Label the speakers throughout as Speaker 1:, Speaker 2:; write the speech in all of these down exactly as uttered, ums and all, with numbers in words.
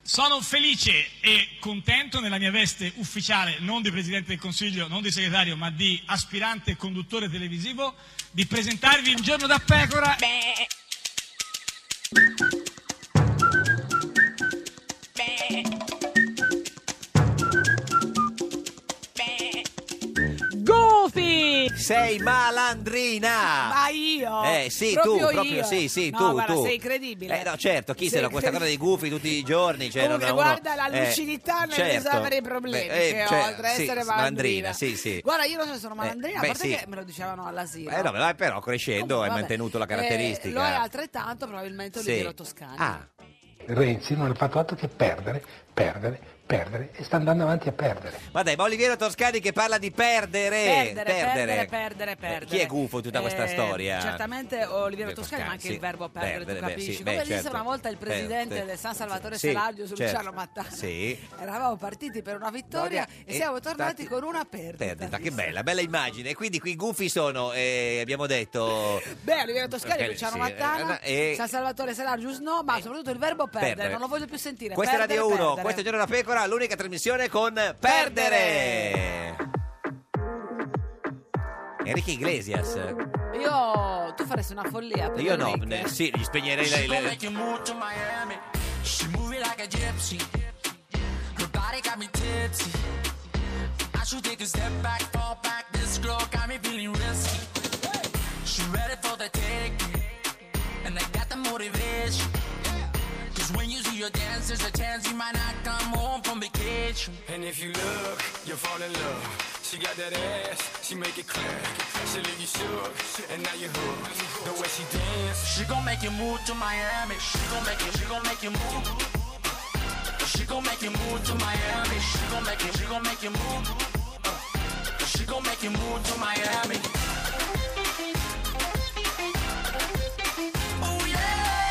Speaker 1: Sono felice e contento nella mia veste ufficiale, non di Presidente del Consiglio, non di segretario, ma di aspirante conduttore televisivo, di presentarvi Un giorno da pecora. Beh.
Speaker 2: Goofy!
Speaker 3: Sei malandrina!
Speaker 2: Ma io?
Speaker 3: Eh sì,
Speaker 2: proprio
Speaker 3: tu, proprio
Speaker 2: io.
Speaker 3: sì, sì,
Speaker 2: no,
Speaker 3: tu,
Speaker 2: guarda,
Speaker 3: tu.
Speaker 2: sei incredibile.
Speaker 3: Eh no, certo, chi se no, questa cosa dei gufi tutti i giorni, cioè
Speaker 2: Comunque,
Speaker 3: non uno,
Speaker 2: guarda la
Speaker 3: eh,
Speaker 2: lucidità nel
Speaker 3: certo.
Speaker 2: risolvere i problemi
Speaker 3: Beh, eh,
Speaker 2: che ho,
Speaker 3: cioè,
Speaker 2: oltre a
Speaker 3: sì,
Speaker 2: essere
Speaker 3: malandrina,
Speaker 2: malandrina.
Speaker 3: sì, sì.
Speaker 2: Guarda, io non so se sono malandrina,
Speaker 3: Eh,
Speaker 2: a
Speaker 3: beh,
Speaker 2: parte
Speaker 3: sì.
Speaker 2: che me lo dicevano all'asilo.
Speaker 3: Eh no, ma però crescendo
Speaker 2: Comunque,
Speaker 3: hai
Speaker 2: vabbè.
Speaker 3: mantenuto la
Speaker 2: Eh,
Speaker 3: caratteristica.
Speaker 2: lo è altrettanto probabilmente
Speaker 3: Sì.
Speaker 2: Oliviero Toscani.
Speaker 3: Ah.
Speaker 4: Renzi non ha fatto altro che perdere, perdere, perdere e sta andando avanti a perdere.
Speaker 3: Ma dai, ma Oliviero Toscani che parla di perdere.
Speaker 2: Perdere, perdere, perdere, perdere.
Speaker 3: Eh, chi è gufo in tutta questa
Speaker 2: Eh,
Speaker 3: storia?
Speaker 2: Certamente Oliviero Toscani, ma anche
Speaker 3: sì.
Speaker 2: il verbo perdere,
Speaker 3: Perdere,
Speaker 2: tu
Speaker 3: beh,
Speaker 2: capisci.
Speaker 3: sì,
Speaker 2: Come
Speaker 3: beh,
Speaker 2: disse
Speaker 3: certo.
Speaker 2: una volta il presidente
Speaker 3: Perde.
Speaker 2: del San Salvatore
Speaker 3: Sì,
Speaker 2: Selaggio su
Speaker 3: certo.
Speaker 2: Luciano Mattano.
Speaker 3: Sì.
Speaker 2: Eravamo partiti per una vittoria e, siamo tornati con una perdita.
Speaker 3: Perdita, che bella, bella immagine. Quindi qui i gufi sono, eh, abbiamo detto...
Speaker 2: Beh, Oliviero Toscani,
Speaker 3: Toscani,
Speaker 2: Luciano
Speaker 3: sì,
Speaker 2: Mattano,
Speaker 3: eh, e-
Speaker 2: San Salvatore Selagius no, ma soprattutto il verbo perdere,
Speaker 3: Perdere.
Speaker 2: non lo voglio più sentire.
Speaker 3: Questa è
Speaker 2: Perdere,
Speaker 3: Radio uno,
Speaker 2: perdere.
Speaker 3: questo è Giorno da Pecora, l'unica trasmissione con Perdere. Enrique Iglesias.
Speaker 2: Io, tu faresti una follia per
Speaker 3: Io no,
Speaker 2: Enrique.
Speaker 3: ne- sì, gli spegnerei
Speaker 5: She
Speaker 3: le...
Speaker 5: gon'
Speaker 3: le...
Speaker 5: make you move to Miami. She move it like a gypsy. Her body got me tipsy. I should take a step back, fall back. This girl got me feeling risky. She ready for the taking, and I got the motivation. Cause when you see your dance, there's a chance you might not come home from vacation.
Speaker 6: And if you look, you'll fall in love. She got that ass, she make it clap. She leave you shook, and now you hooked. The way she dance,
Speaker 5: She gon' make you move to Miami. She gon' make you, she gon' make you move. She gon' make you move to Miami. She gon' make you, she gon' make you move. She gon' make you move to Miami. Oh yeah.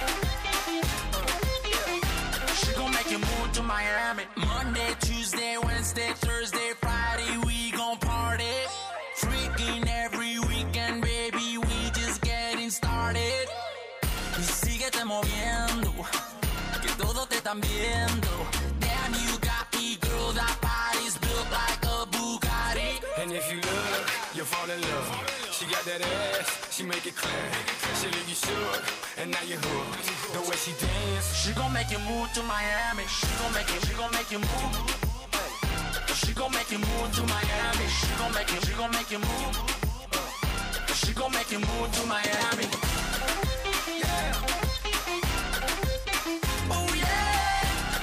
Speaker 5: She gon' make you move to Miami. Monday, Tuesday, Wednesday, Thursday, Friday, we gon' party. Freaking every weekend, baby, we just getting started. Y síguete moviendo, que todos te están viendo. Damn, you got me, girl, that body's built like a Bugatti.
Speaker 6: and if you look, you'll fall in love. She got that ass, she make it clap. She leave you shook, and now you hooked. The way she dance,
Speaker 5: She gon' make you move to Miami. She gon' make you, she gon' make you move. She gon' make you move to Miami. She gon' make you, she gon' make you move. She gon' make you move to Miami. Yeah. Oh yeah.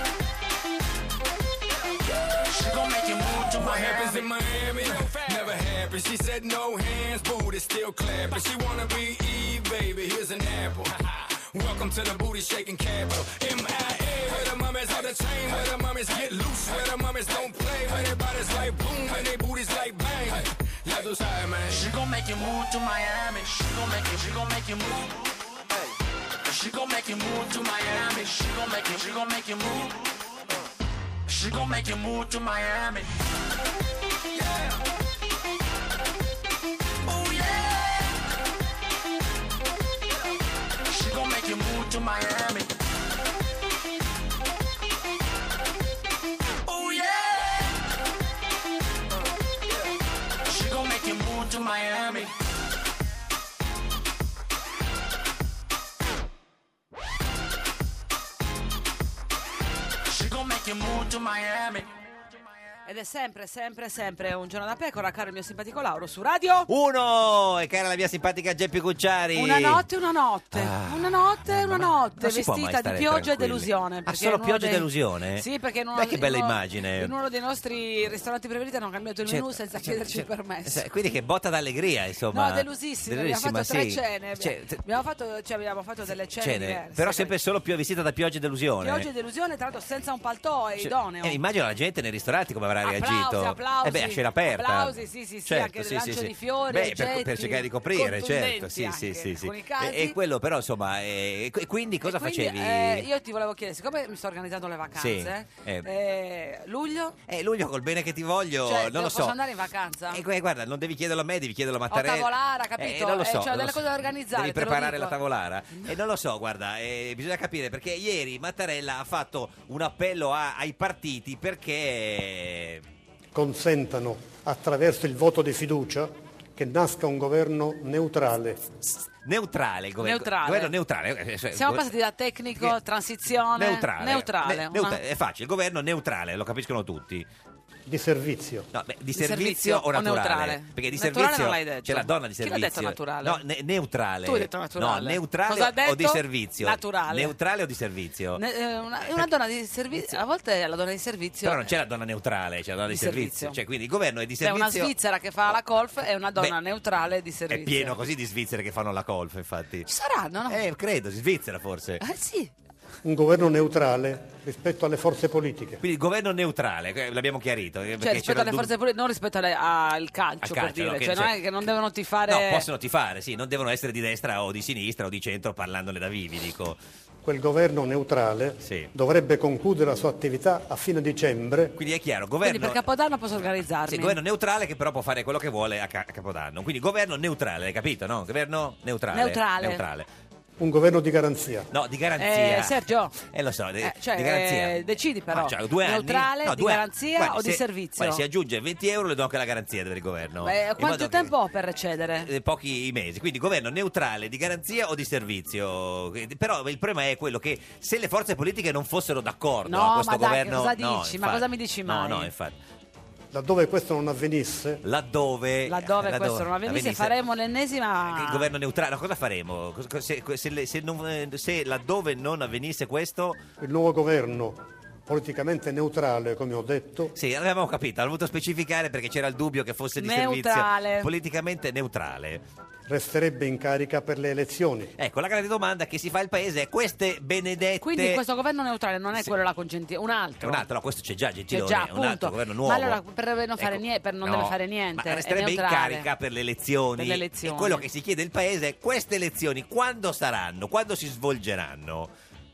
Speaker 5: She gon' make you move to
Speaker 6: what happens in
Speaker 5: Miami.
Speaker 6: Miami never happens. She said no hands, booty still clapping. She wanna be Eve, baby. Here's an apple. Welcome to the booty shaking capital. M I A, where the mummies on the chain, where the mummies get loose, where the mummies don't play, where their bodies like boom, and their booties like bang. Ya tú sabes, man.
Speaker 5: She gon' make you move to Miami. She gon' make you, she gon' make you move. She gon' make you move to Miami. She gon' make you, she gon' make you move. She gon' make you move to Miami. Yeah. Oh yeah. She gon' make you move to Miami. Oh yeah. She gon' make you move to Miami. She gon' make you move to Miami.
Speaker 2: Ed è sempre, sempre, sempre Un giorno da pecora, caro il mio simpatico Lauro, su Radio
Speaker 3: Uno! E cara la mia simpatica Geppi Cucciari.
Speaker 2: Una notte, una notte,
Speaker 3: Ah,
Speaker 2: una notte, una notte,
Speaker 3: non si può mai
Speaker 2: vestita di
Speaker 3: stare
Speaker 2: pioggia e
Speaker 3: tranquilli.
Speaker 2: delusione.
Speaker 3: Ah,
Speaker 2: perché
Speaker 3: solo
Speaker 2: in uno
Speaker 3: pioggia e
Speaker 2: dei-
Speaker 3: delusione?
Speaker 2: Sì, perché in uno,
Speaker 3: Beh, che bella
Speaker 2: in uno-
Speaker 3: immagine.
Speaker 2: in uno dei nostri ristoranti preferiti hanno cambiato il menù
Speaker 3: Certo,
Speaker 2: senza
Speaker 3: certo,
Speaker 2: chiederci il
Speaker 3: certo.
Speaker 2: permesso.
Speaker 3: Eh, Quindi che botta d'allegria, insomma.
Speaker 2: No, delusissimi, abbiamo fatto
Speaker 3: Delusissima,
Speaker 2: tre
Speaker 3: sì.
Speaker 2: cene,
Speaker 3: Cioè, te-
Speaker 2: abbiamo fatto, cioè, abbiamo fatto delle cene,
Speaker 3: cene,
Speaker 2: diverse.
Speaker 3: però sempre solo più vestita da pioggia e delusione.
Speaker 2: Pioggia e delusione, tra l'altro senza un paltò, è
Speaker 3: Cioè,
Speaker 2: idoneo.
Speaker 3: eh, immagino la gente nei ristoranti come avrà
Speaker 2: Applausi,
Speaker 3: reagito?
Speaker 2: applausi,
Speaker 3: eh beh, a scena aperta.
Speaker 2: applausi, sì, sì, sì,
Speaker 3: Certo,
Speaker 2: anche
Speaker 3: sì,
Speaker 2: lancio
Speaker 3: sì, sì.
Speaker 2: di fiori,
Speaker 3: Beh, per,
Speaker 2: oggetti
Speaker 3: per cercare di coprire, certo. Sì,
Speaker 2: contundenti
Speaker 3: sì, sì,
Speaker 2: anche,
Speaker 3: sì.
Speaker 2: in alcuni casi.
Speaker 3: E, e quello però, insomma, eh, e quindi cosa
Speaker 2: Quindi,
Speaker 3: facevi?
Speaker 2: eh, io ti volevo chiedere, siccome mi sto organizzando le vacanze,
Speaker 3: Sì, eh.
Speaker 2: eh, luglio?
Speaker 3: Eh, luglio col bene che ti voglio,
Speaker 2: Cioè,
Speaker 3: non
Speaker 2: devo-
Speaker 3: lo so.
Speaker 2: posso andare in vacanza?
Speaker 3: E gu- guarda, non devi chiederlo a me, devi chiederlo a Mattarella.
Speaker 2: O tavolare, capito?
Speaker 3: Eh, non lo
Speaker 2: Eh,
Speaker 3: so.
Speaker 2: cioè,
Speaker 3: non
Speaker 2: delle
Speaker 3: lo so.
Speaker 2: cose da organizzare,
Speaker 3: Devi
Speaker 2: te lo
Speaker 3: preparare
Speaker 2: dico.
Speaker 3: la tavolara. E non lo so, guarda, eh, bisogna capire perché ieri Mattarella ha fatto un appello a- ai partiti perché
Speaker 7: consentano attraverso il voto di fiducia che nasca un governo neutrale.
Speaker 3: neutrale il governo.
Speaker 2: Neutrale.
Speaker 3: Governo neutrale. eh, cioè,
Speaker 2: Siamo
Speaker 3: go-
Speaker 2: passati da tecnico, transizione,
Speaker 3: neutrale.
Speaker 2: neutrale.
Speaker 3: Ne-
Speaker 2: una-
Speaker 3: neutra- È facile, il governo neutrale, lo capiscono tutti.
Speaker 7: Di servizio.
Speaker 3: No, beh, di,
Speaker 2: Di
Speaker 3: servizio,
Speaker 2: servizio
Speaker 3: o
Speaker 2: o
Speaker 3: naturale?
Speaker 2: neutrale?
Speaker 3: Perché di
Speaker 2: Naturale
Speaker 3: servizio
Speaker 2: non l'hai detto.
Speaker 3: c'è la donna di
Speaker 2: Chi l'ha
Speaker 3: servizio.
Speaker 2: detto naturale?
Speaker 3: No, ne- neutrale.
Speaker 2: Tu hai detto naturale.
Speaker 3: No, neutrale
Speaker 2: Cosa ha
Speaker 3: o
Speaker 2: detto?
Speaker 3: di servizio?
Speaker 2: Naturale.
Speaker 3: Neutrale o di servizio?
Speaker 2: Ne- eh, una, è una donna di servizio, a volte la donna di servizio
Speaker 3: Però non c'è la donna neutrale, c'è la donna di,
Speaker 2: Di
Speaker 3: servizio.
Speaker 2: servizio.
Speaker 3: Cioè, quindi il governo è di
Speaker 2: c'è una
Speaker 3: servizio.
Speaker 2: svizzera che fa la golf e una donna
Speaker 3: Beh,
Speaker 2: neutrale di
Speaker 3: È
Speaker 2: servizio.
Speaker 3: pieno così di svizzere che fanno la golf, infatti.
Speaker 2: Ci saranno, no?
Speaker 3: Eh, credo, di Svizzera forse.
Speaker 2: Eh sì.
Speaker 7: Un governo neutrale rispetto alle forze politiche.
Speaker 3: Quindi il governo neutrale, eh, l'abbiamo chiarito. eh,
Speaker 2: Cioè
Speaker 3: perché
Speaker 2: rispetto
Speaker 3: c'era
Speaker 2: alle
Speaker 3: il
Speaker 2: forze politiche, non rispetto alle- al calcio,
Speaker 3: Al
Speaker 2: per
Speaker 3: calcio,
Speaker 2: dire,
Speaker 3: no, che
Speaker 2: cioè,
Speaker 3: c'è-
Speaker 2: non è che non devono tifare.
Speaker 3: No, possono tifare, sì, non devono essere di destra o di sinistra o di centro parlandone da vivi, dico.
Speaker 7: Quel governo neutrale
Speaker 3: Sì.
Speaker 7: dovrebbe concludere la sua attività a fine dicembre.
Speaker 3: Quindi è chiaro,
Speaker 2: Quindi
Speaker 3: governo...
Speaker 2: per Capodanno posso organizzarmi.
Speaker 3: Sì, governo neutrale che però può fare quello che vuole a, ca- a Capodanno. Quindi governo neutrale, hai capito, no? Governo neutrale.
Speaker 2: Neutrale.
Speaker 3: Neutrale.
Speaker 7: Un governo di garanzia.
Speaker 3: No, di garanzia.
Speaker 2: Eh, Sergio.
Speaker 3: Eh, lo so, di,
Speaker 2: Eh, cioè,
Speaker 3: di garanzia.
Speaker 2: eh, decidi però.
Speaker 3: Ah, cioè, due anni?
Speaker 2: Neutrale,
Speaker 3: No,
Speaker 2: di
Speaker 3: due anni.
Speaker 2: garanzia
Speaker 3: Guardi,
Speaker 2: o di
Speaker 3: se-
Speaker 2: servizio?
Speaker 3: guardi, se aggiunge venti euro le do anche la garanzia del governo.
Speaker 2: Beh,
Speaker 3: In modo
Speaker 2: quanto
Speaker 3: che-
Speaker 2: tempo ho per recedere?
Speaker 3: eh, pochi mesi, quindi governo neutrale di garanzia o di servizio. Eh, Però il problema è quello che se le forze politiche non fossero d'accordo
Speaker 2: No,
Speaker 3: a questo
Speaker 2: ma dai,
Speaker 3: governo,
Speaker 2: cosa
Speaker 3: no,
Speaker 2: dici? Ma
Speaker 3: infatti.
Speaker 2: cosa mi dici mai?
Speaker 3: No, no, infatti.
Speaker 7: Laddove questo non avvenisse,
Speaker 3: Laddove,
Speaker 2: Laddove questo non avvenisse faremo l'ennesima.
Speaker 3: il governo neutrale, no, cosa faremo? Cos- cos- Se, se le- se non- eh, se laddove non avvenisse questo,
Speaker 7: il nuovo governo politicamente neutrale, come ho detto,
Speaker 3: sì, l'avevamo capito, hanno voluto specificare perché c'era il dubbio che fosse di
Speaker 2: Neutrale.
Speaker 3: servizio politicamente neutrale.
Speaker 7: resterebbe in carica per le elezioni.
Speaker 3: Ecco, la grande domanda che si fa il paese è queste benedette.
Speaker 2: Quindi questo governo neutrale non è
Speaker 3: Sì.
Speaker 2: quello là con Gentiloni, un altro.
Speaker 3: Un altro, no, questo c'è già
Speaker 2: C'è
Speaker 3: Gentiloni,
Speaker 2: già,
Speaker 3: è un altro
Speaker 2: appunto.
Speaker 3: governo nuovo.
Speaker 2: Ma allora per non, fare
Speaker 3: Ecco,
Speaker 2: nie- per non
Speaker 3: no,
Speaker 2: deve fare niente.
Speaker 3: ma
Speaker 2: è
Speaker 3: resterebbe in
Speaker 2: neutrale.
Speaker 3: carica per le elezioni.
Speaker 2: Per le elezioni.
Speaker 3: E quello che si chiede il paese è queste elezioni quando saranno, quando si svolgeranno.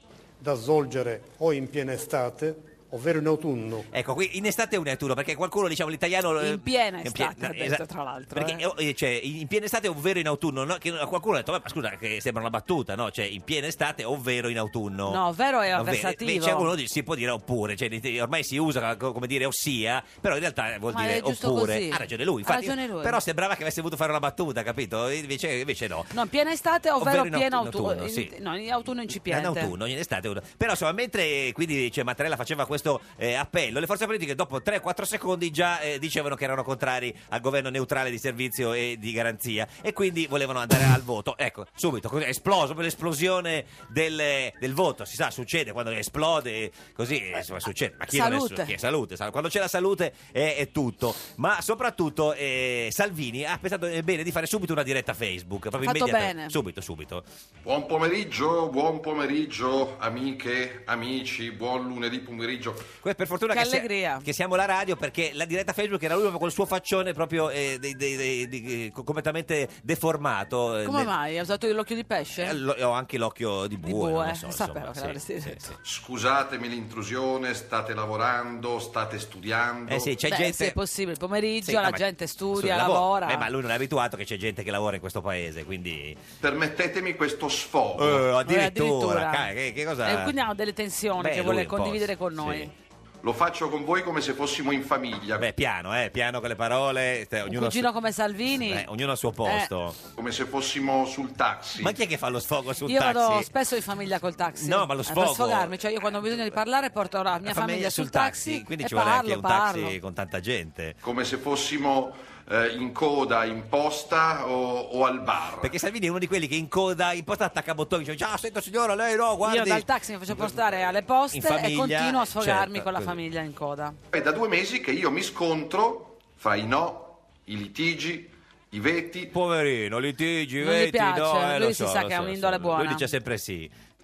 Speaker 7: Da svolgere o in piena estate, ovvero in autunno.
Speaker 3: Ecco, qui in estate è un autunno, perché qualcuno, diciamo, l'italiano... eh,
Speaker 2: In piena
Speaker 3: in pie-
Speaker 2: estate, ha detto,
Speaker 3: esatto.
Speaker 2: tra l'altro,
Speaker 3: Perché, eh, cioè, in piena estate ovvero in autunno, no? Che qualcuno ha detto, "Ma scusa, che sembra una battuta, no? Cioè, in piena estate ovvero in autunno.
Speaker 2: No, ovvero è
Speaker 3: Ovvero.
Speaker 2: avversativo.
Speaker 3: Beh, c'è uno che si può dire oppure, cioè, ormai si usa co- come dire ossia, però in realtà vuol
Speaker 2: Ma
Speaker 3: dire
Speaker 2: è giusto
Speaker 3: oppure.
Speaker 2: così.
Speaker 3: Ha ragione lui,
Speaker 2: Ha
Speaker 3: infatti,
Speaker 2: ragione lui.
Speaker 3: però sembrava che avesse voluto fare una battuta, capito? Invece, invece no.
Speaker 2: No, in piena estate, ovvero,
Speaker 3: Ovvero in
Speaker 2: pieno
Speaker 3: aut- in
Speaker 2: autunno.
Speaker 3: autunno, sì.
Speaker 2: in, no, in autunno incipiente.
Speaker 3: In autunno, in estate uno. Però insomma, mentre quindi cioè, Mattarella faceva questo eh, appello, le forze politiche dopo tre quattro secondi già eh, dicevano che erano contrari al governo neutrale di servizio e di garanzia e quindi volevano andare al voto. Ecco, subito, così, è esploso per l'esplosione del, del voto. Si sa, succede quando esplode, così insomma, succede. Ma chi non è,
Speaker 2: Salute.
Speaker 3: chi è salute? Sal- Quando c'è la salute è, è tutto. Ma soprattutto eh, Salvini ha pensato eh, bene di fare subito una diretta Facebook. Proprio
Speaker 2: Fatto
Speaker 3: immediata-
Speaker 2: bene.
Speaker 3: Subito, subito.
Speaker 8: Buon pomeriggio, buon pomeriggio amiche, amici, buon lunedì pomeriggio.
Speaker 3: Que- Per fortuna
Speaker 2: Che
Speaker 3: che, sia-
Speaker 2: allegria.
Speaker 3: che siamo la radio, perché la diretta Facebook era lui proprio col suo faccione proprio eh, dei- dei- dei- di- eh, completamente deformato. eh,
Speaker 2: Come
Speaker 3: nel-
Speaker 2: mai? Hai usato l'occhio di pesce?
Speaker 3: eh, lo- ho anche l'occhio di bue,
Speaker 2: bue,
Speaker 3: non lo so,
Speaker 2: sapevo
Speaker 3: insomma,
Speaker 2: che
Speaker 3: sì,
Speaker 2: l'avresti
Speaker 3: sì,
Speaker 2: detto.
Speaker 3: sì.
Speaker 8: Scusatemi l'intrusione, state lavorando, state studiando.
Speaker 3: Eh sì, c'è
Speaker 2: Beh,
Speaker 3: gente...
Speaker 2: se è possibile, il pomeriggio
Speaker 3: Sì, no,
Speaker 2: la
Speaker 3: ma-
Speaker 2: gente studia,
Speaker 3: lavora.
Speaker 2: lavora.
Speaker 3: Eh, ma lui non è abituato che c'è gente che lavora in questo paese, quindi...
Speaker 8: Permettetemi questo sfogo.
Speaker 3: Eh,
Speaker 2: Eh,
Speaker 3: addirittura, ca- che, che cosa...
Speaker 2: E quindi hanno delle tensioni
Speaker 3: Beh,
Speaker 2: che
Speaker 3: lui
Speaker 2: vuole
Speaker 3: un po',
Speaker 2: condividere
Speaker 3: sì,
Speaker 2: con noi.
Speaker 3: sì.
Speaker 8: Lo faccio con voi come se fossimo in famiglia,
Speaker 3: Beh, piano, eh, piano con le parole, te-
Speaker 2: Un
Speaker 3: ognuno,
Speaker 2: cugino
Speaker 3: su-
Speaker 2: come Salvini.
Speaker 3: eh, ognuno al suo posto.
Speaker 8: come se fossimo sul taxi.
Speaker 3: Ma chi è che fa lo sfogo sul
Speaker 2: Io
Speaker 3: taxi?
Speaker 2: vado spesso in famiglia col taxi.
Speaker 3: No, ma lo
Speaker 2: Eh,
Speaker 3: sfogo-
Speaker 2: Per sfogarmi, cioè io quando ho bisogno di parlare porto la mia
Speaker 3: La
Speaker 2: famiglia, sul taxi,
Speaker 3: quindi
Speaker 2: e
Speaker 3: ci vuole
Speaker 2: parlo,
Speaker 3: anche un
Speaker 2: parlo.
Speaker 3: taxi con tanta gente.
Speaker 8: Come se fossimo eh, in coda, in posta o, o al bar.
Speaker 3: Perché Salvini è uno di quelli che in coda, in posta attacca bottoni, dice ciao, senta signora, lei no, guardi.
Speaker 2: Io dal taxi mi faccio portare alle poste
Speaker 3: In
Speaker 2: e
Speaker 3: famiglia,
Speaker 2: continuo a sfogarmi
Speaker 3: certo,
Speaker 2: con la
Speaker 3: così.
Speaker 2: famiglia in coda.
Speaker 8: È da due mesi che io mi scontro fra i no, i litigi, i veti.
Speaker 3: Poverino, litigi,
Speaker 2: Non gli
Speaker 3: veti,
Speaker 2: piace,
Speaker 3: no, eh,
Speaker 2: lui
Speaker 3: lo
Speaker 2: si
Speaker 3: so,
Speaker 2: sa
Speaker 3: lo
Speaker 2: che ha
Speaker 3: so,
Speaker 2: un'indole
Speaker 3: lo so.
Speaker 2: buona.
Speaker 3: Lui dice sempre sì.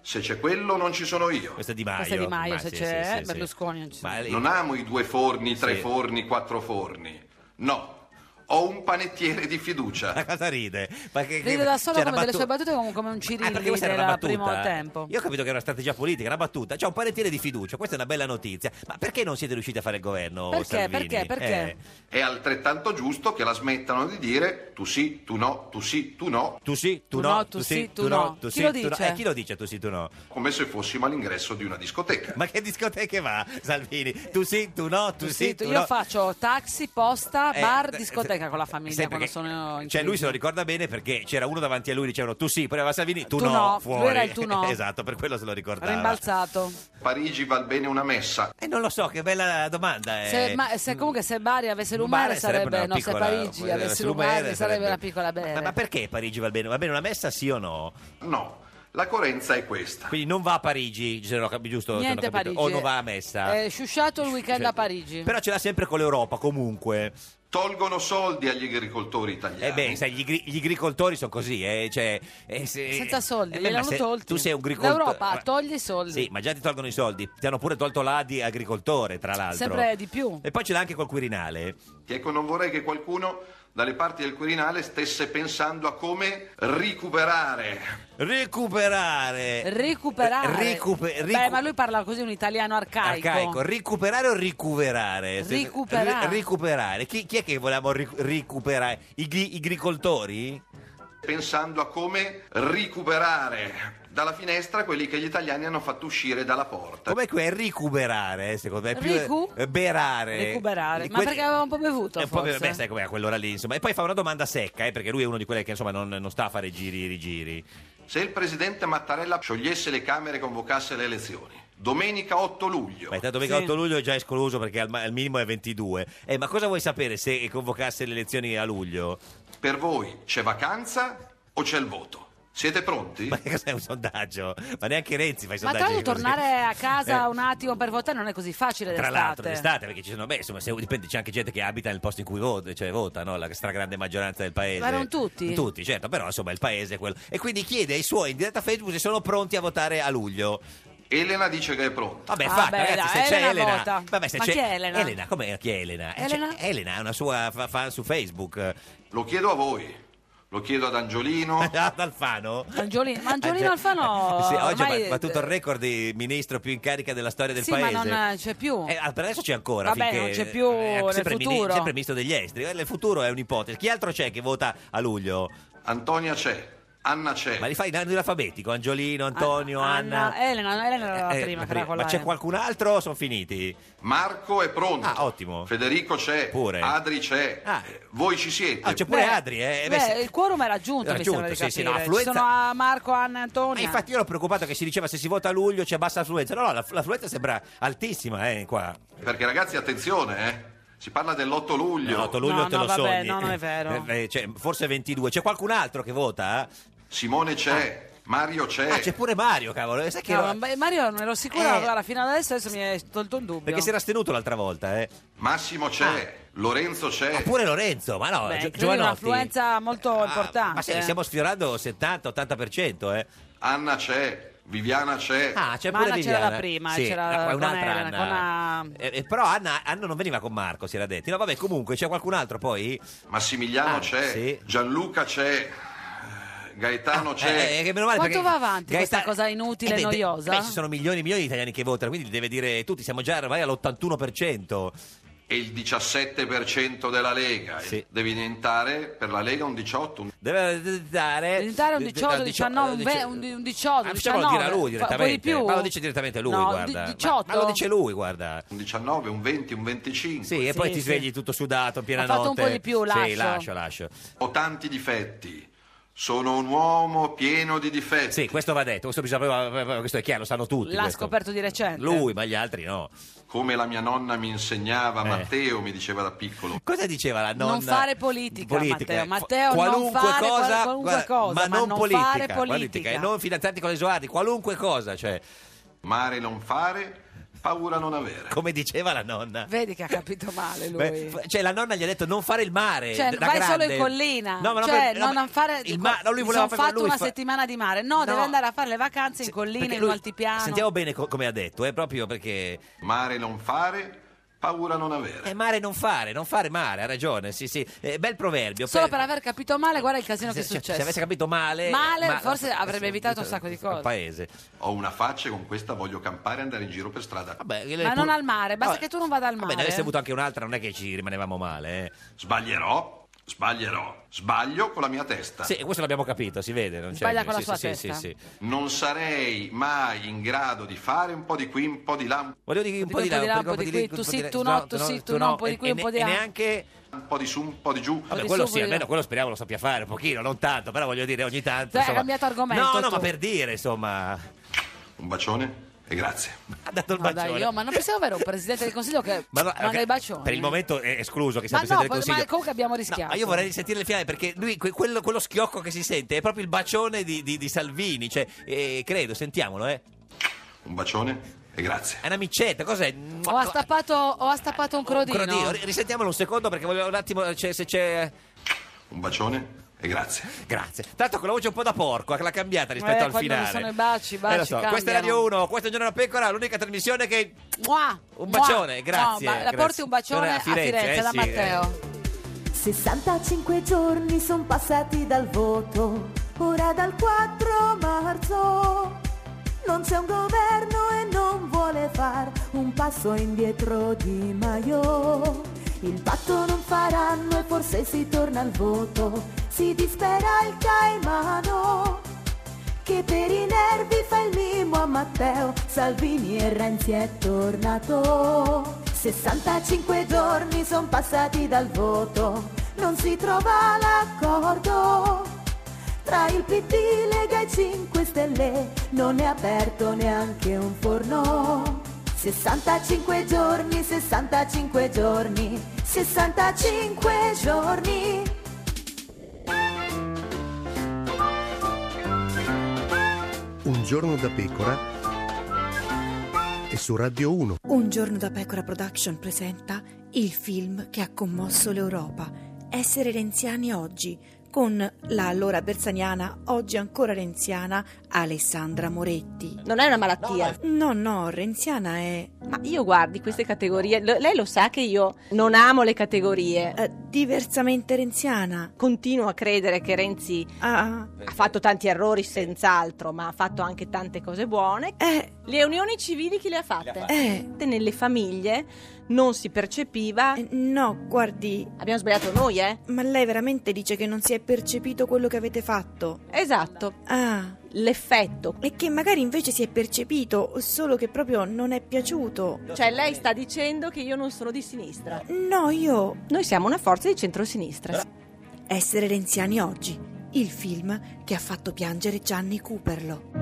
Speaker 8: Se c'è quello non ci sono io.
Speaker 3: Questo è Di Maio.
Speaker 2: Questo è Di Maio,
Speaker 3: Ma
Speaker 2: se
Speaker 3: sì,
Speaker 2: c'è
Speaker 3: sì, sì,
Speaker 2: Berlusconi non ci sono.
Speaker 3: Ma lei-
Speaker 8: Non amo i due forni, tre
Speaker 3: Sì.
Speaker 8: forni, quattro forni. No. Ho un panettiere di fiducia.
Speaker 3: Ma cosa ride? Ma che-
Speaker 2: Ride
Speaker 3: che-
Speaker 2: da solo
Speaker 3: c'è
Speaker 2: come
Speaker 3: una
Speaker 2: delle sue
Speaker 3: battu-
Speaker 2: battute come, come un
Speaker 3: Ah,
Speaker 2: Cirilli
Speaker 3: perché questa era una
Speaker 2: del
Speaker 3: battuta?
Speaker 2: primo tempo.
Speaker 3: Io ho capito che era una strategia politica, una battuta. C'è un panettiere di fiducia, questa è una bella notizia. Ma perché non siete riusciti a fare il governo,
Speaker 2: Perché?
Speaker 3: Salvini?
Speaker 2: Perché? Perché?
Speaker 3: Eh,
Speaker 8: È altrettanto giusto che la smettano di dire tu sì, tu no, tu sì, tu no,
Speaker 3: tu sì, tu,
Speaker 2: Tu
Speaker 3: no,
Speaker 2: no, tu sì, tu no.
Speaker 3: tu
Speaker 2: Chi
Speaker 3: sì,
Speaker 2: lo
Speaker 3: tu no.
Speaker 2: dice?
Speaker 3: Eh, chi lo dice tu sì, tu no?
Speaker 8: come se fossimo all'ingresso di una discoteca.
Speaker 3: Ma che discoteche va, Salvini? Tu sì, tu no, tu,
Speaker 2: Tu
Speaker 3: sì,
Speaker 2: sì, tu-
Speaker 3: tu
Speaker 2: io
Speaker 3: no.
Speaker 2: faccio taxi, posta,
Speaker 3: Eh,
Speaker 2: bar,
Speaker 3: eh,
Speaker 2: discoteca con la famiglia
Speaker 3: sempre
Speaker 2: quando
Speaker 3: che-
Speaker 2: sono in
Speaker 3: Cioè lui
Speaker 2: crisi.
Speaker 3: se lo ricorda bene perché c'era uno davanti a lui, dicevano tu sì, poi aveva Salvini, tu,
Speaker 2: Tu
Speaker 3: no,
Speaker 2: no,
Speaker 3: fuori.
Speaker 2: lui era il tu no.
Speaker 3: Esatto, per quello se lo ricordava.
Speaker 2: Rimbalzato.
Speaker 8: Parigi val bene una messa.
Speaker 3: E non lo so, che bella domanda è.
Speaker 2: Se, ma, se comunque se Bari avesse
Speaker 3: Lumare
Speaker 2: l'umare sarebbe,
Speaker 3: una
Speaker 2: no, se
Speaker 3: piccola-
Speaker 2: Parigi
Speaker 3: eh,
Speaker 2: avesse
Speaker 3: se
Speaker 2: l'umare
Speaker 3: Lumare
Speaker 2: sarebbe una piccola bere.
Speaker 3: Ma, ma perché Parigi va bene? Va bene una messa sì o no?
Speaker 8: No, la coerenza è questa.
Speaker 3: Quindi non va a Parigi, se non ho capito giusto? se non ho
Speaker 2: Niente
Speaker 3: capito.
Speaker 2: Parigi.
Speaker 3: O non va a messa?
Speaker 2: È sciusciato il weekend
Speaker 3: Cioè,
Speaker 2: a Parigi.
Speaker 3: Però ce l'ha sempre con l'Europa comunque.
Speaker 8: Tolgono soldi agli agricoltori italiani.
Speaker 3: Eh beh, sai, gli, agri- gli agricoltori sono così, eh, cioè, eh, se-
Speaker 2: Senza soldi,
Speaker 3: eh, beh, ma
Speaker 2: gliel'hanno
Speaker 3: se
Speaker 2: tolti.
Speaker 3: Tu sei un agricoltore.
Speaker 2: L'Europa toglie i soldi.
Speaker 3: Sì, ma già ti tolgono i soldi. Ti hanno pure tolto l'A di agricoltore, tra l'altro.
Speaker 2: Sempre di più.
Speaker 3: E poi ce l'ha anche col Quirinale.
Speaker 8: Ecco, non vorrei che qualcuno dalle parti del Quirinale stesse pensando a come recuperare.
Speaker 3: Recuperare.
Speaker 2: Recuperare.
Speaker 3: Ricupe-
Speaker 2: Beh,
Speaker 3: ricu-
Speaker 2: ma lui parla così un italiano arcaico.
Speaker 3: Arcaico, recuperare o ricuperare? Se-
Speaker 2: Ricuperare.
Speaker 3: ri- ricuperare. Chi, chi è che volevamo ri- recuperare? I, gri- i agricoltori?
Speaker 8: Pensando a come recuperare dalla finestra quelli che gli italiani hanno fatto uscire dalla porta.
Speaker 3: Com'è che è ricuperare, secondo me? È più
Speaker 2: Ricu?
Speaker 3: eh, berare.
Speaker 2: Recuperare.
Speaker 3: Di
Speaker 2: Ma
Speaker 3: quelli-
Speaker 2: perché aveva un po' bevuto,
Speaker 3: È un po'
Speaker 2: forse?
Speaker 3: beh, sai com'è a quell'ora lì, insomma. E poi fa una domanda secca, eh, perché lui è uno di quelli che insomma non, non sta a fare giri e rigiri.
Speaker 8: Se il presidente Mattarella sciogliesse le Camere e convocasse le elezioni, domenica otto luglio,
Speaker 3: Ma intanto domenica
Speaker 2: Sì.
Speaker 3: otto luglio è già escluso perché al, ma- al minimo è ventidue. Eh, ma cosa vuoi sapere se convocasse le elezioni a luglio?
Speaker 8: per voi c'è vacanza o c'è il voto? Siete pronti?
Speaker 3: Ma che cos'è un sondaggio? Ma neanche Renzi fa i
Speaker 2: Ma
Speaker 3: sondaggi
Speaker 2: tra l'altro
Speaker 3: così.
Speaker 2: tornare a casa
Speaker 3: Eh.
Speaker 2: un attimo per votare non è così facile
Speaker 3: Tra
Speaker 2: d'estate.
Speaker 3: l'altro d'estate, perché ci sono, beh, insomma, se, dipende, c'è anche gente che abita nel posto in cui vota, cioè vota, no? La stragrande maggioranza del paese.
Speaker 2: Ma non tutti?
Speaker 3: Tutti, certo, però insomma il paese è quello. E quindi chiede ai suoi in diretta Facebook se sono pronti a votare a luglio.
Speaker 8: Elena dice che è pronta.
Speaker 3: Vabbè,
Speaker 2: Ah,
Speaker 3: fatta,
Speaker 2: beh,
Speaker 3: ragazzi,
Speaker 2: dai,
Speaker 3: se c'è
Speaker 2: Elena
Speaker 3: Elena.
Speaker 2: vota.
Speaker 3: Vabbè, se
Speaker 2: Ma
Speaker 3: c'è
Speaker 2: chi è Elena?
Speaker 3: Elena, com'è chi è Elena? Eh,
Speaker 2: Elena?
Speaker 3: c'è- Elena è una sua fa- fan su Facebook.
Speaker 8: Lo chiedo a voi, lo chiedo ad Angiolino.
Speaker 3: Ad Alfano?
Speaker 2: Angiolino, ma Angiolino
Speaker 3: Ange-
Speaker 2: Alfano
Speaker 3: Sì, oggi
Speaker 2: ormai-
Speaker 3: ha battuto il record di ministro più in carica della storia del
Speaker 2: Sì,
Speaker 3: paese.
Speaker 2: ma non c'è più.
Speaker 3: Eh, ah, per adesso c'è ancora.
Speaker 2: Vabbè,
Speaker 3: finché-
Speaker 2: non c'è più
Speaker 3: eh,
Speaker 2: nel
Speaker 3: sempre mini-
Speaker 2: futuro.
Speaker 3: sempre ministro degli esteri. Eh, Nel futuro è un'ipotesi. Chi altro c'è che vota a luglio?
Speaker 8: Antonia c'è, Anna c'è.
Speaker 3: Ma li fai in ordine alfabetico? Angiolino, Antonio, Anna.
Speaker 2: Anna, Elena, Elena era la
Speaker 3: Eh,
Speaker 2: prima
Speaker 3: la
Speaker 2: che era con
Speaker 3: Ma
Speaker 2: la
Speaker 3: c'è
Speaker 2: E.
Speaker 3: qualcun altro o sono finiti?
Speaker 8: Marco è pronto.
Speaker 3: Ah, ottimo.
Speaker 8: Federico c'è.
Speaker 3: Pure.
Speaker 8: Adri c'è.
Speaker 3: Ah.
Speaker 8: Eh, Voi ci siete.
Speaker 3: Ah, c'è pure
Speaker 2: Beh,
Speaker 3: Adri, eh.
Speaker 2: beh,
Speaker 3: sì.
Speaker 2: il quorum è raggiunto, mi
Speaker 3: Raggiunto,
Speaker 2: sembra di
Speaker 3: sì, sì,
Speaker 2: capire.
Speaker 3: no, affluenza-
Speaker 2: Ci sono a Marco, Anna e Antonia.
Speaker 3: Ma infatti io ero preoccupato che si diceva se si vota a luglio c'è bassa affluenza. No, no, la- l'affluenza sembra altissima, eh, qua.
Speaker 8: Perché ragazzi, attenzione, eh. Si parla dell'otto luglio.
Speaker 3: l'otto luglio
Speaker 2: No,
Speaker 3: te
Speaker 2: no,
Speaker 3: lo
Speaker 2: vabbè,
Speaker 3: sogni.
Speaker 2: no, non è vero.
Speaker 3: Eh, eh, cioè, forse ventidue. C'è qualcun altro che vota?
Speaker 8: Simone c'è. Mario c'è.
Speaker 3: Ah, c'è pure Mario, cavolo. Sai che
Speaker 2: No,
Speaker 3: ero-
Speaker 2: ma Mario non ero sicura,
Speaker 3: Eh.
Speaker 2: guarda, fino ad adesso, adesso mi hai tolto un dubbio.
Speaker 3: Perché si era astenuto l'altra volta, eh.
Speaker 8: Massimo c'è. Lorenzo c'è.
Speaker 3: Ah, pure Lorenzo, ma no,
Speaker 2: Beh,
Speaker 3: Gio-
Speaker 2: credi
Speaker 3: Giovanotti.
Speaker 2: un'affluenza molto
Speaker 3: Ah,
Speaker 2: importante.
Speaker 3: Ma sì, stiamo sfiorando settanta ottanta per cento, eh.
Speaker 8: Anna c'è. Viviana c'è.
Speaker 3: Ah, c'è
Speaker 2: Ma
Speaker 3: pure
Speaker 2: Anna c'era
Speaker 3: Viviana.
Speaker 2: la prima,
Speaker 3: Sì,
Speaker 2: c'era
Speaker 3: ah,
Speaker 2: con
Speaker 3: un'altra
Speaker 2: Elena,
Speaker 3: Anna.
Speaker 2: con a-
Speaker 3: Eh, eh, però Anna, Anna non veniva con Marco, si era detti. No, vabbè, comunque c'è qualcun altro poi?
Speaker 8: Massimiliano
Speaker 3: Ah,
Speaker 8: c'è.
Speaker 3: sì.
Speaker 8: Gianluca c'è. Gaetano c'è.
Speaker 3: Eh, eh, che meno male,
Speaker 2: Quanto
Speaker 3: perché
Speaker 2: va avanti questa cosa inutile e
Speaker 3: beh, de-
Speaker 2: noiosa?
Speaker 3: Beh, ci sono milioni e milioni di italiani che votano, quindi deve dire tutti, siamo già ormai all'ottantuno per cento.
Speaker 8: E il diciassette per cento della Lega.
Speaker 3: Sì.
Speaker 8: Devi diventare per la Lega un diciotto. un-
Speaker 3: Deve diventare
Speaker 2: Diventare un diciotto, diciannove, un ve- un di- un diciotto,
Speaker 3: Ah, facciamolo dire a lui
Speaker 2: diciannove, fa-
Speaker 3: direttamente.
Speaker 2: vuoi di più?
Speaker 3: Ma lo dice direttamente lui,
Speaker 2: No,
Speaker 3: guarda.
Speaker 2: di-
Speaker 3: Ma-
Speaker 2: diciotto?
Speaker 3: Ma, lo dice lui, guarda.
Speaker 8: Un diciannove, un venti, un venticinque.
Speaker 3: Sì, e
Speaker 2: Sì,
Speaker 3: poi ti
Speaker 2: sì.
Speaker 3: svegli tutto sudato, in piena
Speaker 2: Ha fatto un
Speaker 3: notte.
Speaker 2: po' di più,
Speaker 3: Sì,
Speaker 2: lascio.
Speaker 3: lascio, lascio.
Speaker 8: Ho tanti difetti. Sono un uomo pieno di difetti.
Speaker 3: Sì, questo va detto, questo, bisogna, questo è chiaro, lo sanno tutti.
Speaker 2: L'ha
Speaker 3: questo.
Speaker 2: scoperto di recente.
Speaker 3: Lui, ma gli altri no.
Speaker 8: Come la mia nonna mi insegnava,
Speaker 3: Eh.
Speaker 8: Matteo mi diceva da piccolo.
Speaker 3: Cosa diceva la nonna?
Speaker 2: Non fare politica, Matteo. Matteo,
Speaker 3: qualunque
Speaker 2: non fare
Speaker 3: cosa,
Speaker 2: qual- qualunque
Speaker 3: guarda,
Speaker 2: cosa,
Speaker 3: ma,
Speaker 2: ma
Speaker 3: non,
Speaker 2: non
Speaker 3: politica,
Speaker 2: fare politica.
Speaker 3: e non fidanzarti con le Esoardi, qualunque cosa, cioè.
Speaker 8: Mare non fare, paura non avere.
Speaker 3: Come diceva la nonna.
Speaker 2: Vedi che ha capito male lui.
Speaker 3: Beh, f- cioè la nonna gli ha detto non fare il mare.
Speaker 2: Cioè,
Speaker 3: da
Speaker 2: vai
Speaker 3: grande.
Speaker 2: solo in collina.
Speaker 3: No, ma non
Speaker 2: cioè,
Speaker 3: per- no,
Speaker 2: non
Speaker 3: ma
Speaker 2: fare
Speaker 3: il ma- no, lui
Speaker 2: mi
Speaker 3: voleva
Speaker 2: son
Speaker 3: fare-
Speaker 2: fatto
Speaker 3: lui
Speaker 2: una
Speaker 3: fa-
Speaker 2: settimana di mare. No,
Speaker 3: No.
Speaker 2: deve andare a fare le vacanze in collina,
Speaker 3: Perché
Speaker 2: in
Speaker 3: lui-
Speaker 2: un altipiano.
Speaker 3: Sentiamo bene co- come ha detto, è proprio perché
Speaker 8: Mare non fare, paura non avere.
Speaker 3: è mare non fare, non fare mare, ha ragione, sì, sì. Eh, bel proverbio.
Speaker 2: Solo per aver capito male, guarda il casino che è
Speaker 3: se, se-
Speaker 2: successo.
Speaker 3: se avesse capito male,
Speaker 2: Male,
Speaker 3: ma-
Speaker 2: forse avrebbe evitato un sacco di cose.
Speaker 3: al paese.
Speaker 8: Ho una faccia e con questa voglio campare e andare in giro per strada.
Speaker 3: Vabbè,
Speaker 2: Ma non al mare, basta
Speaker 3: Vabbè.
Speaker 2: che tu non vada al
Speaker 3: Vabbè,
Speaker 2: mare.
Speaker 3: ne avesse avuto anche un'altra, non è che ci rimanevamo male, eh.
Speaker 8: Sbaglierò, sbaglierò, sbaglio con la mia testa.
Speaker 3: Sì, questo l'abbiamo capito, si vede. Non c'è-
Speaker 2: Sbaglia con la
Speaker 3: sì,
Speaker 2: sua
Speaker 3: sì,
Speaker 2: testa.
Speaker 3: Sì, sì, sì.
Speaker 8: Non sarei mai in grado di fare un po' di qui, un po' di là,
Speaker 3: Volevo dire un po' di là,
Speaker 2: un po' di qui, tu sì, tu no, tu sì, tu no, un po' di qui,
Speaker 3: e-
Speaker 2: un po' di
Speaker 3: e
Speaker 2: là.
Speaker 3: neanche...
Speaker 8: un po' di su, un po' di giù.
Speaker 3: Vabbè,
Speaker 2: di
Speaker 3: quello
Speaker 2: su,
Speaker 3: sì,
Speaker 2: poi di là.
Speaker 3: almeno quello speriamo lo sappia fare un pochino, non tanto, però voglio dire ogni tanto.
Speaker 2: Cioè, hai
Speaker 3: insomma.
Speaker 2: cambiato argomento,
Speaker 3: No, no,
Speaker 2: tu.
Speaker 3: ma per dire, insomma,
Speaker 8: Un bacione e grazie.
Speaker 3: ha dato il
Speaker 2: No,
Speaker 3: bacione.
Speaker 2: dai, io, ma non possiamo avere un presidente del Consiglio che
Speaker 3: Ma no,
Speaker 2: manda
Speaker 3: ok,
Speaker 2: i bacioni.
Speaker 3: per il momento è escluso che sia
Speaker 2: Ma
Speaker 3: Presidente
Speaker 2: no,
Speaker 3: del Consiglio.
Speaker 2: ma comunque abbiamo
Speaker 3: No,
Speaker 2: rischiato.
Speaker 3: ma io vorrei risentire le fiamme perché lui, que- quello, quello schiocco che si sente è proprio il bacione di, di- di Salvini, cioè, eh, credo, sentiamolo, eh.
Speaker 8: Un bacione e grazie.
Speaker 3: È una micetta, cos'è?
Speaker 2: Ho astappato, ho astappato un crodino.
Speaker 3: Crodino. Risentiamolo un secondo perché voglio un attimo, cioè, se c'è...
Speaker 8: Un bacione e grazie.
Speaker 3: Grazie. Tanto con la voce un po' da porco, l'ha cambiata rispetto
Speaker 2: Eh,
Speaker 3: al
Speaker 2: quando
Speaker 3: finale.
Speaker 2: sono i baci, i baci
Speaker 3: Eh, lo so.
Speaker 2: cambiano.
Speaker 3: Questa è Radio uno, questo è Giorno da Pecora, l'unica trasmissione che...
Speaker 2: Mua,
Speaker 3: Un
Speaker 2: mua.
Speaker 3: bacione, grazie,
Speaker 2: No, ma la
Speaker 3: grazie.
Speaker 2: porti un bacione
Speaker 3: A
Speaker 2: a
Speaker 3: Firenze,
Speaker 2: Firenze,
Speaker 3: eh,
Speaker 2: da
Speaker 3: sì,
Speaker 2: Matteo.
Speaker 9: sessantacinque giorni son passati dal voto, ora dal quattro marzo. Non c'è un governo e non vuole far un passo indietro Di Maio. Il patto non faranno e forse si torna al voto. Si dispera il Caimano, che per i nervi fa il mimo a Matteo. Salvini e Renzi è tornato. sessantacinque giorni son passati dal voto, non si trova l'accordo. Tra il P D, Lega e cinque Stelle non è aperto neanche un forno. sessantacinque giorni, sessantacinque giorni, sessantacinque giorni.
Speaker 10: Un giorno da pecora e su Radio uno.
Speaker 11: Un giorno da Pecora Production presenta il film che ha commosso l'Europa, Essere renziani oggi, con la allora bersaniana, oggi ancora renziana, Alessandra Moretti.
Speaker 12: Non è una malattia.
Speaker 11: No, no, renziana è...
Speaker 12: Ma io guardi queste categorie, l- lei lo sa che io non amo le categorie.
Speaker 11: eh, diversamente renziana.
Speaker 12: Continuo a credere che Renzi
Speaker 11: Ah,
Speaker 12: ha fatto tanti errori senz'altro, ma ha fatto anche tante cose buone.
Speaker 11: eh,
Speaker 12: Le unioni civili chi le ha fatte?
Speaker 11: eh,
Speaker 12: Nelle famiglie non si percepiva.
Speaker 11: eh, no, guardi,
Speaker 12: Abbiamo sbagliato noi, eh?
Speaker 11: ma lei veramente dice che non si è percepito quello che avete fatto?
Speaker 12: Esatto.
Speaker 11: Ah,
Speaker 12: L'effetto.
Speaker 11: e che magari invece si è percepito, solo che proprio non è piaciuto.
Speaker 12: Cioè lei sta dicendo che io non sono di sinistra.
Speaker 11: No, io...
Speaker 12: Noi siamo una forza di centrosinistra.
Speaker 11: Essere renziani oggi, il film che ha fatto piangere Gianni Cooperlo.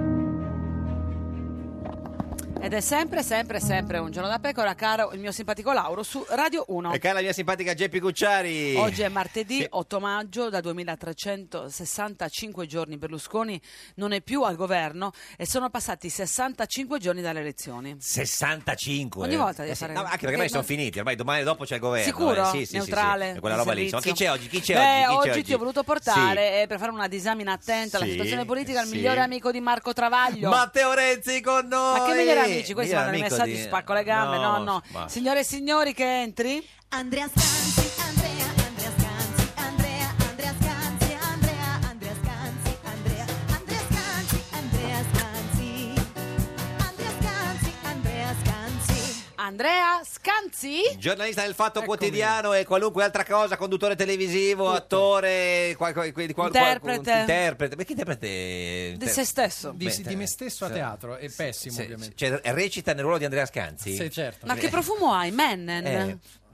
Speaker 2: Ed è sempre, sempre, sempre un giorno da pecora, caro il mio simpatico Lauro su Radio uno.
Speaker 3: E cara la mia simpatica Geppi Cucciari.
Speaker 2: Oggi è martedì
Speaker 3: Sì.
Speaker 2: otto maggio, da duemilatrecentosessantacinque giorni Berlusconi non è più al governo e sono passati sessantacinque giorni dalle elezioni.
Speaker 3: sessantacinque.
Speaker 2: Ogni volta devi
Speaker 3: Eh sì,
Speaker 2: fare-
Speaker 3: no, anche perché ormai
Speaker 2: Eh,
Speaker 3: sono
Speaker 2: ma-
Speaker 3: finiti, ormai domani dopo c'è il governo.
Speaker 2: Sicuro?
Speaker 3: eh, sì, sì,
Speaker 2: Neutrale?
Speaker 3: sì, sì, quella
Speaker 2: di
Speaker 3: roba lì. Insomma, chi c'è
Speaker 2: servizio?
Speaker 3: oggi? Chi c'è
Speaker 2: Beh,
Speaker 3: oggi? Chi c'è
Speaker 2: oggi ti ho voluto portare eh, per fare una disamina attenta alla
Speaker 3: Sì,
Speaker 2: situazione politica il
Speaker 3: sì.
Speaker 2: migliore amico di Marco Travaglio.
Speaker 3: Matteo Renzi con noi.
Speaker 2: Ma che migliori amici? Questi
Speaker 3: Miglior
Speaker 2: fanno i
Speaker 3: amico
Speaker 2: messaggi,
Speaker 3: di-
Speaker 2: spacco le gambe, no, no.
Speaker 3: ma-
Speaker 2: Signore e signori, che entri.
Speaker 9: Andrea Scanzi, Andrea, Andrea Scanzi, Andrea, Andrea Scanzi, Andrea, Andrea Scanzi, Andrea, Andrea Scanzi, Andrea Scanzi, Andrea Scanzi, Andrea Scanzi.
Speaker 2: Andrea Scanzi?
Speaker 3: Giornalista del Fatto
Speaker 2: Eccomi.
Speaker 3: Quotidiano e qualunque altra cosa, conduttore televisivo, attore, qual- qual- qual- qual-
Speaker 2: Interprete.
Speaker 3: interprete. Perché interprete?
Speaker 2: Di se stesso.
Speaker 13: Di,
Speaker 3: Beh,
Speaker 13: di me stesso a
Speaker 3: sì.
Speaker 13: teatro, è pessimo
Speaker 3: Se-
Speaker 13: ovviamente.
Speaker 3: cioè, recita nel ruolo di Andrea Scanzi?
Speaker 13: Sì, certo.
Speaker 2: Ma che profumo hai, Mennen?
Speaker 3: Eh,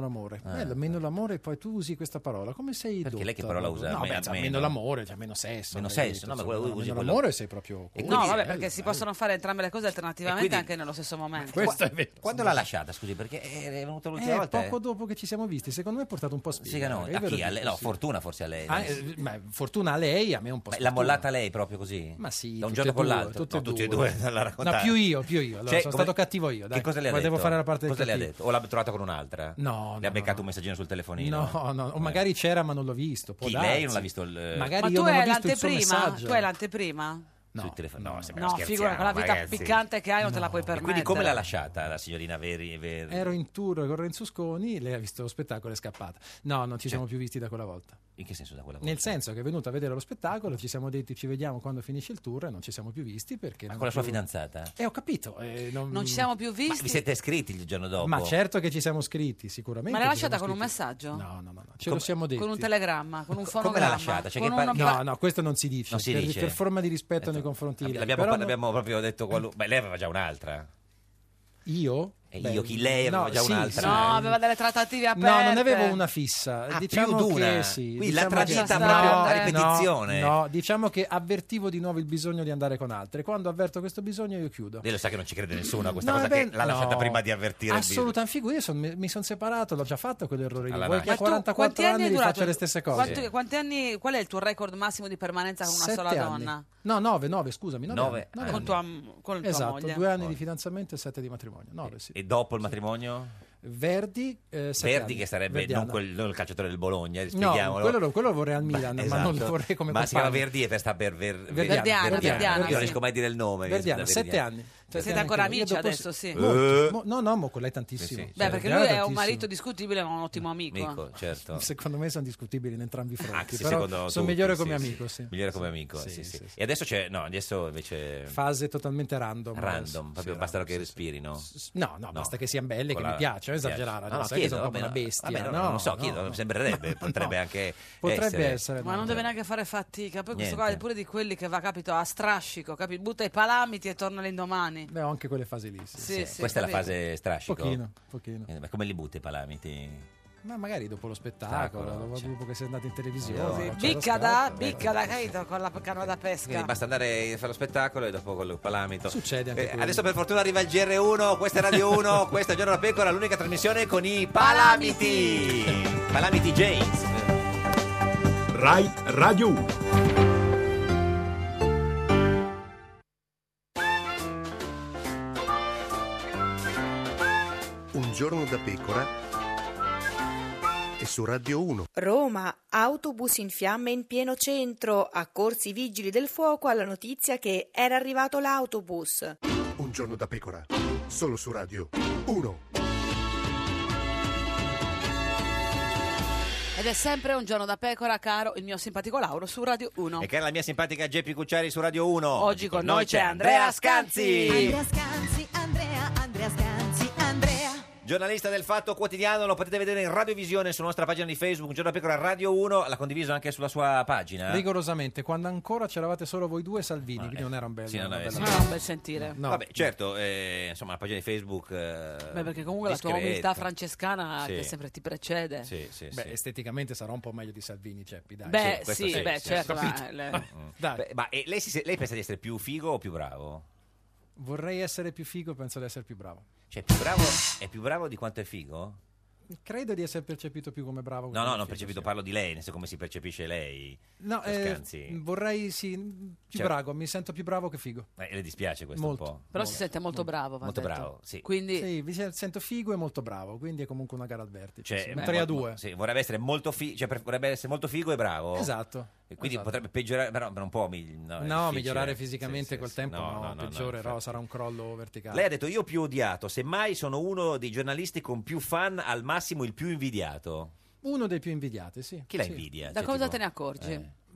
Speaker 13: meno l'amore.
Speaker 3: Eh,
Speaker 13: Bello, meno l'amore, e poi tu usi questa parola. Come sei
Speaker 3: Perché
Speaker 13: dotta,
Speaker 3: lei che parola
Speaker 13: proprio.
Speaker 3: usa?
Speaker 13: No,
Speaker 3: Me-
Speaker 13: beh, cioè,
Speaker 3: meno?
Speaker 13: meno l'amore, cioè meno sesso.
Speaker 3: Meno
Speaker 13: avrei
Speaker 3: sesso,
Speaker 13: detto,
Speaker 3: no, ma
Speaker 13: insomma,
Speaker 3: quello- usi
Speaker 13: meno
Speaker 3: quello-
Speaker 13: l'amore sei proprio...
Speaker 2: No,
Speaker 13: Quindi-
Speaker 2: vabbè,
Speaker 13: bello,
Speaker 2: perché si
Speaker 13: bello.
Speaker 2: possono fare entrambe le cose alternativamente
Speaker 3: quindi-
Speaker 2: anche nello stesso momento.
Speaker 13: Questo è vero.
Speaker 3: Quando l'ha lasciata, scusi, perché è venuta l'ultima
Speaker 13: Eh,
Speaker 3: volta?
Speaker 13: poco dopo che ci siamo visti, secondo me è portato un po' a
Speaker 3: Sì,
Speaker 13: spiegare.
Speaker 3: no,
Speaker 13: io
Speaker 3: a
Speaker 13: ve lo
Speaker 3: chi? A
Speaker 13: dico,
Speaker 3: lei? No,
Speaker 13: sì.
Speaker 3: fortuna forse a lei.
Speaker 13: Ah,
Speaker 3: no?
Speaker 13: eh, beh, fortuna a lei, a me un po'
Speaker 3: Ma
Speaker 13: sfortuna.
Speaker 3: l'ha mollata lei proprio così?
Speaker 13: Ma sì,
Speaker 3: da un
Speaker 13: tutte
Speaker 3: giorno
Speaker 13: e
Speaker 3: con
Speaker 13: due,
Speaker 3: l'altro?
Speaker 13: tutte e
Speaker 3: No, tutti e
Speaker 13: due.
Speaker 3: due la raccontare.
Speaker 13: No, più io, più io. Allora,
Speaker 3: Cioè,
Speaker 13: sono
Speaker 3: come-
Speaker 13: stato cattivo io. Dai.
Speaker 3: Che cosa le ha
Speaker 13: Ma
Speaker 3: detto?
Speaker 13: devo fare la parte del
Speaker 3: Cosa le ha
Speaker 13: cattivo.
Speaker 3: detto? O l'ha trovata con un'altra?
Speaker 13: No,
Speaker 3: Le ha
Speaker 13: no,
Speaker 3: beccato
Speaker 13: no.
Speaker 3: un messaggino sul telefonino?
Speaker 13: No, no, o magari c'era ma non l'ho visto. Può
Speaker 3: Chi,
Speaker 13: darsi.
Speaker 3: lei non l'ha visto il-
Speaker 13: Magari
Speaker 2: Ma
Speaker 13: io
Speaker 2: tu
Speaker 13: non ho
Speaker 2: hai
Speaker 13: visto il suo
Speaker 2: l'anteprima?
Speaker 13: messaggio.
Speaker 2: Tu hai l'anteprima?
Speaker 3: No, sul telefono. No, sembra
Speaker 2: No,
Speaker 3: scherziamo,
Speaker 2: figura, con la vita
Speaker 3: ragazzi.
Speaker 2: piccante che hai non te la puoi
Speaker 3: E
Speaker 2: permettere.
Speaker 3: quindi come l'ha lasciata la signorina Veri? Veri?
Speaker 13: Ero in tour con Renzo Sconi, lei ha visto lo spettacolo e è scappata. No, non ci siamo più visti da quella volta.
Speaker 3: In che senso da quella volta?
Speaker 13: Nel senso che è venuta a vedere lo spettacolo, ci siamo detti ci vediamo quando finisce il tour e non ci siamo più visti perché...
Speaker 3: Ma
Speaker 13: non
Speaker 3: con la sua
Speaker 13: più-
Speaker 3: fidanzata?
Speaker 13: Eh, ho capito. eh, non...
Speaker 2: Non ci siamo più
Speaker 3: Ma
Speaker 2: visti?
Speaker 3: vi siete scritti il giorno dopo?
Speaker 13: Ma certo che ci siamo scritti, sicuramente.
Speaker 2: Ma l'hai
Speaker 13: ci
Speaker 2: lasciata
Speaker 13: siamo
Speaker 2: con un
Speaker 13: scritti.
Speaker 2: messaggio?
Speaker 13: No, no, no, no. ce
Speaker 3: Come-
Speaker 13: lo siamo detti.
Speaker 2: Con un telegramma, con un
Speaker 3: Come
Speaker 2: fonogramma?
Speaker 3: l'ha lasciata? Cioè,
Speaker 2: con
Speaker 3: che
Speaker 2: una-
Speaker 3: pa-
Speaker 13: No, no, questo non si dice.
Speaker 3: Non si
Speaker 13: per,
Speaker 3: dice?
Speaker 13: per forma di rispetto nei confronti di lei.
Speaker 3: L'abbiamo,
Speaker 13: Però
Speaker 3: pa-
Speaker 13: no-
Speaker 3: l'abbiamo proprio detto qualu- Beh, lei aveva già un'altra.
Speaker 13: Io?
Speaker 3: E
Speaker 13: Beh,
Speaker 3: io chi lei aveva
Speaker 13: no,
Speaker 3: già
Speaker 13: sì,
Speaker 3: un'altra?
Speaker 13: sì.
Speaker 2: No, aveva delle trattative aperte.
Speaker 13: No, non avevo una fissa.
Speaker 3: Ah,
Speaker 13: diciamo
Speaker 3: più d'una?
Speaker 13: che sì.
Speaker 3: Quindi
Speaker 13: diciamo
Speaker 3: l'ha
Speaker 13: che-
Speaker 3: tradita
Speaker 2: no,
Speaker 3: proprio a
Speaker 2: no,
Speaker 3: ripetizione?
Speaker 13: No, no, diciamo che avvertivo di nuovo il bisogno di andare con altre. Quando avverto questo bisogno io chiudo.
Speaker 3: Lei lo sa che non ci crede nessuno a questa
Speaker 13: No,
Speaker 3: cosa
Speaker 13: beh,
Speaker 3: che l'ha lasciata
Speaker 13: no.
Speaker 3: prima di avvertire il
Speaker 13: Assolutamente, figura, io son- mi, mi sono separato, l'ho già fatto quell'errore lì.
Speaker 3: Alla
Speaker 13: Vuoi che
Speaker 3: nascita.
Speaker 13: a
Speaker 2: Ma tu
Speaker 13: quarantaquattro
Speaker 2: quanti
Speaker 13: anni
Speaker 2: è
Speaker 13: li
Speaker 2: durato-
Speaker 13: faccia le stesse cose?
Speaker 2: Quanti, quanti anni, qual è il tuo record massimo di permanenza con una
Speaker 13: Sette
Speaker 2: sola
Speaker 13: anni.
Speaker 2: donna?
Speaker 13: No, nove, nove, scusami. Nove,
Speaker 3: Nove
Speaker 13: anni, nove
Speaker 3: anni.
Speaker 2: Con tua, con tua
Speaker 13: Esatto,
Speaker 2: moglie?
Speaker 13: due anni di fidanzamento e sette di matrimonio. Nove, sì.
Speaker 3: E dopo il matrimonio?
Speaker 13: Verdi, eh, sette
Speaker 3: Verdi
Speaker 13: anni.
Speaker 3: che sarebbe
Speaker 13: Verdiano.
Speaker 3: non, quel, non il calciatore del Bologna,
Speaker 13: No,
Speaker 3: spieghiamolo.
Speaker 13: quello, lo- quello lo vorrei al Milan,
Speaker 3: Beh,
Speaker 13: ma non
Speaker 3: esatto.
Speaker 13: lo vorrei come
Speaker 3: Ma si chiama
Speaker 13: compagno.
Speaker 3: Verdi e per sta per ver,
Speaker 13: Verdiano,
Speaker 2: Verdiano, Verdiano,
Speaker 3: Non
Speaker 2: sì.
Speaker 3: riesco mai a dire il nome.
Speaker 13: Verdiano,
Speaker 3: da
Speaker 13: sette
Speaker 3: Verdiano.
Speaker 13: anni.
Speaker 2: Siete
Speaker 13: Sette anni
Speaker 2: ancora
Speaker 13: anche io.
Speaker 2: amici
Speaker 13: Io dopo-
Speaker 2: adesso, sì?
Speaker 13: Molto. Mo- no, no, mo con lei tantissimo.
Speaker 3: Sì, sì,
Speaker 2: Beh, perché
Speaker 13: Verdiano
Speaker 2: lui è un
Speaker 13: tantissimo.
Speaker 2: marito discutibile ma un ottimo amico.
Speaker 3: Amico, certo.
Speaker 13: Secondo me sono discutibili in entrambi i fronti,
Speaker 3: Anche se
Speaker 13: però
Speaker 3: secondo
Speaker 13: sono
Speaker 3: tutti,
Speaker 13: migliore
Speaker 3: sì,
Speaker 13: come
Speaker 3: sì.
Speaker 13: amico, sì.
Speaker 3: Migliore come amico,
Speaker 13: Sì,
Speaker 3: sì, sì.
Speaker 13: sì, sì.
Speaker 3: E adesso c'è, no, adesso invece
Speaker 13: Fase totalmente random.
Speaker 3: random,
Speaker 13: adesso.
Speaker 3: proprio
Speaker 13: Sì,
Speaker 3: basta
Speaker 13: random,
Speaker 3: che
Speaker 13: sì,
Speaker 3: respiri, no?
Speaker 13: sì. No, no, basta che siano belle, che
Speaker 3: Con
Speaker 13: mi
Speaker 3: la-
Speaker 13: piacciono,
Speaker 3: piace.
Speaker 13: esagerare,
Speaker 3: No, no,
Speaker 13: sai che sono
Speaker 3: chiedo,
Speaker 13: proprio una
Speaker 3: vabbè,
Speaker 13: bestia.
Speaker 3: vabbè, no,
Speaker 13: no,
Speaker 3: non so,
Speaker 13: no,
Speaker 3: chiedo,
Speaker 13: no.
Speaker 3: sembrerebbe, potrebbe
Speaker 13: No.
Speaker 3: anche
Speaker 13: Potrebbe
Speaker 3: essere.
Speaker 13: essere,
Speaker 2: Ma
Speaker 13: no.
Speaker 2: non deve neanche fare fatica. Poi questo
Speaker 3: Niente.
Speaker 2: qua è pure di quelli che va, capito, a strascico, capito? Butta i palamiti e torna l'indomani.
Speaker 13: Beh, ho anche quelle fasi lì, sì.
Speaker 2: Sì, sì,
Speaker 3: Questa è la
Speaker 2: capito.
Speaker 3: fase strascico?
Speaker 13: Pochino, pochino.
Speaker 3: Eh, ma come li butti i palamiti?
Speaker 13: Ma magari dopo lo spettacolo,
Speaker 3: Spettacolo,
Speaker 13: dopo,
Speaker 3: cioè.
Speaker 13: dopo che sei andato in televisione.
Speaker 3: No,
Speaker 2: Così,
Speaker 3: no,
Speaker 13: c'è lo
Speaker 2: bicca da,
Speaker 13: scatto,
Speaker 2: bicca da, capito, con la canna da pesca.
Speaker 3: Quindi basta andare a fare lo spettacolo e dopo con il palamito.
Speaker 13: Succede anche
Speaker 3: Eh,
Speaker 13: quello.
Speaker 3: adesso per fortuna arriva il G R uno, questa è Radio uno, questa è Giorno da Pecora, l'unica trasmissione con i palamiti. Palamiti James.
Speaker 14: Rai Radio uno.
Speaker 10: Un giorno da pecora e su Radio uno.
Speaker 11: Roma, autobus in fiamme in pieno centro, accorsi i vigili del fuoco alla notizia che era arrivato l'autobus.
Speaker 10: Un giorno da pecora, solo su Radio uno.
Speaker 2: Ed è sempre un giorno da pecora, caro il mio simpatico Lauro su Radio uno.
Speaker 3: E cara la mia simpatica Geppi Cucciari su Radio uno.
Speaker 2: Oggi con noi c'è Andrea Scanzi.
Speaker 9: Andrea Scanzi, Andrea, Andrea Scanzi, Andrea.
Speaker 3: Giornalista del Fatto Quotidiano, lo potete vedere in radiovisione sulla nostra pagina di Facebook, Un Giorno da Pecora Radio uno, l'ha condiviso anche sulla sua pagina.
Speaker 13: Rigorosamente, quando ancora c'eravate solo voi due e Salvini,
Speaker 3: Ah,
Speaker 13: quindi
Speaker 3: eh.
Speaker 13: non era un bel,
Speaker 3: Sì, non
Speaker 13: una
Speaker 3: è-
Speaker 13: bella
Speaker 3: sì.
Speaker 2: Non è un bel sentire.
Speaker 13: No.
Speaker 3: Vabbè, certo, eh, insomma, la pagina di Facebook. eh,
Speaker 2: Beh, perché comunque la tua
Speaker 3: discreta.
Speaker 2: umiltà francescana
Speaker 3: Sì.
Speaker 2: che sempre ti precede.
Speaker 3: Sì, sì,
Speaker 13: Beh,
Speaker 3: sì.
Speaker 13: esteticamente sarà un po' meglio di Salvini, Ceppi, dai.
Speaker 2: Beh,
Speaker 3: Sì, questo
Speaker 2: sì,
Speaker 3: sì,
Speaker 2: beh,
Speaker 3: sì,
Speaker 2: certo.
Speaker 3: ho
Speaker 2: ma
Speaker 3: capito.
Speaker 2: le-
Speaker 3: Mm.
Speaker 13: Dai.
Speaker 3: Beh, ma e lei, si- lei pensa di essere più figo o più bravo?
Speaker 13: Vorrei essere più figo, penso di essere più bravo.
Speaker 3: Cioè, più bravo è più bravo di quanto è figo?
Speaker 13: Credo di essere percepito più come bravo. che
Speaker 3: No, no,
Speaker 13: come
Speaker 3: non
Speaker 13: figo,
Speaker 3: percepito,
Speaker 13: sì.
Speaker 3: parlo di lei, nel senso come si percepisce lei.
Speaker 13: No,
Speaker 3: Cioè,
Speaker 13: eh,
Speaker 3: Scanzi.
Speaker 13: vorrei, sì, più
Speaker 3: Cioè-
Speaker 13: bravo, mi sento più bravo che figo.
Speaker 3: Eh, le dispiace questo
Speaker 13: Molto.
Speaker 3: un po'?
Speaker 2: Però si sente molto bravo. va
Speaker 3: Molto
Speaker 2: detto.
Speaker 3: bravo, sì.
Speaker 2: Quindi
Speaker 13: Sì, mi sen- sento figo e molto bravo, quindi è comunque una gara al vertice.
Speaker 3: Cioè,
Speaker 13: sì. Un
Speaker 3: beh,
Speaker 13: tre a
Speaker 3: mo-
Speaker 13: due.
Speaker 3: Sì, vorrebbe essere molto figo, cioè per- vorrebbe essere molto figo e bravo.
Speaker 13: Esatto.
Speaker 3: E quindi
Speaker 13: esatto.
Speaker 3: potrebbe peggiorare, però per un po' mi- no, è
Speaker 13: No,
Speaker 3: difficile.
Speaker 13: migliorare fisicamente
Speaker 3: Sì, sì,
Speaker 13: col
Speaker 3: sì.
Speaker 13: tempo
Speaker 3: No,
Speaker 13: no,
Speaker 3: no, no, no,
Speaker 13: peggiorerò,
Speaker 3: infatti.
Speaker 13: sarà un crollo verticale.
Speaker 3: Lei ha detto io più odiato, semmai sono uno dei giornalisti con più fan, al massimo il più invidiato.
Speaker 13: Uno dei più invidiati, sì.
Speaker 3: Chi la
Speaker 13: Sì.
Speaker 3: invidia?
Speaker 2: da
Speaker 3: Cioè,
Speaker 2: cosa
Speaker 3: tipo-
Speaker 2: te ne accorgi?
Speaker 3: eh.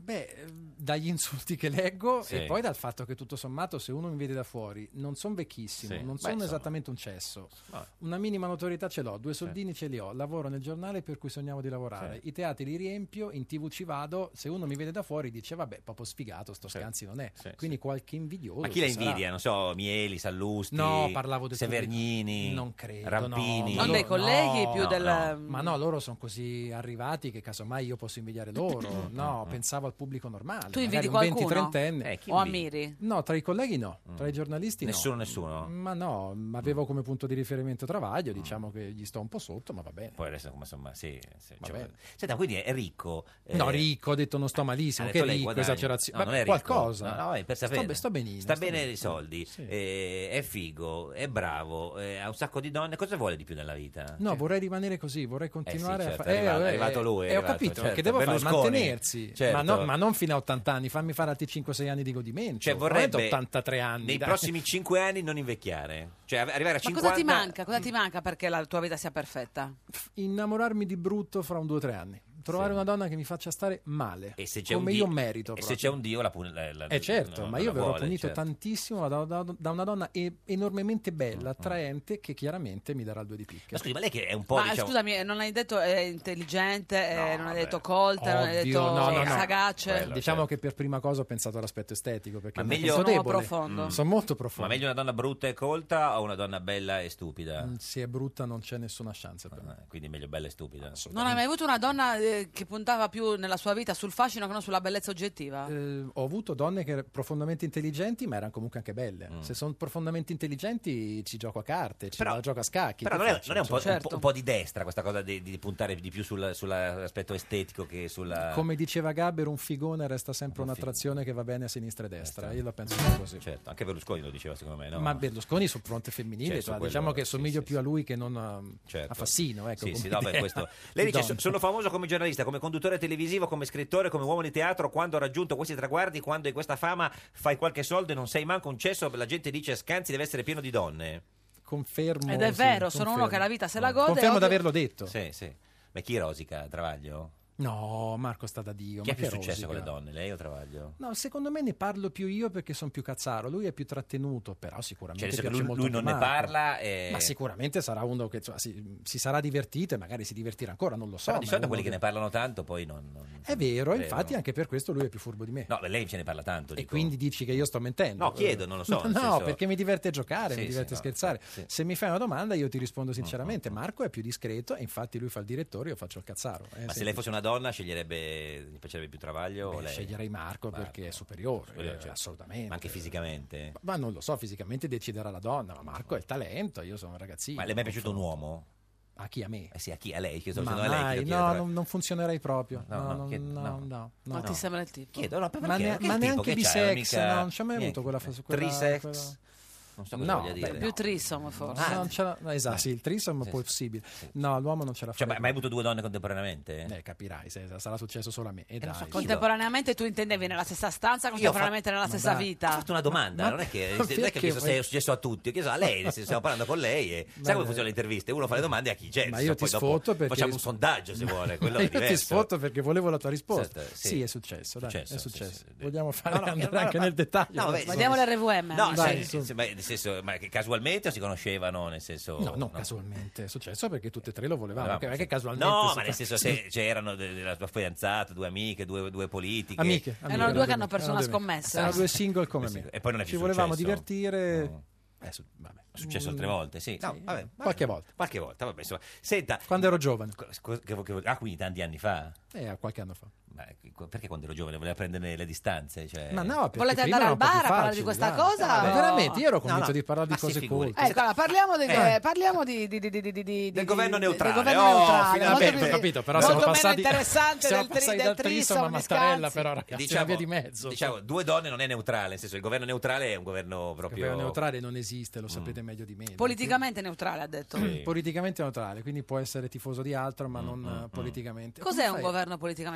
Speaker 13: Beh, dagli insulti che leggo
Speaker 3: Sì.
Speaker 13: e poi dal fatto che tutto sommato se uno mi vede da fuori non sono vecchissimo,
Speaker 3: Sì.
Speaker 13: non
Speaker 3: Beh,
Speaker 13: sono
Speaker 3: insomma.
Speaker 13: esattamente un cesso,
Speaker 3: No.
Speaker 13: una minima notorietà ce l'ho, due soldini ce li ho, lavoro nel giornale per cui sognavo di lavorare,
Speaker 3: Sì.
Speaker 13: i teatri li riempio, in tv ci vado, se uno mi vede da fuori dice vabbè, proprio sfigato, sto
Speaker 3: Sì.
Speaker 13: Scanzi non è,
Speaker 3: Sì,
Speaker 13: quindi qualche invidioso
Speaker 3: Ma chi la
Speaker 13: ci sarà.
Speaker 3: invidia? Non so, Mieli, Sallusti,
Speaker 13: No, parlavo del
Speaker 3: Severgnini,
Speaker 13: non credo,
Speaker 3: Rampini.
Speaker 13: no.
Speaker 2: Non
Speaker 13: Ma
Speaker 2: dei
Speaker 13: loro-
Speaker 2: colleghi,
Speaker 13: no,
Speaker 2: più
Speaker 13: no,
Speaker 2: del...
Speaker 13: no. Ma no, loro sono così arrivati che casomai io posso invidiare loro. No, pensavo al pubblico normale.
Speaker 2: Tu
Speaker 13: magari
Speaker 2: invidi
Speaker 13: un
Speaker 2: qualcuno?
Speaker 13: venti trentenne.
Speaker 3: Eh, chi
Speaker 2: O
Speaker 3: invidi?
Speaker 2: ammiri?
Speaker 13: No, tra i colleghi no, tra i giornalisti no.
Speaker 3: Nessuno, nessuno?
Speaker 13: Ma no, ma avevo come punto di riferimento Travaglio, diciamo che gli sto un po' sotto, ma va bene.
Speaker 3: Poi adesso, come insomma, sì. sì,
Speaker 13: Va
Speaker 3: cioè,
Speaker 13: bene.
Speaker 3: senta, quindi è ricco. eh,
Speaker 13: No, ricco, ho detto non sto malissimo,
Speaker 3: ha
Speaker 13: che
Speaker 3: detto lei
Speaker 13: ricco,
Speaker 3: guadagna.
Speaker 13: esagerazione.
Speaker 3: No,
Speaker 13: Ma
Speaker 3: non è ricco.
Speaker 13: qualcosa.
Speaker 3: No, no, è per
Speaker 13: sto,
Speaker 3: sapere.
Speaker 13: be- sto benino.
Speaker 3: Sta
Speaker 13: sto
Speaker 3: bene
Speaker 13: bene.
Speaker 3: i soldi,
Speaker 13: Sì.
Speaker 3: eh, è figo, è bravo, eh, ha un sacco di donne. Cosa vuole di più nella vita?
Speaker 13: No, vorrei rimanere così, vorrei continuare
Speaker 3: certo,
Speaker 13: a fare.
Speaker 3: è arrivato- è arrivato lui, è
Speaker 13: E ho
Speaker 3: arrivato,
Speaker 13: capito,
Speaker 3: certo.
Speaker 13: che devo fare?
Speaker 3: Berlusconi,
Speaker 13: Mantenersi,
Speaker 3: certo.
Speaker 13: ma, no- ma non fino a ottanta anni, fammi fare altri cinque sei anni di godimento.
Speaker 3: Cioè
Speaker 13: Veramente
Speaker 3: vorrebbe
Speaker 13: ottantatré anni.
Speaker 3: nei
Speaker 13: dai.
Speaker 3: prossimi cinque anni non invecchiare, cioè av- arrivare a
Speaker 2: Ma
Speaker 3: cinquanta.
Speaker 2: cosa ti manca? Cosa ti manca perché la tua vita sia perfetta?
Speaker 13: Innamorarmi di brutto fra un due o tre anni. Trovare
Speaker 3: Sì.
Speaker 13: una donna che mi faccia stare male,
Speaker 3: E se c'è
Speaker 13: come
Speaker 3: un
Speaker 13: io
Speaker 3: Dio-
Speaker 13: merito.
Speaker 3: E se
Speaker 13: proprio.
Speaker 3: c'è un Dio la, pun- la, la-
Speaker 13: Eh certo,
Speaker 3: non-
Speaker 13: ma
Speaker 3: non
Speaker 13: io
Speaker 3: la
Speaker 13: verrò
Speaker 3: vuole,
Speaker 13: punito
Speaker 3: certo.
Speaker 13: tantissimo da, da- da una donna e- enormemente bella, attraente, che chiaramente mi darà il due di picche.
Speaker 3: Ma scusi, ma lei che è un po'
Speaker 2: Ma
Speaker 3: diciamo...
Speaker 2: scusami, non hai detto eh, intelligente, eh,
Speaker 3: No,
Speaker 2: non hai
Speaker 3: vabbè.
Speaker 2: detto colta, non hai
Speaker 13: Ovvio,
Speaker 2: detto
Speaker 13: no, no, no.
Speaker 2: sagace.
Speaker 3: Quello,
Speaker 13: Diciamo
Speaker 3: certo.
Speaker 13: che per prima cosa ho pensato all'aspetto estetico, perché
Speaker 3: Ma
Speaker 13: mi
Speaker 3: meglio-
Speaker 13: sento
Speaker 2: Sono
Speaker 13: debole.
Speaker 2: profondo.
Speaker 13: Mm. Sono molto
Speaker 3: Ma
Speaker 13: profondo.
Speaker 3: meglio una donna brutta e colta o una donna bella e stupida?
Speaker 13: Mm, Se è brutta non c'è nessuna chance per me.
Speaker 3: Eh, Quindi meglio bella e stupida.
Speaker 2: Non hai mai avuto una donna eh, che puntava più nella sua vita sul fascino che non sulla bellezza oggettiva?
Speaker 13: Eh, ho avuto donne che erano profondamente intelligenti, ma erano comunque anche belle.
Speaker 3: Mm.
Speaker 13: Se sono profondamente intelligenti, ci gioco a carte, ci
Speaker 3: Però-
Speaker 13: vado a gioco a scacchi.
Speaker 3: Però
Speaker 13: che
Speaker 3: non è,
Speaker 13: faccio?
Speaker 3: non è un, po',
Speaker 13: Insomma,
Speaker 3: un po'- un po' di destra questa cosa di, di puntare di più sul- sull'aspetto estetico che sulla...
Speaker 13: Come diceva Gaber, un figone resta sempre un'attrazione che va bene a sinistra e destra. Io la penso così.
Speaker 3: Certo, anche Berlusconi lo diceva secondo me, no?
Speaker 13: Ma Berlusconi sul fronte femminile,
Speaker 3: Cioè, su
Speaker 13: cioè,
Speaker 3: quello-
Speaker 13: diciamo che
Speaker 3: sì,
Speaker 13: somiglio
Speaker 3: sì,
Speaker 13: più a lui che non a,
Speaker 3: Certo.
Speaker 13: a Fassino. Ecco,
Speaker 3: Sì,
Speaker 13: come
Speaker 3: sì, no, beh,
Speaker 13: idea
Speaker 3: questo.
Speaker 13: di
Speaker 3: Lei dice:
Speaker 13: donna.
Speaker 3: "So- sono famoso come giornalista, come conduttore televisivo, come scrittore, come uomo di teatro. Quando ho raggiunto questi traguardi, quando hai questa fama, fai qualche soldo e non sei manco un cesso. La gente dice Scanzi deve essere pieno di donne."
Speaker 13: Confermo.
Speaker 2: Ed è
Speaker 13: sì,
Speaker 2: vero, sono
Speaker 13: confermo.
Speaker 2: uno che la vita se la gode.
Speaker 13: Confermo
Speaker 2: ovvio-
Speaker 13: di averlo detto.
Speaker 3: Sì, sì. Ma chi rosica? Travaglio?
Speaker 13: No, Marco sta da Dio.
Speaker 3: Chi
Speaker 13: ma
Speaker 3: ha più
Speaker 13: che
Speaker 3: successo
Speaker 13: rosica.
Speaker 3: con le donne, lei o Travaglio?
Speaker 13: No, secondo me ne parlo più io perché sono più cazzaro. Lui è più trattenuto, però sicuramente
Speaker 3: Cioè, nel senso che
Speaker 13: piace
Speaker 3: lui,
Speaker 13: molto
Speaker 3: lui non
Speaker 13: anche
Speaker 3: ne
Speaker 13: Marco.
Speaker 3: parla e...
Speaker 13: Ma sicuramente sarà uno che insomma, si, si sarà divertito e magari si divertirà ancora, non lo so.
Speaker 3: Però di
Speaker 13: ma è
Speaker 3: solito
Speaker 13: uno
Speaker 3: quelli che ne parlano tanto poi non... non-
Speaker 13: È vero,
Speaker 3: credo.
Speaker 13: infatti anche per questo lui è più furbo di me.
Speaker 3: No, lei ce ne parla tanto.
Speaker 13: E
Speaker 3: dico.
Speaker 13: quindi dici che io sto mentendo?
Speaker 3: No, chiedo, non lo so,
Speaker 13: No,
Speaker 3: nel senso-
Speaker 13: perché mi diverte giocare,
Speaker 3: Sì,
Speaker 13: mi diverte
Speaker 3: sì, no,
Speaker 13: scherzare.
Speaker 3: sì.
Speaker 13: Se mi fai una domanda io ti rispondo sinceramente. Marco è più discreto e infatti lui fa il direttore, io faccio il cazzaro. È
Speaker 3: Ma se lei fosse una donna sceglierebbe, gli piacerebbe più Travaglio o
Speaker 13: Beh,
Speaker 3: lei?
Speaker 13: sceglierei Marco perché è superiore,
Speaker 3: Superiore,
Speaker 13: eh,
Speaker 3: certo.
Speaker 13: assolutamente.
Speaker 3: Ma anche fisicamente?
Speaker 13: Ma non lo so, fisicamente deciderà la donna, ma Marco è il talento, io sono un ragazzino.
Speaker 3: Ma le è mai piaciuto un uomo?
Speaker 13: A chi? A me?
Speaker 3: Eh sì, a chi? A lei? Chiedo,
Speaker 13: Ma
Speaker 3: a lei, chiedo,
Speaker 13: mai,
Speaker 3: chiedo,
Speaker 13: no,
Speaker 3: tra-
Speaker 13: non, non funzionerei proprio.
Speaker 3: No,
Speaker 13: No,
Speaker 3: no,
Speaker 13: no,
Speaker 3: chiedo-
Speaker 13: no,
Speaker 3: no.
Speaker 13: no,
Speaker 2: Non
Speaker 13: no.
Speaker 2: ti sembra il tipo?
Speaker 3: Chiedo, no, perché?
Speaker 13: Ma, ne-
Speaker 3: Che
Speaker 13: ma
Speaker 3: tipo?
Speaker 13: neanche
Speaker 3: Che c'hai?
Speaker 13: bisex,
Speaker 3: Mica-
Speaker 13: no, non c'è mai
Speaker 3: niente.
Speaker 13: avuto quella fase. Quella,
Speaker 3: Trisex?
Speaker 13: quella-
Speaker 3: Non so cosa
Speaker 13: No,
Speaker 3: voglia
Speaker 13: beh,
Speaker 3: dire.
Speaker 2: Più trisom forse.
Speaker 13: non ce l'ha- no, esatto, sì, il trisom è possibile. No, l'uomo non ce la fa.
Speaker 3: Cioè, ma mai avuto due donne contemporaneamente?
Speaker 13: Eh, capirai, se- sarà successo solo a me. E
Speaker 3: non so
Speaker 13: dai.
Speaker 3: chi
Speaker 2: Contemporaneamente tu intendevi nella stessa stanza, contemporaneamente nella
Speaker 13: ma
Speaker 2: stessa
Speaker 13: dai.
Speaker 2: vita.
Speaker 3: Ho fatto una domanda,
Speaker 13: Ma-
Speaker 3: non è che,
Speaker 13: ma
Speaker 3: non è che ho
Speaker 13: perché
Speaker 3: chiesto se
Speaker 13: poi-
Speaker 3: è successo a tutti, ho chiesto a lei, nel senso, stiamo parlando con lei e sa come funzionano le interviste? Uno fa le domande a chi c'è.
Speaker 13: Ma
Speaker 3: nel
Speaker 13: io
Speaker 3: senso,
Speaker 13: ti
Speaker 3: poi dopo
Speaker 13: sfotto perché
Speaker 3: facciamo un
Speaker 13: rispo-
Speaker 3: sondaggio se vuole, quello
Speaker 13: Ma
Speaker 3: è
Speaker 13: io ti
Speaker 3: diverso.
Speaker 13: sfotto perché volevo la tua risposta.
Speaker 3: Certo, sì.
Speaker 13: sì. è successo, dai,
Speaker 3: Successo,
Speaker 13: è
Speaker 3: sì,
Speaker 13: successo.
Speaker 3: sì, sì.
Speaker 13: Vogliamo fare
Speaker 3: No, no,
Speaker 13: andare
Speaker 3: no,
Speaker 13: anche
Speaker 3: ma-
Speaker 13: nel dettaglio.
Speaker 3: no, vabbè,
Speaker 2: Vediamo l'R V M.
Speaker 3: No,
Speaker 13: Dai,
Speaker 3: sì,
Speaker 13: su.
Speaker 3: sì, ma nel senso, ma che casualmente o si conoscevano, nel senso...
Speaker 13: No, non casualmente, è successo perché tutte e tre lo volevamo,
Speaker 3: Volevamo,
Speaker 13: perché
Speaker 3: sì.
Speaker 13: casualmente.
Speaker 3: No,
Speaker 13: si
Speaker 3: ma nel
Speaker 13: fa-
Speaker 3: senso se c'erano de- della tua fidanzata, due amiche, due, due politiche.
Speaker 13: Amiche, amiche,
Speaker 2: Erano due che hanno
Speaker 13: amiche,
Speaker 2: perso
Speaker 13: erano
Speaker 2: una
Speaker 13: due-
Speaker 2: scommessa.
Speaker 13: Erano due single come
Speaker 3: Due
Speaker 13: me.
Speaker 3: single. E poi non è
Speaker 13: Ci
Speaker 3: più
Speaker 13: volevamo
Speaker 3: successo?
Speaker 13: divertire. Eh, su- vabbè.
Speaker 3: È successo altre
Speaker 13: Mm,
Speaker 3: volte, sì. No,
Speaker 13: sì,
Speaker 3: vabbè,
Speaker 13: qualche volta.
Speaker 3: Qualche volta, vabbè, insomma. Senta,
Speaker 13: Quando ero giovane.
Speaker 3: co- che- che- ah, quindi tanti anni fa?
Speaker 13: Eh, qualche anno fa.
Speaker 3: Ma perché quando ero giovane voleva prendere le distanze? Cioè...
Speaker 13: Ma no, perché
Speaker 2: Volete
Speaker 13: prima
Speaker 2: andare
Speaker 13: era
Speaker 2: al
Speaker 13: un po' più
Speaker 2: bar a parlare
Speaker 13: facile,
Speaker 2: di questa
Speaker 13: dai.
Speaker 2: cosa?
Speaker 13: Ma
Speaker 2: o-
Speaker 13: veramente, io ero
Speaker 3: No,
Speaker 13: convinto
Speaker 3: no,
Speaker 13: di parlare di
Speaker 3: ma si
Speaker 13: cose
Speaker 3: figuri.
Speaker 13: colte.
Speaker 2: Ecco, allora, parliamo, di,
Speaker 13: Eh.
Speaker 2: parliamo di, di, di, di, di, di, di-
Speaker 3: Del
Speaker 2: di-
Speaker 3: governo
Speaker 2: di-
Speaker 3: neutrale.
Speaker 2: Del governo
Speaker 3: Oh,
Speaker 2: neutrale.
Speaker 3: finalmente.
Speaker 2: molto più-
Speaker 13: Ho capito, però
Speaker 2: molto
Speaker 13: siamo
Speaker 2: meno
Speaker 13: passati,
Speaker 2: interessante
Speaker 13: siamo
Speaker 2: del, tri,
Speaker 13: passati
Speaker 2: del
Speaker 13: dal trisom
Speaker 2: trisom
Speaker 13: a
Speaker 2: di
Speaker 13: Mattarella,
Speaker 2: Scanzi.
Speaker 13: però ragazzi, è una via di mezzo.
Speaker 3: Diciamo, due donne non è neutrale, nel senso il governo neutrale è un governo
Speaker 13: Il
Speaker 3: proprio...
Speaker 13: governo neutrale non esiste, lo sapete meglio di me.
Speaker 2: Politicamente neutrale, ha detto.
Speaker 3: Sì.
Speaker 13: Politicamente neutrale, quindi può essere tifoso di altro, ma non eh, politicamente.
Speaker 2: Cos'è
Speaker 13: Come
Speaker 2: un
Speaker 13: fai?
Speaker 2: governo politicamente neutrale?
Speaker 13: Ma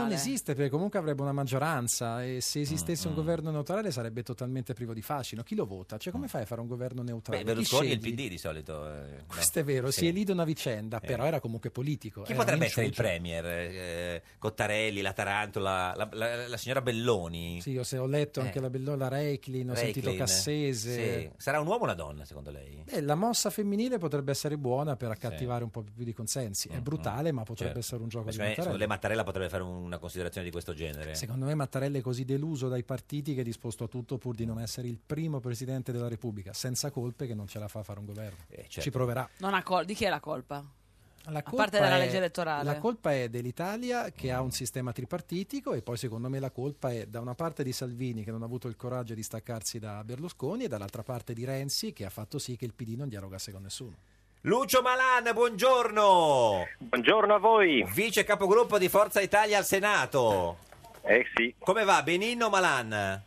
Speaker 2: neutrale.
Speaker 13: non esiste, perché comunque avrebbe una maggioranza e se esistesse
Speaker 3: Mm,
Speaker 13: un governo neutrale sarebbe totalmente privo di fascino. Chi lo vota? Cioè, come fai a fare un governo neutrale?
Speaker 3: Beh,
Speaker 13: Chi
Speaker 3: Berlusconi e il
Speaker 13: scegli?
Speaker 3: P D di solito. eh,
Speaker 13: Questo
Speaker 3: no.
Speaker 13: è vero,
Speaker 3: Sì.
Speaker 13: si elidono a vicenda, però era comunque politico.
Speaker 3: Chi
Speaker 13: era
Speaker 3: potrebbe
Speaker 13: un
Speaker 3: essere il
Speaker 13: inciucio.
Speaker 3: premier? Eh, Cottarelli, la Tarantola, la, la- la signora Belloni?
Speaker 13: Sì, io se ho letto
Speaker 3: Eh.
Speaker 13: anche la Bellola Reiklin, ho sentito
Speaker 3: Reiklin.
Speaker 13: Cassese.
Speaker 3: Sì. Sarà un uomo o una donna, secondo lei?
Speaker 13: Eh, la mossa femminile potrebbe essere buona per accattivare un po' più di consensi. È brutale, ma potrebbe
Speaker 3: Certo.
Speaker 13: essere un gioco
Speaker 3: Ma
Speaker 13: di
Speaker 3: secondo me- secondo
Speaker 13: Mattarella.
Speaker 3: lei Mattarella potrebbe fare una considerazione di questo genere?
Speaker 13: Secondo me Mattarella è così deluso dai partiti che è disposto a tutto pur di non essere il primo presidente della Repubblica, senza colpe, che non ce la fa a fare un governo.
Speaker 3: certo.
Speaker 13: Ci proverà.
Speaker 2: Non ha col- di chi è la colpa?
Speaker 13: La
Speaker 2: A
Speaker 13: colpa
Speaker 2: parte della
Speaker 13: è-
Speaker 2: legge elettorale.
Speaker 13: La colpa è dell'Italia che ha un sistema tripartitico e poi secondo me la colpa è da una parte di Salvini che non ha avuto il coraggio di staccarsi da Berlusconi e dall'altra parte di Renzi che ha fatto sì che il P D non dialogasse con nessuno.
Speaker 3: Lucio Malan, buongiorno!
Speaker 15: Buongiorno a voi!
Speaker 3: Vice capogruppo di Forza Italia al Senato.
Speaker 15: Eh sì.
Speaker 3: Come va, Benigno o Malan?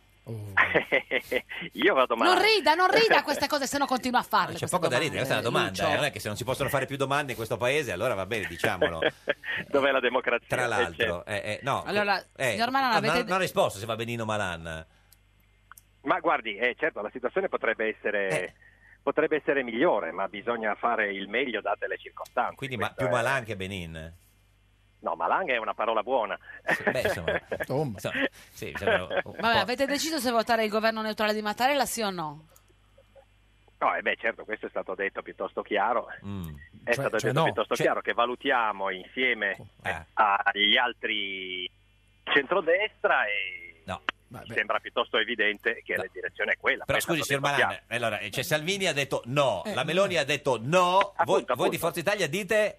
Speaker 15: Io vado male.
Speaker 16: Non rida, non rida queste cose, se no continua a farle.
Speaker 3: C'è
Speaker 16: queste
Speaker 3: poco da
Speaker 16: domande,
Speaker 3: ridere, questa è una domanda,
Speaker 16: Lucio.
Speaker 3: eh, non è che se non si possono fare più domande in questo paese, allora va bene, diciamolo.
Speaker 15: Dov'è la democrazia?
Speaker 3: Tra
Speaker 15: Eh,
Speaker 3: l'altro,
Speaker 15: certo.
Speaker 3: eh, eh, no,
Speaker 2: Allora,
Speaker 3: eh,
Speaker 2: signor Malan,
Speaker 3: no,
Speaker 2: avete-
Speaker 3: non, non ha risposto se va Benigno o Malan.
Speaker 15: Ma guardi, eh, certo, la situazione potrebbe essere,
Speaker 3: Eh.
Speaker 15: potrebbe essere migliore, ma bisogna fare il meglio date le circostanze.
Speaker 3: Quindi ma,
Speaker 15: Questo
Speaker 3: più
Speaker 15: è-
Speaker 3: Malan che Benin.
Speaker 15: No, Malang è una parola buona.
Speaker 3: Beh, insomma, insomma, sì, mi sembra un po'.
Speaker 2: Vabbè, avete deciso se votare il governo neutrale di Mattarella, sì o no?
Speaker 15: No, eh beh, certo, questo è stato detto piuttosto chiaro.
Speaker 3: Mm.
Speaker 15: È
Speaker 13: Cioè-
Speaker 15: stato
Speaker 13: cioè
Speaker 15: detto
Speaker 13: no,
Speaker 15: piuttosto
Speaker 13: cioè-
Speaker 15: chiaro che valutiamo insieme
Speaker 3: Eh.
Speaker 15: agli altri centrodestra e
Speaker 3: No.
Speaker 15: mi sembra piuttosto evidente che la direzione è quella.
Speaker 3: Però
Speaker 15: Poi è
Speaker 3: scusi,
Speaker 15: stato
Speaker 3: signor
Speaker 15: detto
Speaker 3: Malan, allora, c'è Salvini ha detto no,
Speaker 15: Eh,
Speaker 3: la Meloni ha detto no, voi, voi di Forza Italia dite...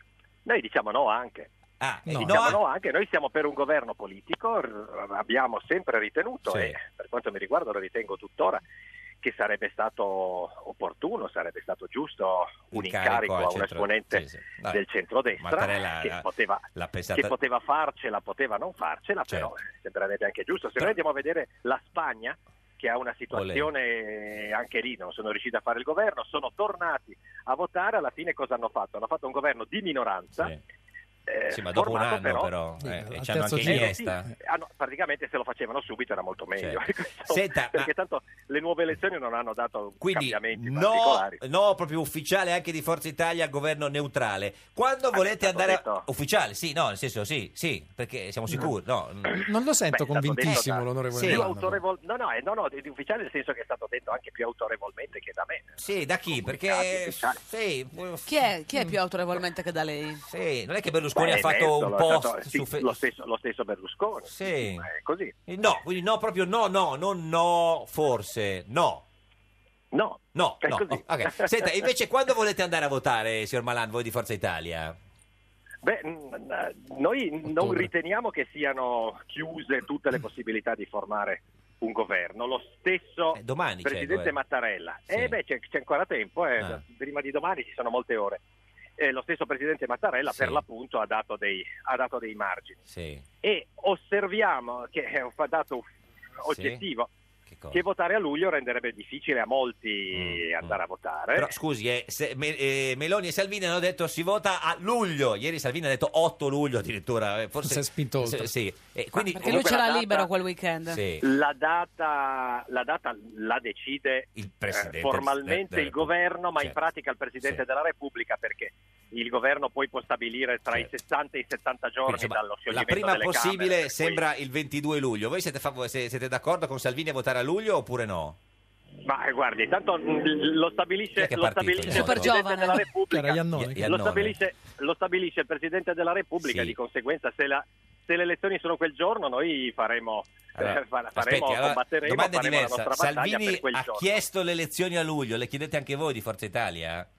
Speaker 15: Noi diciamo no anche.
Speaker 3: Ah,
Speaker 15: E
Speaker 3: no.
Speaker 15: diciamo
Speaker 3: No,
Speaker 15: no anche, noi siamo per un governo politico, r- abbiamo sempre ritenuto,
Speaker 3: Sì.
Speaker 15: e per quanto mi riguarda lo ritengo tuttora, che sarebbe stato opportuno, sarebbe stato giusto un
Speaker 3: Incarico
Speaker 15: incarico
Speaker 3: al
Speaker 15: a un
Speaker 3: centro-
Speaker 15: esponente
Speaker 3: sì, sì. Vabbè.
Speaker 15: del centrodestra
Speaker 3: Mattarella
Speaker 15: che
Speaker 3: l'ha-
Speaker 15: poteva,
Speaker 3: l'ha pensata-
Speaker 15: che poteva farcela, poteva non farcela,
Speaker 3: Certo.
Speaker 15: però eh, sembrerebbe anche giusto. Se noi andiamo a vedere la Spagna, che ha una situazione anche lì, non sono riusciti a fare il governo, sono tornati a votare, alla fine cosa hanno fatto? Hanno fatto un governo di minoranza. eh,
Speaker 3: Sì, ma dopo un
Speaker 15: formato
Speaker 3: anno però,
Speaker 15: Sì,
Speaker 3: eh,
Speaker 15: al
Speaker 3: e c'hanno
Speaker 15: terzo
Speaker 3: anche
Speaker 15: giro.
Speaker 3: Iniesta.
Speaker 15: Eh, sì, hanno- praticamente se lo facevano subito era molto meglio.
Speaker 3: Certo.
Speaker 15: Questo-
Speaker 3: Senta,
Speaker 15: perché tanto le nuove elezioni non hanno dato
Speaker 3: Quindi
Speaker 15: cambiamenti
Speaker 3: no,
Speaker 15: particolari.
Speaker 3: no, proprio ufficiale anche di Forza Italia al governo neutrale. Quando volete
Speaker 15: è stato
Speaker 3: andare...
Speaker 15: detto.
Speaker 3: A... Ufficiale, sì, no, nel senso sì, sì, perché siamo sicuri. No.
Speaker 13: Non lo sento
Speaker 15: Beh, è stato
Speaker 13: convintissimo
Speaker 15: detto da-
Speaker 13: l'onorevole
Speaker 15: più
Speaker 13: Milano.
Speaker 15: autorevol- no, no, eh, no, no, di di ufficiale nel senso che è stato detto anche più autorevolmente che da me.
Speaker 3: Sì, da chi? Perché...
Speaker 15: Ufficiali.
Speaker 3: Sì,
Speaker 2: Chi è, chi è più autorevolmente che da lei?
Speaker 3: sì, non è che Berlusconi
Speaker 15: Beh,
Speaker 3: ha fatto
Speaker 15: adesso
Speaker 3: un
Speaker 15: lo-
Speaker 3: post
Speaker 15: è stato- sì,
Speaker 3: su Fe-
Speaker 15: lo, stesso, lo stesso Berlusconi.
Speaker 3: Sì.
Speaker 15: Ma è così.
Speaker 3: No, quindi no, proprio no, no, non no, forse, no.
Speaker 15: No,
Speaker 3: No,
Speaker 15: è
Speaker 3: no.
Speaker 15: così.
Speaker 3: Oh, ok. Senta, invece quando volete andare a votare, signor Malan, voi di Forza Italia?
Speaker 15: Beh, mh, noi non riteniamo che siano chiuse tutte le possibilità di formare un governo. Lo stesso
Speaker 3: Eh, domani c'è il
Speaker 15: Presidente
Speaker 3: governo.
Speaker 15: Mattarella.
Speaker 3: Sì.
Speaker 15: Eh beh, c'è, c'è ancora tempo, eh.
Speaker 3: Ah.
Speaker 15: Prima di domani ci sono molte ore. Eh, lo stesso Presidente Mattarella
Speaker 3: Sì.
Speaker 15: per l'appunto ha dato dei, ha dato dei margini.
Speaker 3: Sì.
Speaker 15: E osserviamo, che è un dato oggettivo,
Speaker 3: Che cosa?
Speaker 15: che votare a luglio renderebbe difficile a molti andare a votare.
Speaker 3: Però scusi, eh, se- Me- eh, Meloni e Salvini hanno detto si vota a luglio. Ieri Salvini ha detto otto luglio addirittura. eh, Forse
Speaker 13: Si è spinto oltre.
Speaker 3: se- Sì. E quindi,
Speaker 2: Perché lui
Speaker 15: comunque
Speaker 2: ce
Speaker 15: la
Speaker 2: l'ha
Speaker 15: data-
Speaker 2: libero quel weekend.
Speaker 3: Sì.
Speaker 15: La data, la data la decide
Speaker 3: Il Presidente
Speaker 15: eh, formalmente
Speaker 3: della
Speaker 15: il governo, ma in
Speaker 3: Certo.
Speaker 15: pratica il Presidente
Speaker 3: Sì.
Speaker 15: della Repubblica, perché il governo poi può stabilire tra
Speaker 3: Certo.
Speaker 15: i sessanta e i settanta giorni
Speaker 3: Quindi, insomma,
Speaker 15: dallo
Speaker 3: la
Speaker 15: scioglimento
Speaker 3: prima
Speaker 15: delle
Speaker 3: possibile
Speaker 15: Camere, per cui-
Speaker 3: sembra il ventidue luglio. Voi siete, fav- se- siete d'accordo con Salvini a votare a luglio oppure no?
Speaker 15: Ma eh, guardi, tanto mh, lo
Speaker 3: Chi
Speaker 15: stabilisce,
Speaker 3: è che è
Speaker 15: lo
Speaker 3: partito?
Speaker 15: stabilisce il
Speaker 3: Super
Speaker 15: Presidente
Speaker 2: giovane.
Speaker 15: della
Speaker 13: Era
Speaker 15: Repubblica.
Speaker 13: Iannone.
Speaker 3: I-
Speaker 13: che-
Speaker 3: Iannone.
Speaker 15: Lo stabilisce, lo stabilisce il Presidente della Repubblica,
Speaker 3: Sì.
Speaker 15: di conseguenza se, la- se le elezioni sono quel giorno noi faremo,
Speaker 3: Allora,
Speaker 15: eh, fa-
Speaker 3: aspetti,
Speaker 15: faremo
Speaker 3: allora,
Speaker 15: combatteremo,
Speaker 3: domanda
Speaker 15: faremo
Speaker 3: diversa.
Speaker 15: la nostra battaglia
Speaker 3: Salvini
Speaker 15: per quel
Speaker 3: ha
Speaker 15: giorno.
Speaker 3: chiesto le elezioni a luglio, le chiedete anche voi di Forza Italia?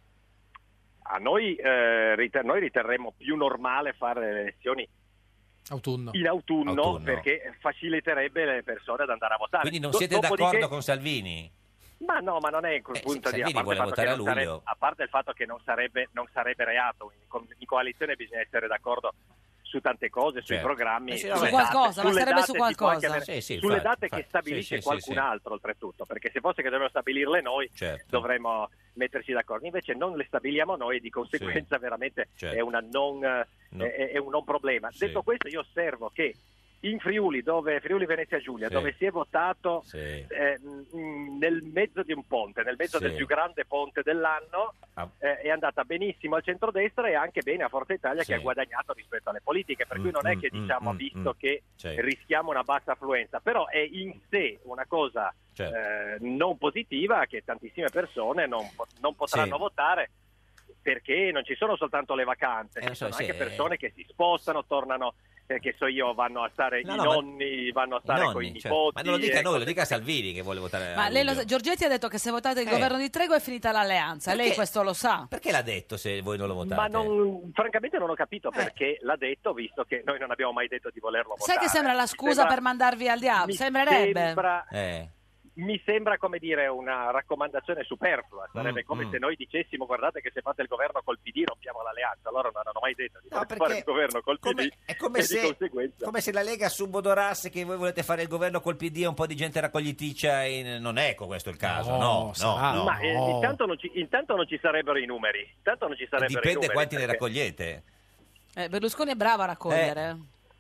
Speaker 15: A noi, eh, riter- noi riterremmo più normale fare le elezioni
Speaker 13: Autunno.
Speaker 15: in autunno,
Speaker 3: Autunno.
Speaker 15: perché faciliterebbe le persone ad andare a votare.
Speaker 3: Quindi non
Speaker 15: Do-
Speaker 3: siete
Speaker 15: dopodiché-
Speaker 3: d'accordo con Salvini?
Speaker 15: Ma no, ma non è quel
Speaker 3: Eh,
Speaker 15: punto
Speaker 3: sì,
Speaker 15: di a
Speaker 3: Salvini
Speaker 15: parte,
Speaker 3: vuole
Speaker 15: il fatto
Speaker 3: votare
Speaker 15: che
Speaker 3: a
Speaker 15: non sarebbe-
Speaker 3: luglio.
Speaker 15: a parte il fatto che non sarebbe, non sarebbe reato, in, co- in coalizione bisogna essere d'accordo su tante cose, sui
Speaker 3: Certo.
Speaker 15: programmi,
Speaker 3: Eh sì,
Speaker 15: sulle
Speaker 3: vabbè.
Speaker 2: Su qualcosa,
Speaker 15: date,
Speaker 2: ma
Speaker 15: sulle
Speaker 2: sarebbe
Speaker 15: date
Speaker 2: su
Speaker 15: si può anche
Speaker 2: qualcosa.
Speaker 15: avere-
Speaker 3: Sì, sì,
Speaker 15: sulle
Speaker 3: infatti,
Speaker 15: date
Speaker 3: infatti.
Speaker 15: che stabilisce
Speaker 3: Sì, sì, sì,
Speaker 15: qualcun
Speaker 3: sì.
Speaker 15: altro oltretutto, perché se fosse che dovevano stabilirle noi
Speaker 3: Certo.
Speaker 15: dovremmo metterci d'accordo. Invece non le stabiliamo noi e di conseguenza
Speaker 3: Sì.
Speaker 15: veramente
Speaker 3: Certo.
Speaker 15: è, una non,
Speaker 3: No.
Speaker 15: è, è un non problema.
Speaker 3: Sì.
Speaker 15: Detto questo, io osservo che in Friuli, dove Friuli Venezia Giulia,
Speaker 3: Sì.
Speaker 15: dove si è votato
Speaker 3: Sì.
Speaker 15: eh, mh, nel mezzo di un ponte, nel mezzo
Speaker 3: Sì.
Speaker 15: del più grande ponte dell'anno,
Speaker 3: Ah.
Speaker 15: eh, è andata benissimo al centrodestra e anche bene a Forza Italia
Speaker 3: Sì.
Speaker 15: che ha guadagnato rispetto alle politiche, per cui
Speaker 3: Mm,
Speaker 15: non è
Speaker 3: mm,
Speaker 15: che
Speaker 3: mm,
Speaker 15: diciamo
Speaker 3: mm,
Speaker 15: visto
Speaker 3: mm.
Speaker 15: che
Speaker 3: Sì.
Speaker 15: rischiamo una bassa affluenza, però è in sé una cosa
Speaker 3: Certo.
Speaker 15: eh, non positiva che tantissime persone non, po- non potranno
Speaker 3: Sì.
Speaker 15: votare, perché non ci sono soltanto le vacanze,
Speaker 3: Eh,
Speaker 15: ci
Speaker 3: lo so,
Speaker 15: sono
Speaker 3: sì,
Speaker 15: anche
Speaker 3: eh.
Speaker 15: persone che si spostano, tornano, eh, che so io, vanno a stare
Speaker 3: No,
Speaker 15: i
Speaker 3: no, ma-
Speaker 15: nonni, vanno a
Speaker 3: I
Speaker 15: stare
Speaker 3: nonni,
Speaker 15: con i
Speaker 3: certo.
Speaker 15: nipoti.
Speaker 3: Ma non lo dica a
Speaker 15: e
Speaker 3: noi, lo
Speaker 15: cose-
Speaker 3: dica a Salvini che vuole votare
Speaker 2: Ma
Speaker 3: a
Speaker 2: lei lo
Speaker 3: luglio.
Speaker 2: sa- Giorgetti ha detto che se votate il
Speaker 3: Eh.
Speaker 2: governo di tregua è finita l'alleanza. Lei
Speaker 3: Perché?
Speaker 2: questo lo sa?
Speaker 3: Perché l'ha detto se voi non lo votate?
Speaker 15: Ma non, francamente non ho
Speaker 3: Eh.
Speaker 15: capito perché l'ha detto, visto che noi non abbiamo mai detto di volerlo
Speaker 2: Sai
Speaker 15: votare.
Speaker 2: che sembra la
Speaker 15: Mi
Speaker 2: scusa
Speaker 15: sembra-
Speaker 2: per mandarvi al diavolo?
Speaker 15: mi
Speaker 2: Sembrerebbe.
Speaker 15: Sembra,
Speaker 3: Eh.
Speaker 15: mi sembra, come dire, una raccomandazione superflua. Sarebbe
Speaker 3: Mm,
Speaker 15: come
Speaker 3: mm.
Speaker 15: se noi dicessimo: guardate che se fate il governo col P D rompiamo l'alleanza. Loro non hanno mai detto di
Speaker 3: No,
Speaker 15: voler
Speaker 3: perché
Speaker 15: fare il governo col P D
Speaker 3: È come
Speaker 15: e
Speaker 3: se,
Speaker 15: di conseguenza.
Speaker 3: come se la Lega subodorasse che voi volete fare il governo col P D e un po' di gente raccogliticcia. In... Non è ecco questo il caso, no, no,
Speaker 13: sarà.
Speaker 3: no.
Speaker 15: Ma eh, intanto, non ci, intanto non ci sarebbero i numeri. Intanto non ci sarebbero i
Speaker 3: Dipende
Speaker 15: numeri,
Speaker 3: quanti ne
Speaker 15: perché-
Speaker 3: raccogliete.
Speaker 2: Eh, Berlusconi è bravo a raccogliere.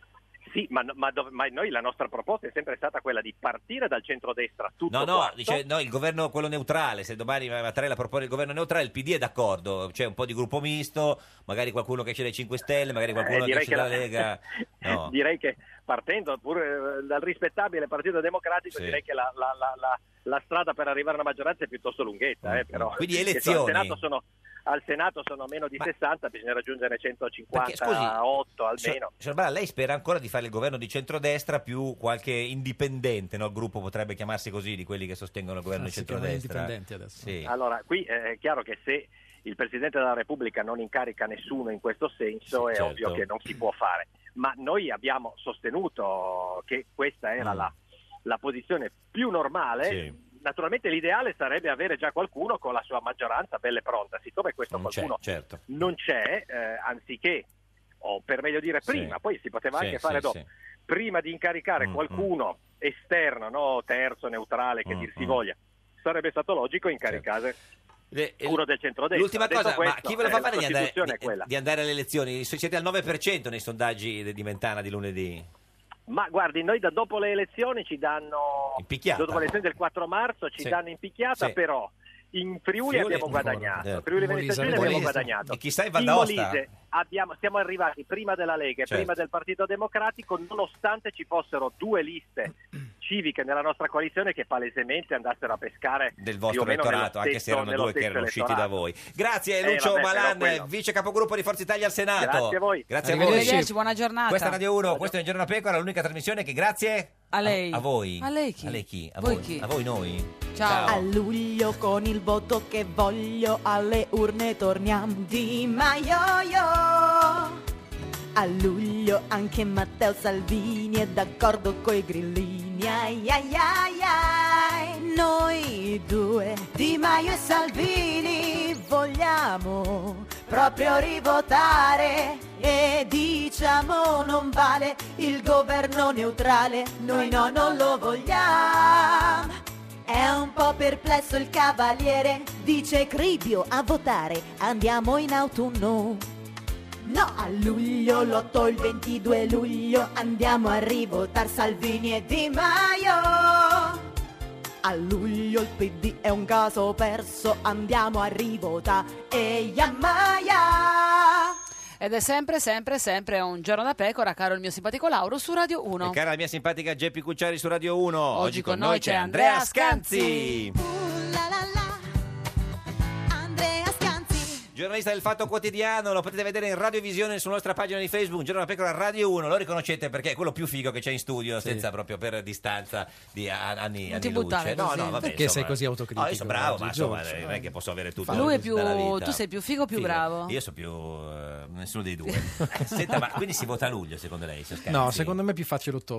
Speaker 15: Sì, ma, ma, dov- ma noi la nostra proposta è sempre stata quella di partire dal centrodestra tutto
Speaker 3: No, no,
Speaker 15: quanto.
Speaker 3: dice no, il governo quello neutrale. Se domani Mattarella propone il governo neutrale, il P D è d'accordo. C'è un po' di gruppo misto, magari qualcuno che esce dai cinque Stelle, magari qualcuno
Speaker 15: Eh,
Speaker 3: che
Speaker 15: direi
Speaker 3: esce
Speaker 15: che
Speaker 3: dalla
Speaker 15: la-
Speaker 3: Lega. No.
Speaker 15: Direi che partendo pure eh, dal rispettabile Partito Democratico,
Speaker 3: Sì.
Speaker 15: direi che la, la- la- la- la strada per arrivare a una maggioranza è piuttosto lunghetta. Eh, però.
Speaker 3: Quindi
Speaker 15: Che so,
Speaker 3: elezioni.
Speaker 15: Al Senato sono, al Senato sono meno di sessanta, bisogna raggiungere
Speaker 3: Perché,
Speaker 15: centocinquantotto almeno.
Speaker 3: Signor signor Balla, lei spera ancora di fare il governo di centrodestra più qualche indipendente, no? Il gruppo potrebbe chiamarsi così, di quelli che sostengono il governo
Speaker 13: Ah,
Speaker 3: di
Speaker 13: si chiamano
Speaker 3: centrodestra.
Speaker 13: indipendenti adesso.
Speaker 3: Sì.
Speaker 15: Allora, qui eh, è chiaro che se il Presidente della Repubblica non incarica nessuno in questo senso,
Speaker 3: Sì,
Speaker 15: è
Speaker 3: certo.
Speaker 15: ovvio che non si può fare. Ma noi abbiamo sostenuto che questa era
Speaker 3: Mm.
Speaker 15: la, la posizione più normale.
Speaker 3: Sì.
Speaker 15: Naturalmente l'ideale sarebbe avere già qualcuno con la sua maggioranza bella e pronta. Siccome questo
Speaker 3: Non c'è,
Speaker 15: qualcuno
Speaker 3: certo.
Speaker 15: non c'è, eh, anziché, o per meglio dire
Speaker 3: Sì.
Speaker 15: prima, poi si poteva
Speaker 3: Sì,
Speaker 15: anche
Speaker 3: sì,
Speaker 15: fare dopo,
Speaker 3: sì.
Speaker 15: prima di incaricare
Speaker 3: Mm,
Speaker 15: qualcuno esterno, no, terzo, neutrale, che
Speaker 3: Mm,
Speaker 15: dir si
Speaker 3: mm.
Speaker 15: voglia, sarebbe stato logico incaricare
Speaker 3: Le-
Speaker 15: uno del centrodestra.
Speaker 3: L'ultima
Speaker 15: Detto
Speaker 3: cosa, ma
Speaker 15: questo,
Speaker 3: chi ve lo fa
Speaker 15: eh,
Speaker 3: fare
Speaker 15: la
Speaker 3: di andare,
Speaker 15: Costituzione
Speaker 3: di,
Speaker 15: è quella.
Speaker 3: di andare alle elezioni? Siete al nove per cento nei sondaggi di- di Mentana di lunedì.
Speaker 15: Ma guardi, noi da dopo le elezioni ci danno,
Speaker 3: Impicchiata.
Speaker 15: dopo le elezioni del quattro marzo ci
Speaker 3: Sì.
Speaker 15: danno in picchiata,
Speaker 3: Sì.
Speaker 15: però in Friuli,
Speaker 3: Friuli
Speaker 15: abbiamo
Speaker 3: ancora,
Speaker 15: guadagnato,
Speaker 3: certo.
Speaker 15: Friuli
Speaker 13: Molise,
Speaker 15: Venezia Giulia abbiamo
Speaker 3: Molise.
Speaker 15: guadagnato.
Speaker 3: E chissà in Val
Speaker 15: In
Speaker 3: d'Aosta.
Speaker 15: Molise abbiamo, siamo arrivati prima della Lega e
Speaker 3: Certo.
Speaker 15: prima del Partito Democratico, nonostante ci fossero due liste civiche nella nostra coalizione che palesemente andassero a pescare
Speaker 3: Del
Speaker 15: più
Speaker 3: vostro
Speaker 15: o meno nello
Speaker 3: elettorato, anche se
Speaker 15: stesso-
Speaker 3: erano
Speaker 15: nello
Speaker 3: due che
Speaker 15: stesso
Speaker 3: erano usciti da
Speaker 15: elettorato.
Speaker 3: voi. Grazie
Speaker 15: Eh,
Speaker 3: Lucio
Speaker 15: vabbè, però
Speaker 3: Malan,
Speaker 15: quello.
Speaker 3: vice capogruppo di Forza Italia al Senato.
Speaker 15: Grazie a voi.
Speaker 3: Grazie a voi.
Speaker 2: Arrivederci, buona giornata.
Speaker 3: Questa è Radio uno, questo è Un Giorno da Pecora, l'unica trasmissione che grazie
Speaker 2: A lei.
Speaker 3: A, a voi.
Speaker 2: A lei chi?
Speaker 3: A lei chi? A
Speaker 2: Voi
Speaker 3: voi,
Speaker 2: chi?
Speaker 3: A voi noi.
Speaker 2: Ciao.
Speaker 9: A luglio con il voto che voglio alle urne torniamo Di Maio io. A luglio anche Matteo Salvini è d'accordo coi grillini ai ai ai ai. Noi due, Di Maio e Salvini, vogliamo proprio rivotare e diciamo non vale il governo neutrale, noi no, non lo vogliamo. È un po' perplesso il cavaliere, dice Cribio a votare, andiamo in autunno. No, a luglio, l'otto, il ventidue luglio, andiamo a rivotare Salvini e Di Maio. A luglio il P D è un caso perso, andiamo a rivotare e Yamaya.
Speaker 2: Ed è sempre, sempre, sempre un giorno da pecora, caro il mio simpatico Lauro, su Radio uno.
Speaker 3: E cara la mia simpatica Geppi Cucciari su Radio uno.
Speaker 2: Oggi con noi c'è Andrea Scanzi.
Speaker 3: Giornalista del Fatto Quotidiano, lo potete vedere in radiovisione sulla nostra pagina di Facebook, Un Giorno da Pecora Radio uno, lo riconoscete perché è quello più figo che c'è in studio, senza proprio per distanza di a- anni,
Speaker 2: Non
Speaker 3: anni
Speaker 2: ti buttare
Speaker 3: luce. No,
Speaker 2: così.
Speaker 3: no, vabbè,
Speaker 13: Perché sei così autocritico
Speaker 3: No, io sono bravo, ma insomma,
Speaker 13: oggi,
Speaker 3: non è che posso avere tutto.
Speaker 2: Lui è più,
Speaker 3: nella vita.
Speaker 2: tu sei più figo o più
Speaker 3: Figo.
Speaker 2: bravo?
Speaker 3: Io sono più eh, nessuno dei due. Senta, ma quindi si vota a luglio secondo lei? signor Scanzi?
Speaker 13: No, secondo me è più facile ottobre.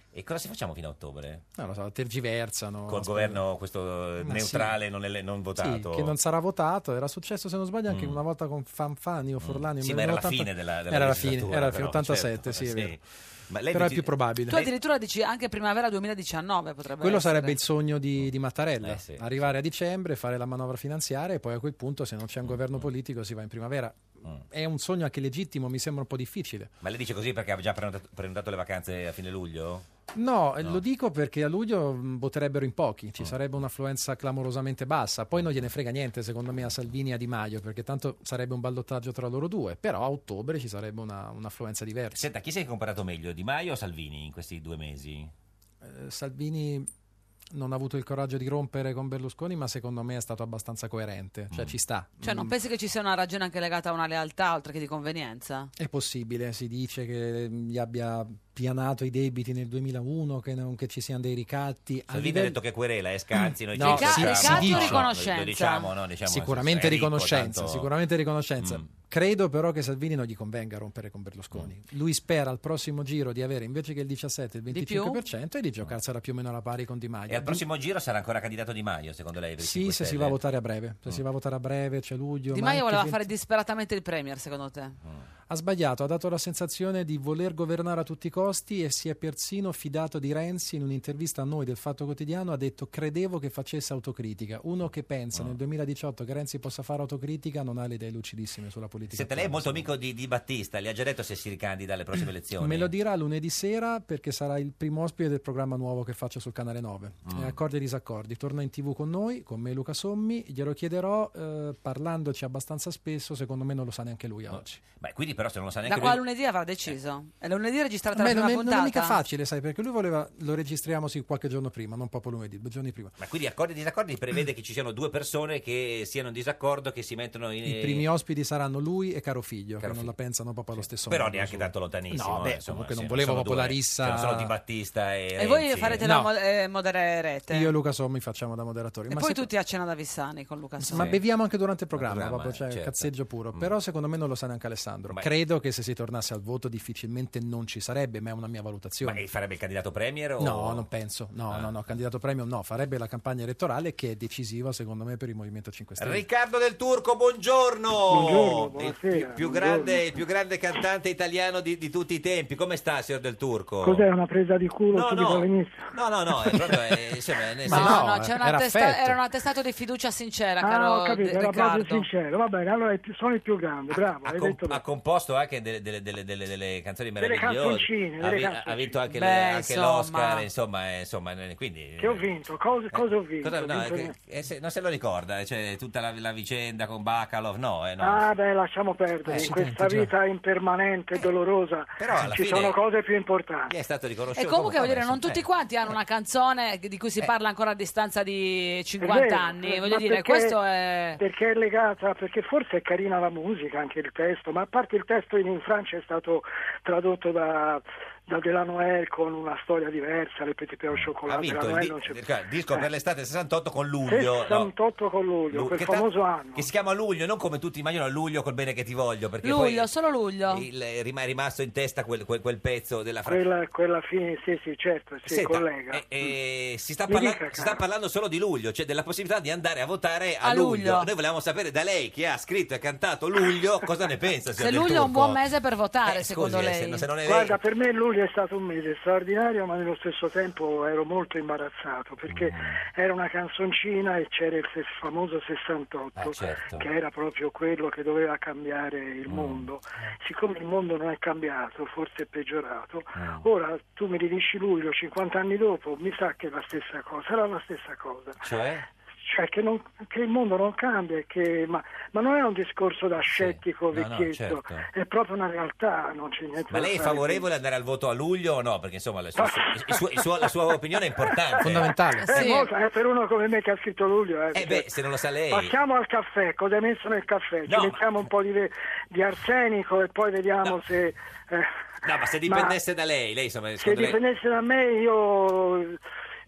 Speaker 3: E cosa si facciamo fino a ottobre?
Speaker 13: Non lo so, tergiversano.
Speaker 3: Col governo questo
Speaker 13: Ma
Speaker 3: neutrale
Speaker 13: sì.
Speaker 3: non, ele- non votato?
Speaker 13: Sì, che non sarà votato. Era successo, se non sbaglio, anche
Speaker 3: Mm.
Speaker 13: una volta con Fanfani o Forlani.
Speaker 3: Sì,
Speaker 13: non
Speaker 3: ma era la
Speaker 13: ottanta
Speaker 3: fine della, della
Speaker 13: Era la fine,
Speaker 3: legislatura,
Speaker 13: era la fine,
Speaker 3: però,
Speaker 13: ottantasette,
Speaker 3: certo,
Speaker 13: sì, è
Speaker 3: sì.
Speaker 13: vero.
Speaker 3: Ma lei
Speaker 13: Però è
Speaker 3: dice-
Speaker 13: più probabile.
Speaker 2: Tu addirittura dici anche primavera duemiladiciannove potrebbe
Speaker 13: Quello
Speaker 2: essere.
Speaker 13: sarebbe il sogno di, di Mattarella,
Speaker 3: Eh, sì,
Speaker 13: arrivare a dicembre, fare la manovra finanziaria e poi a quel punto, se non c'è un
Speaker 3: Mm.
Speaker 13: governo politico, si va in primavera. È un sogno anche legittimo, mi sembra un po' difficile.
Speaker 3: Ma lei dice così perché ha già prenotato, prenotato le vacanze a fine luglio?
Speaker 13: No, eh, lo dico perché a luglio mh, voterebbero in pochi, ci sarebbe un'affluenza clamorosamente bassa, poi non gliene frega niente secondo me a Salvini e a Di Maio, perché tanto sarebbe un ballottaggio tra loro due, però a ottobre ci sarebbe una, un'affluenza diversa.
Speaker 3: Senta, chi si è comparato meglio, Di Maio o Salvini in questi due mesi?
Speaker 13: Eh, Salvini non ha avuto il coraggio di rompere con Berlusconi, ma secondo me è stato abbastanza coerente, cioè ci sta.
Speaker 2: Cioè, non
Speaker 13: Mm,
Speaker 2: pensi che ci sia una ragione anche legata a una lealtà oltre che di convenienza?
Speaker 13: È possibile, si dice che gli abbia pianato i debiti nel duemilauno, che, non, che ci siano dei ricatti. A
Speaker 3: Salvini
Speaker 13: livello-
Speaker 3: ha detto che querela, è Scanzi, noi
Speaker 13: No,
Speaker 3: ci
Speaker 13: si-
Speaker 3: diciamo.
Speaker 13: si dice.
Speaker 3: No,
Speaker 2: riconoscenza?
Speaker 3: lo diciamo, no, diciamo,
Speaker 13: Sicuramente
Speaker 3: è ricco,
Speaker 13: riconoscenza,
Speaker 3: tanto-
Speaker 13: sicuramente riconoscenza.
Speaker 3: Mm.
Speaker 13: Credo però che Salvini non gli convenga rompere con Berlusconi.
Speaker 3: Mm.
Speaker 13: Lui spera al prossimo giro di avere invece che il diciassette il
Speaker 2: più?
Speaker 13: venticinque per cento e di giocarsela più o meno alla pari con Di Maio.
Speaker 3: E al prossimo giro sarà ancora candidato Di Maio, secondo lei? per i
Speaker 13: Sì,
Speaker 3: cinque
Speaker 13: se si
Speaker 3: Stelle?
Speaker 13: va a votare a breve. Se si va a votare a breve, c'è luglio.
Speaker 2: Di
Speaker 13: ma
Speaker 2: Maio
Speaker 13: anche
Speaker 2: voleva
Speaker 13: venti
Speaker 2: fare disperatamente il premier, secondo te?
Speaker 13: Ha sbagliato, ha dato la sensazione di voler governare a tutti i costi e si è persino fidato di Renzi. In un'intervista a noi del Fatto Quotidiano ha detto: credevo che facesse autocritica. Uno che pensa nel duemiladiciotto che Renzi possa fare autocritica non ha le idee lucidissime sulla politica.
Speaker 3: Senta, lei è molto amico di, di Battista, le ha già detto se si ricandida alle prossime elezioni?
Speaker 13: Me lo dirà lunedì sera perché sarà il primo ospite del programma nuovo che faccio sul canale nove.
Speaker 3: Mm.
Speaker 13: Eh, Accordi e disaccordi. Torna in tv con noi, con me e Luca Sommi. Glielo chiederò eh, parlandoci abbastanza spesso. Secondo me non lo sa neanche lui oggi.
Speaker 3: Beh, quindi però se non lo sa
Speaker 2: Da
Speaker 3: neanche
Speaker 2: qua a
Speaker 3: lui...
Speaker 2: lunedì avrà deciso. E lunedì registrata
Speaker 13: A
Speaker 2: la
Speaker 13: me
Speaker 2: prima
Speaker 13: non è, non è
Speaker 2: puntata.
Speaker 13: mica facile, sai, perché lui voleva lo registriamo sì, qualche giorno prima, non proprio lunedì, due giorni prima.
Speaker 3: Ma quindi accordi e disaccordi prevede che ci siano due persone che siano in disaccordo, che si mettono in...
Speaker 13: I primi ospiti saranno lui e Caro Figlio,
Speaker 3: Caro
Speaker 13: che non
Speaker 3: Figlio.
Speaker 13: la pensano proprio allo stesso
Speaker 3: Però
Speaker 13: modo.
Speaker 3: neanche
Speaker 13: su-
Speaker 3: tanto lontanissimo.
Speaker 13: No, beh,
Speaker 3: eh, insomma,
Speaker 13: comunque
Speaker 3: sì,
Speaker 13: non volevo
Speaker 3: sono
Speaker 13: proprio la
Speaker 3: due,
Speaker 13: rissa.
Speaker 3: cioè, non sono Di Battista e
Speaker 2: E voi
Speaker 3: Renzi.
Speaker 2: farete
Speaker 13: No.
Speaker 2: la mo- eh, modererete.
Speaker 13: Io e Luca Sommi facciamo da moderatori.
Speaker 2: E
Speaker 13: ma
Speaker 2: poi
Speaker 13: se-
Speaker 2: tutti a cena da Vissani con Luca Sommi.
Speaker 13: Ma beviamo anche durante il programma,
Speaker 3: programma,
Speaker 13: proprio, cioè,
Speaker 3: certo.
Speaker 13: cazzeggio puro.
Speaker 3: Mm.
Speaker 13: Però secondo me non lo sa neanche Alessandro.
Speaker 3: Ma-
Speaker 13: Credo che se si tornasse al voto difficilmente non ci sarebbe, ma è una mia valutazione.
Speaker 3: Ma farebbe il candidato premier o...
Speaker 13: No, non penso. No,
Speaker 3: Ah.
Speaker 13: no, no, candidato premio no. Farebbe la campagna elettorale che è decisiva secondo me per il Movimento cinque Stelle.
Speaker 3: Riccardo Del Turco, buongiorno!
Speaker 17: Buongiorno,
Speaker 3: il
Speaker 17: buonasera,
Speaker 3: più, più
Speaker 17: buongiorno.
Speaker 3: grande, il più grande cantante italiano di, di tutti i tempi. Come sta, signor Del Turco?
Speaker 17: Cos'è una presa di culo
Speaker 3: No,
Speaker 17: subito
Speaker 3: no.
Speaker 17: all'inizio?
Speaker 3: No, no, no, è proprio... È, insomma, nel
Speaker 2: No,
Speaker 3: senso-
Speaker 2: no, c'è una
Speaker 13: era
Speaker 2: testa-
Speaker 13: affetto.
Speaker 2: era un attestato di fiducia sincera,
Speaker 17: Ah,
Speaker 2: caro
Speaker 17: ho capito,
Speaker 2: De-
Speaker 17: era
Speaker 2: Riccardo.
Speaker 17: proprio sincero. Va bene, allora è più- sono il più grande, bravo,
Speaker 3: ha,
Speaker 17: hai
Speaker 3: com-
Speaker 17: detto bene.
Speaker 3: ha composto anche delle, delle- delle- delle- delle canzoni
Speaker 17: Delle
Speaker 3: meravigliose.
Speaker 17: canzoncine,
Speaker 3: ha,
Speaker 17: delle
Speaker 3: vi-
Speaker 17: canzoncine.
Speaker 3: ha vinto anche, le-
Speaker 2: Beh,
Speaker 3: anche
Speaker 2: insomma.
Speaker 3: l'Oscar, insomma, eh, insomma, eh, quindi...
Speaker 17: Che ho vinto? Cosa, cosa ho vinto?
Speaker 3: Cosa-
Speaker 17: Ho
Speaker 3: no,
Speaker 17: vinto
Speaker 3: è che-
Speaker 17: niente.
Speaker 3: eh, se- non se lo ricorda, cioè tutta la, la vicenda con Bacalov, no, eh, no.
Speaker 17: Ah beh, lasciamo perdere,
Speaker 3: Eh,
Speaker 17: in questa
Speaker 3: accidenti,
Speaker 17: vita impermanente e dolorosa
Speaker 3: però alla
Speaker 17: ci
Speaker 3: fine-
Speaker 17: sono cose più importanti.
Speaker 3: Gli è stato riconosciuto.
Speaker 2: E comunque, voglio dire, non
Speaker 3: vabbè,
Speaker 2: tutti
Speaker 3: eh.
Speaker 2: quanti hanno una canzone di cui si parla ancora a distanza di
Speaker 17: È
Speaker 2: cinquanta
Speaker 17: vero,
Speaker 2: anni.
Speaker 17: eh,
Speaker 2: Voglio
Speaker 17: ma
Speaker 2: dire,
Speaker 17: perché-
Speaker 2: questo è...
Speaker 17: Perché è legata, perché forse è carina la musica, anche il testo, ma a parte il testo in, in Francia è stato tradotto da, da Delanoë con una storia diversa, Le Petit Pain au
Speaker 3: Ha
Speaker 17: Chocolat.
Speaker 3: vinto il,
Speaker 17: Delanoë
Speaker 3: di-
Speaker 17: non c'è-
Speaker 3: il disco per
Speaker 17: Eh.
Speaker 3: l'estate sessantotto con Luglio. no?
Speaker 17: sessantotto con luglio,
Speaker 3: Lu-
Speaker 17: quel
Speaker 3: che tra-
Speaker 17: famoso anno.
Speaker 3: Che si chiama Luglio, non come tutti immaginano Luglio col bene che ti voglio, perché
Speaker 2: Luglio,
Speaker 3: poi
Speaker 2: solo luglio.
Speaker 3: il- è rim- è rimasto in testa quel, quel- quel pezzo della Francia.
Speaker 17: Quella, quella fine, sì, sì, certo, sì,
Speaker 3: Senta,
Speaker 17: collega.
Speaker 3: eh, eh, si, sta
Speaker 17: Mi
Speaker 3: parla-
Speaker 17: dica,
Speaker 3: si sta
Speaker 17: caro.
Speaker 3: parlando solo di luglio, cioè della possibilità di andare a votare a,
Speaker 2: A luglio.
Speaker 3: Noi volevamo sapere da lei che ha scritto e cantato luglio cosa ne pensa. signor
Speaker 2: Se
Speaker 3: Del
Speaker 2: luglio è un
Speaker 3: Turco?
Speaker 2: buon mese per votare,
Speaker 3: Eh,
Speaker 2: secondo
Speaker 3: scusi, eh,
Speaker 2: lei.
Speaker 3: se, se non è
Speaker 17: Guarda, per me luglio è stato un mese straordinario, ma nello stesso tempo ero molto imbarazzato perché
Speaker 3: Mm.
Speaker 17: era una canzoncina e c'era il ses- famoso sessantotto,
Speaker 3: Eh, certo.
Speaker 17: che era proprio quello che doveva cambiare il
Speaker 3: Mm.
Speaker 17: mondo. Siccome il mondo non è cambiato, forse è peggiorato,
Speaker 3: Mm.
Speaker 17: ora tu mi ridici luglio, cinquanta anni dopo, mi sa che è la stessa cosa, sarà la stessa cosa.
Speaker 3: Cioè?
Speaker 17: Cioè che, non- che il mondo non cambia, e che, ma, ma non è un discorso da scettico
Speaker 3: No, no,
Speaker 17: vecchietto,
Speaker 3: certo.
Speaker 17: è proprio una realtà, non c'è niente
Speaker 3: Ma
Speaker 17: da
Speaker 3: lei è
Speaker 17: fare.
Speaker 3: favorevole ad andare al voto a luglio o no? Perché insomma le sue- il suo- il suo- la sua opinione è importante.
Speaker 13: Fondamentale.
Speaker 17: È molto, è per uno come me che ha scritto luglio. Eh,
Speaker 3: Eh beh, se non lo sa lei.
Speaker 17: Passiamo al caffè, cosa hai messo nel caffè? Ci
Speaker 3: No, ma-
Speaker 17: mettiamo un po' di, ve- di arsenico e poi vediamo se... eh,
Speaker 3: No, ma se dipendesse da lei, lei insomma,
Speaker 17: se
Speaker 3: secondo lei...
Speaker 17: dipendesse da me io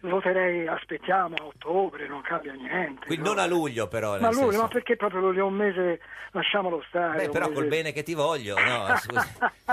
Speaker 17: voterei, aspettiamo a ottobre, non cambia niente.
Speaker 3: Quindi
Speaker 17: no?
Speaker 3: non a luglio però.
Speaker 17: Ma
Speaker 3: nel
Speaker 17: lui,
Speaker 3: senso-
Speaker 17: ma perché proprio luglio, un mese, lasciamolo stare.
Speaker 3: Beh,
Speaker 17: un
Speaker 3: però
Speaker 17: mese.
Speaker 3: col bene che ti voglio, no? Scusa.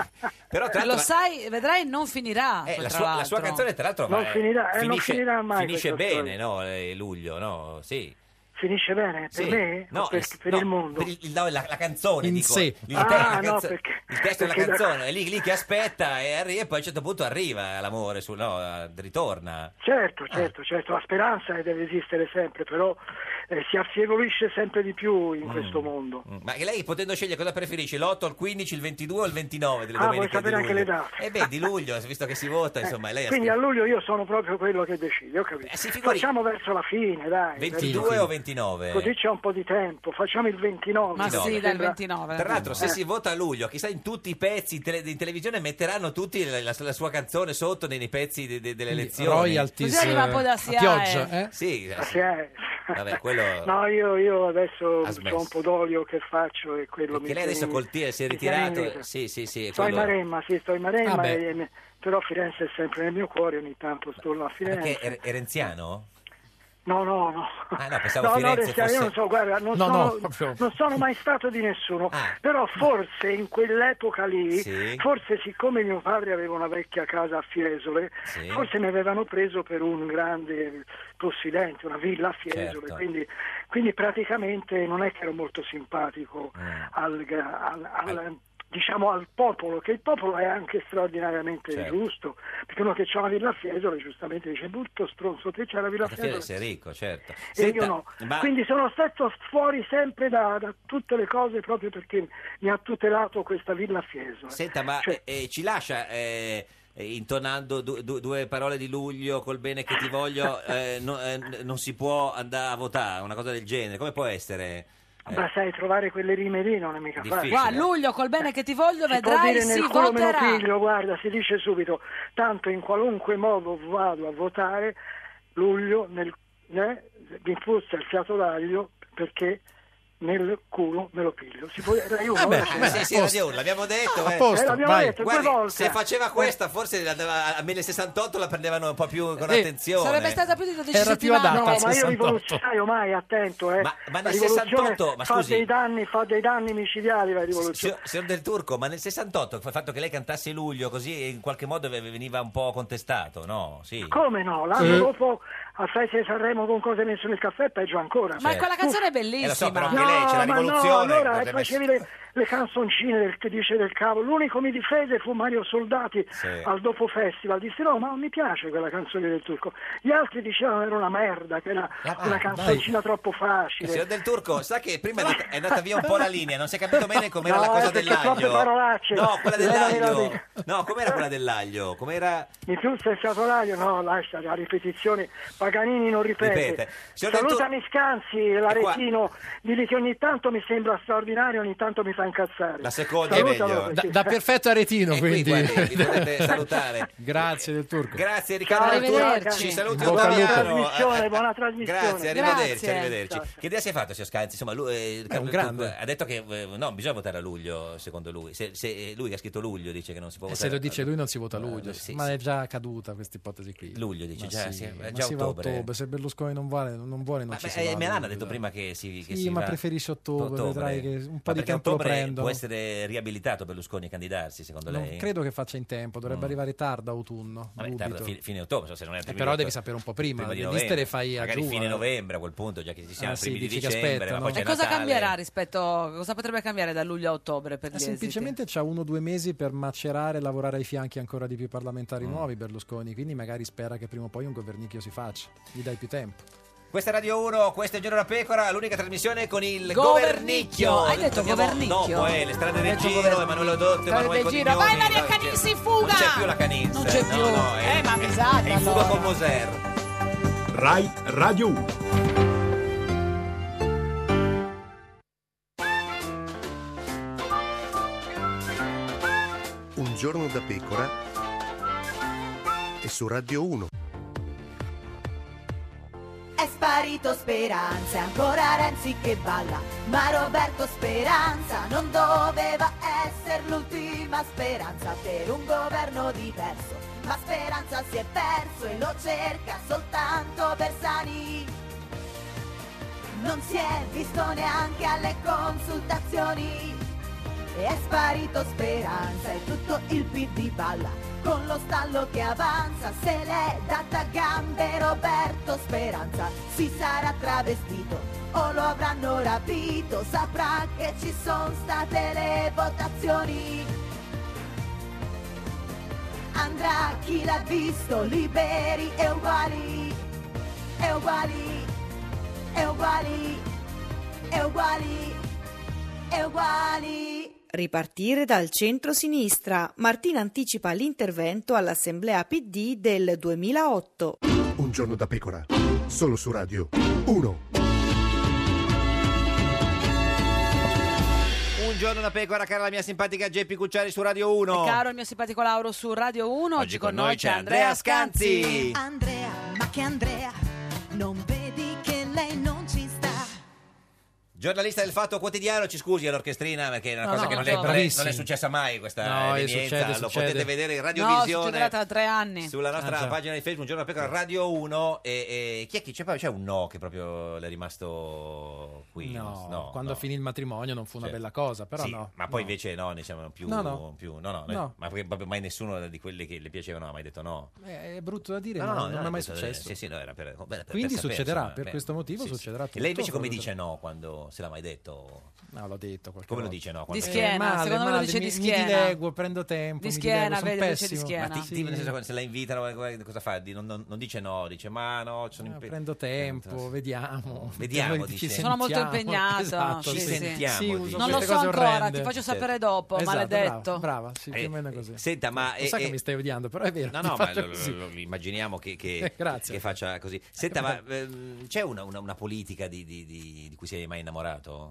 Speaker 3: Però tra
Speaker 2: Lo
Speaker 3: l'altro
Speaker 2: sai, vedrai, non finirà.
Speaker 3: eh,
Speaker 2: tra
Speaker 3: la, sua, la sua
Speaker 2: l'altro.
Speaker 3: canzone tra l'altro
Speaker 17: Non
Speaker 3: va-
Speaker 17: finirà, eh, non
Speaker 3: finisce,
Speaker 17: finirà mai
Speaker 3: finisce
Speaker 17: questa
Speaker 3: bene,
Speaker 17: storia.
Speaker 3: no? eh, Luglio, no? Sì.
Speaker 17: Finisce bene per
Speaker 3: Sì.
Speaker 17: me
Speaker 3: No,
Speaker 17: o per,
Speaker 3: il-
Speaker 17: per
Speaker 3: no,
Speaker 17: il mondo?
Speaker 3: per il- no, la, la canzone,
Speaker 13: In
Speaker 3: dico.
Speaker 13: sé.
Speaker 3: Il,
Speaker 17: Ah,
Speaker 3: te- la
Speaker 17: no,
Speaker 3: canzo-
Speaker 17: perché-
Speaker 3: il testo della
Speaker 17: perché da-
Speaker 3: canzone, è lì, lì che aspetta e arriva e poi a un certo punto arriva l'amore, sul, no, ritorna.
Speaker 17: Certo, certo, certo, la speranza deve esistere sempre, però eh, si affievolisce sempre di più in questo mondo.
Speaker 3: Mm, Ma che lei potendo scegliere cosa preferisce, l'otto, il quindici, il ventidue o il ventinove delle
Speaker 17: Ah, vuoi
Speaker 3: domeniche
Speaker 17: sapere
Speaker 3: di
Speaker 17: anche
Speaker 3: luglio?
Speaker 17: le date?
Speaker 3: Eh beh, di luglio, visto che si vota,
Speaker 17: Eh,
Speaker 3: insomma, lei ha
Speaker 17: Quindi a
Speaker 3: scritto
Speaker 17: luglio io sono proprio quello che decide, ho capito.
Speaker 3: figuri-
Speaker 17: Facciamo verso la fine, dai.
Speaker 3: ventidue
Speaker 17: verso-
Speaker 3: o ventinove?
Speaker 17: Così c'è un po' di tempo, facciamo il ventinove.
Speaker 2: Ma
Speaker 3: ventinove.
Speaker 2: sì, dal
Speaker 17: Sembra-
Speaker 2: ventinove.
Speaker 3: Tra l'altro, se
Speaker 17: Eh.
Speaker 3: si vota a luglio, chissà in tutti i pezzi in, tele- in televisione metteranno tutti la, la- la sua canzone sotto nei, nei pezzi de- de- delle elezioni.
Speaker 13: royalties,
Speaker 2: Così arriva un po' da
Speaker 13: a
Speaker 2: S I A E.
Speaker 13: pioggia, eh?
Speaker 3: Sì,
Speaker 17: Ah, sì, eh.
Speaker 3: vabbè, quello.
Speaker 17: No, io, io adesso
Speaker 3: Ha
Speaker 17: ho
Speaker 3: smesso.
Speaker 17: un po' d'olio che faccio e quello
Speaker 3: Che
Speaker 17: mi
Speaker 3: lei adesso
Speaker 17: tiene-
Speaker 3: col tiro si è
Speaker 17: mi tiene in
Speaker 3: ritirato.
Speaker 17: vita.
Speaker 3: Sì, sì, sì. è
Speaker 17: Sto in
Speaker 3: quello-
Speaker 17: Maremma, sì, sto in Maremma,
Speaker 3: Ah, beh.
Speaker 17: e- però Firenze è sempre nel mio cuore, ogni tanto sto a Firenze.
Speaker 3: Perché è, è renziano?
Speaker 17: No, no, no.
Speaker 3: Ah, no, pensavo
Speaker 17: no,
Speaker 3: Firenze
Speaker 17: no, Renziano, io
Speaker 3: fosse-
Speaker 17: non so, guarda, non,
Speaker 13: No,
Speaker 17: sono,
Speaker 13: no, proprio-
Speaker 17: non sono mai stato di nessuno,
Speaker 3: Ah.
Speaker 17: però forse in quell'epoca lì,
Speaker 3: Sì.
Speaker 17: forse siccome mio padre aveva una vecchia casa a Fiesole,
Speaker 3: Sì.
Speaker 17: forse mi avevano preso per un grande possidente, una villa a Fiesole,
Speaker 3: Certo.
Speaker 17: quindi, quindi praticamente non è che ero molto simpatico
Speaker 3: Mm.
Speaker 17: al, al- al- diciamo al popolo, che il popolo è anche straordinariamente
Speaker 3: Certo.
Speaker 17: giusto, perché uno che c'ha una villa a Fiesole giustamente dice brutto stronzo, te c'hai la villa a
Speaker 3: Perché
Speaker 17: Fiesole.
Speaker 3: sei ricco, certo.
Speaker 17: E
Speaker 3: Senta,
Speaker 17: io no.
Speaker 3: ma-
Speaker 17: Quindi sono stato fuori sempre da, da tutte le cose proprio perché mi ha tutelato questa villa a Fiesole.
Speaker 3: Senta, ma
Speaker 17: Cioè,
Speaker 3: eh, eh, ci lascia eh, eh, intonando du- du- due parole di luglio col bene che ti voglio, eh, no- eh, n- non si può andare a votare, una cosa del genere, come può essere? Eh,
Speaker 17: ma sai, trovare quelle rime lì non è mica
Speaker 3: Difficile.
Speaker 17: facile.
Speaker 2: Qua, luglio, col bene che ti voglio,
Speaker 17: Si può
Speaker 2: vedrai,
Speaker 17: dire nel
Speaker 2: si
Speaker 17: culo me lo
Speaker 2: voterà.
Speaker 17: piglio, guarda, si dice subito, tanto in qualunque modo vado a votare, luglio nel, eh, mi puzza il fiato d'aglio perché nel culo me lo piglio. Si può dire, dai, uno,
Speaker 3: Vabbè,
Speaker 17: eh,
Speaker 3: ma sì, sì,
Speaker 13: a posto.
Speaker 3: Radio uno, l'abbiamo detto.
Speaker 13: A
Speaker 3: eh.
Speaker 13: posto,
Speaker 17: Eh, l'abbiamo
Speaker 13: vai.
Speaker 17: detto
Speaker 3: Guardi,
Speaker 17: due volte.
Speaker 3: se faceva questa, forse andava a mille sessantotto la prendevano un po' più con
Speaker 13: Eh,
Speaker 3: attenzione.
Speaker 2: Sarebbe stata più di dodici
Speaker 13: Era più
Speaker 2: settimane.
Speaker 13: adatta
Speaker 17: No,
Speaker 13: al
Speaker 17: ma io
Speaker 13: sessantotto.
Speaker 17: rivoluzionario mai, attento, eh.
Speaker 3: Ma- ma
Speaker 17: La
Speaker 3: nel
Speaker 17: rivoluzione
Speaker 3: sessantotto, ma
Speaker 17: fa
Speaker 3: scusi.
Speaker 17: dei danni, fa dei danni micidiali la rivoluzione.
Speaker 3: Signor, signor Del Turco, ma nel sessantotto il fatto che lei cantasse luglio così in qualche modo ve- veniva un po' contestato, no? Sì.
Speaker 17: Come no? L'anno
Speaker 13: Eh.
Speaker 17: dopo al Festival di Sanremo con cose messo nel caffè peggio ancora.
Speaker 2: Ma
Speaker 3: Certo.
Speaker 2: quella canzone è
Speaker 3: Eh, lo
Speaker 2: bellissima.
Speaker 3: so, però anche
Speaker 17: No,
Speaker 3: lei c'è la
Speaker 17: ma
Speaker 3: rivoluzione.
Speaker 17: no, allora
Speaker 3: potrebbe
Speaker 17: facevi
Speaker 3: essere-
Speaker 17: le, le canzoncine del, che dice del cavolo. L'unico mi difese fu Mario Soldati
Speaker 3: Sì.
Speaker 17: al dopo festival. Disse no, ma non mi piace quella canzone del Turco. Gli altri dicevano era una merda, che era
Speaker 3: Ah,
Speaker 17: una canzoncina troppo facile.
Speaker 3: Signor Del Turco, sa che prima è andata, è andata via un po' la linea, non si è capito bene com'era
Speaker 17: No,
Speaker 3: la cosa
Speaker 17: eh, perché troppe
Speaker 3: dell'aglio.
Speaker 17: parolacce.
Speaker 3: No, quella
Speaker 17: Levami la
Speaker 3: dell'aglio.
Speaker 17: vita.
Speaker 3: No, com'era quella dell'aglio? Com'era?
Speaker 17: Mi puzza il fiatolaio, no, lascia la ripetizione. Paganini non ripete.
Speaker 3: Ripete. Signor Del
Speaker 17: Salutami Scanzi,
Speaker 3: qua-
Speaker 17: l'aretino, digli che ogni tanto mi sembra straordinario, ogni tanto mi fa incazzare.
Speaker 3: La seconda è
Speaker 17: Salutalo,
Speaker 3: meglio.
Speaker 17: perché-
Speaker 13: Da, da perfetto aretino,
Speaker 3: E qui,
Speaker 13: quindi.
Speaker 3: guardi, vi potete salutare.
Speaker 13: Grazie Del Turco.
Speaker 3: Grazie Riccardo
Speaker 17: Ciao,
Speaker 3: Del Turco.
Speaker 2: arrivederci.
Speaker 3: Ci saluti
Speaker 13: Bocca al lupo.
Speaker 3: Ottaviano.
Speaker 17: Trasmissione, buona trasmissione.
Speaker 3: Grazie, arrivederci,
Speaker 2: Grazie.
Speaker 3: arrivederci.
Speaker 17: Ciao.
Speaker 3: Che idea si è fatto, signor Scanzi? Insomma, lui, eh,
Speaker 13: È un
Speaker 3: Del
Speaker 13: grande.
Speaker 3: Turco ha detto che eh, no, bisogna votare a luglio, secondo lui. Se, se lui che ha scritto luglio dice che non si può
Speaker 13: E
Speaker 3: votare.
Speaker 13: se lo dice lui non si vota a
Speaker 3: Eh,
Speaker 13: luglio,
Speaker 3: sì,
Speaker 13: ma
Speaker 3: sì.
Speaker 13: è già caduta questa ipotesi qui.
Speaker 3: Luglio dice,
Speaker 13: Ma
Speaker 3: già,
Speaker 13: sì,
Speaker 3: sì, è
Speaker 13: ma
Speaker 3: già
Speaker 13: si va a
Speaker 3: ottobre.
Speaker 13: ottobre, se Berlusconi non vuole non, vuole, non
Speaker 3: Ma
Speaker 13: ci
Speaker 3: beh,
Speaker 13: si
Speaker 3: eh,
Speaker 13: va. a
Speaker 3: Melano ha
Speaker 13: luglio,
Speaker 3: detto
Speaker 13: dai.
Speaker 3: prima che si, che
Speaker 13: Sì,
Speaker 3: si
Speaker 13: ma
Speaker 3: va
Speaker 13: preferisce ottobre, vedrai che un po'
Speaker 3: Ma
Speaker 13: di
Speaker 3: perché a
Speaker 13: tempo lo
Speaker 3: ottobre
Speaker 13: prendono.
Speaker 3: può essere riabilitato Berlusconi a candidarsi, secondo
Speaker 13: Non
Speaker 3: lei?
Speaker 13: credo che faccia in tempo, dovrebbe
Speaker 3: Mm.
Speaker 13: arrivare tarda autunno.
Speaker 3: Vabbè,
Speaker 13: dubito.
Speaker 3: tarda, fine, fine ottobre, se non è
Speaker 13: Eh,
Speaker 3: prima
Speaker 13: però
Speaker 3: di
Speaker 13: devi
Speaker 3: ottobre-
Speaker 13: sapere un po' prima,
Speaker 3: di
Speaker 13: le
Speaker 3: novembre.
Speaker 13: liste le fai a
Speaker 3: magari
Speaker 13: giù,
Speaker 3: fine
Speaker 13: eh.
Speaker 3: novembre a quel punto, già che ci siamo
Speaker 13: Ah,
Speaker 3: ai
Speaker 13: sì,
Speaker 3: primi di
Speaker 13: dici che
Speaker 3: dicembre,
Speaker 13: aspettano.
Speaker 3: ma poi c'è
Speaker 2: E cosa
Speaker 3: Natale.
Speaker 2: cambierà rispetto, cosa potrebbe cambiare da luglio a ottobre per
Speaker 13: Eh,
Speaker 2: gli esiti?
Speaker 13: semplicemente c'ha uno o due mesi per macerare e lavorare ai fianchi ancora di più parlamentari
Speaker 3: Mm.
Speaker 13: nuovi Berlusconi, quindi magari spera che prima o poi un governicchio si faccia, gli dai più tempo.
Speaker 3: Questa è Radio uno, questo è Il Giorno della Pecora, l'unica trasmissione con il
Speaker 2: Governicchio.
Speaker 3: governicchio.
Speaker 2: Hai detto
Speaker 3: Torniamo
Speaker 2: governicchio?
Speaker 3: Dopo, eh, le strade
Speaker 2: Hai
Speaker 3: del
Speaker 2: detto
Speaker 3: giro,
Speaker 2: governicchio.
Speaker 3: Emanuele Dotto,
Speaker 2: Strade
Speaker 3: Emanuele
Speaker 2: del giro.
Speaker 3: Codiglioni.
Speaker 2: Vai, Maria
Speaker 3: no,
Speaker 2: Canissi,
Speaker 3: c'è-
Speaker 2: fuga!
Speaker 3: Non c'è più la Canissi.
Speaker 2: Non c'è
Speaker 3: no,
Speaker 2: più.
Speaker 3: No,
Speaker 2: Eh, ma mi sa che
Speaker 3: in fuga
Speaker 2: allora.
Speaker 3: con Moser.
Speaker 14: Rai Radio uno.
Speaker 10: Un giorno da pecora e su Radio uno.
Speaker 11: È
Speaker 9: sparito Speranza, è ancora Renzi che balla, ma Roberto Speranza non doveva essere l'ultima speranza per un governo diverso, ma Speranza si è perso e lo cerca soltanto Bersani. Non si è visto neanche alle consultazioni, è sparito Speranza e tutto il P D balla, con lo stallo che avanza, se l'è data gambe Roberto Speranza, si sarà travestito o lo avranno rapito, saprà che ci sono state le votazioni. Andrà chi l'ha visto, liberi e uguali, e uguali, e uguali, e uguali, e uguali.
Speaker 11: Ripartire dal centro-sinistra. Martina anticipa l'intervento all'Assemblea P D del duemilaotto.
Speaker 10: Un giorno da pecora, solo su Radio uno.
Speaker 3: Un giorno da pecora, cara la mia simpatica Geppi Cucciari su Radio uno.
Speaker 2: E caro il mio simpatico Lauro su Radio uno. Oggi,
Speaker 3: Oggi
Speaker 2: con noi c'è Andrea Scanzi.
Speaker 9: Andrea, ma che Andrea, non vedi che lei non ci sta?
Speaker 3: Giornalista del Fatto Quotidiano, ci scusi all'orchestrina perché è una
Speaker 2: No,
Speaker 3: cosa
Speaker 2: no,
Speaker 3: che non
Speaker 2: no,
Speaker 3: è, non, è,
Speaker 13: bravissimi.
Speaker 3: non è successa mai questa
Speaker 13: No, eh,
Speaker 3: evenienza,
Speaker 13: succede,
Speaker 3: lo
Speaker 13: succede.
Speaker 3: potete vedere in
Speaker 2: No,
Speaker 3: radiovisione
Speaker 2: succederà tra tre anni.
Speaker 3: sulla nostra
Speaker 13: Ah, già.
Speaker 3: pagina di Facebook, Un giorno da pecora Radio uno e, e chi è che c'è, poi c'è un no che proprio le è rimasto qui.
Speaker 13: No,
Speaker 3: no,
Speaker 13: quando
Speaker 3: no.
Speaker 13: finì il matrimonio non fu una
Speaker 3: Cioè,
Speaker 13: bella cosa, però
Speaker 3: sì,
Speaker 13: no.
Speaker 3: ma poi
Speaker 13: no.
Speaker 3: invece no, ne siamo più
Speaker 13: No, no.
Speaker 3: più no, no,
Speaker 13: No.
Speaker 3: ma perché proprio mai nessuno di quelli che le piacevano ha mai detto no.
Speaker 13: Eh, È brutto da dire,
Speaker 3: No,
Speaker 13: ma
Speaker 3: no, no,
Speaker 13: non
Speaker 3: no,
Speaker 13: è mai
Speaker 3: questo-
Speaker 13: successo.
Speaker 3: Sì, sì, no, era per, per- per
Speaker 13: Quindi
Speaker 3: sapere,
Speaker 13: succederà,
Speaker 3: insomma,
Speaker 13: per
Speaker 3: beh,
Speaker 13: questo motivo
Speaker 3: sì, sì.
Speaker 13: succederà tutto.
Speaker 3: E lei invece come
Speaker 13: proprio
Speaker 3: dice no quando se l'ha mai detto?
Speaker 13: No, l'ho detto qualche
Speaker 3: Come lo
Speaker 13: volta.
Speaker 3: dice no?
Speaker 2: Di
Speaker 3: Quando-
Speaker 2: schiena,
Speaker 13: Eh, male,
Speaker 2: secondo me lo
Speaker 13: male,
Speaker 2: dice
Speaker 13: mi,
Speaker 2: di
Speaker 13: mi
Speaker 2: schiena.
Speaker 13: dileguo, prendo tempo,
Speaker 2: Di
Speaker 13: mi
Speaker 2: schiena,
Speaker 13: dileguo, sono
Speaker 2: vedi, lo dice di
Speaker 13: pessimo.
Speaker 2: schiena.
Speaker 3: Ma ti,
Speaker 2: Sì.
Speaker 3: ti- nel senso, quando se la invitano, guarda, cosa fa? Di- non, non- non dice no, dice ma no, sono
Speaker 13: Eh,
Speaker 3: impe-
Speaker 13: prendo tempo, vediamo.
Speaker 3: Vediamo,
Speaker 13: Poi
Speaker 3: dice.
Speaker 13: ci
Speaker 2: Sono molto
Speaker 13: sentiamo.
Speaker 2: impegnato.
Speaker 13: Esatto,
Speaker 2: sì,
Speaker 3: ci
Speaker 2: sì.
Speaker 3: sentiamo,
Speaker 13: Sì,
Speaker 3: dice.
Speaker 13: uso
Speaker 2: Non lo
Speaker 13: queste
Speaker 2: so
Speaker 13: cose
Speaker 2: ancora,
Speaker 13: orrende.
Speaker 2: ti faccio
Speaker 3: Certo.
Speaker 2: sapere dopo,
Speaker 13: Esatto,
Speaker 2: maledetto.
Speaker 13: Brava, brava, sì,
Speaker 3: Eh,
Speaker 13: più o meno così.
Speaker 3: Senta, ma
Speaker 13: Lo sa
Speaker 3: eh,
Speaker 13: che
Speaker 3: eh,
Speaker 13: mi stai odiando, però è vero.
Speaker 3: No,
Speaker 13: ti
Speaker 3: no, ma
Speaker 13: faccio
Speaker 3: lo,
Speaker 13: così.
Speaker 3: lo- lo immaginiamo che, che-
Speaker 13: Eh, grazie.
Speaker 3: che faccia così. Senta, ma ehm, c'è una, una- una politica di, di- di- di cui sei mai innamorato?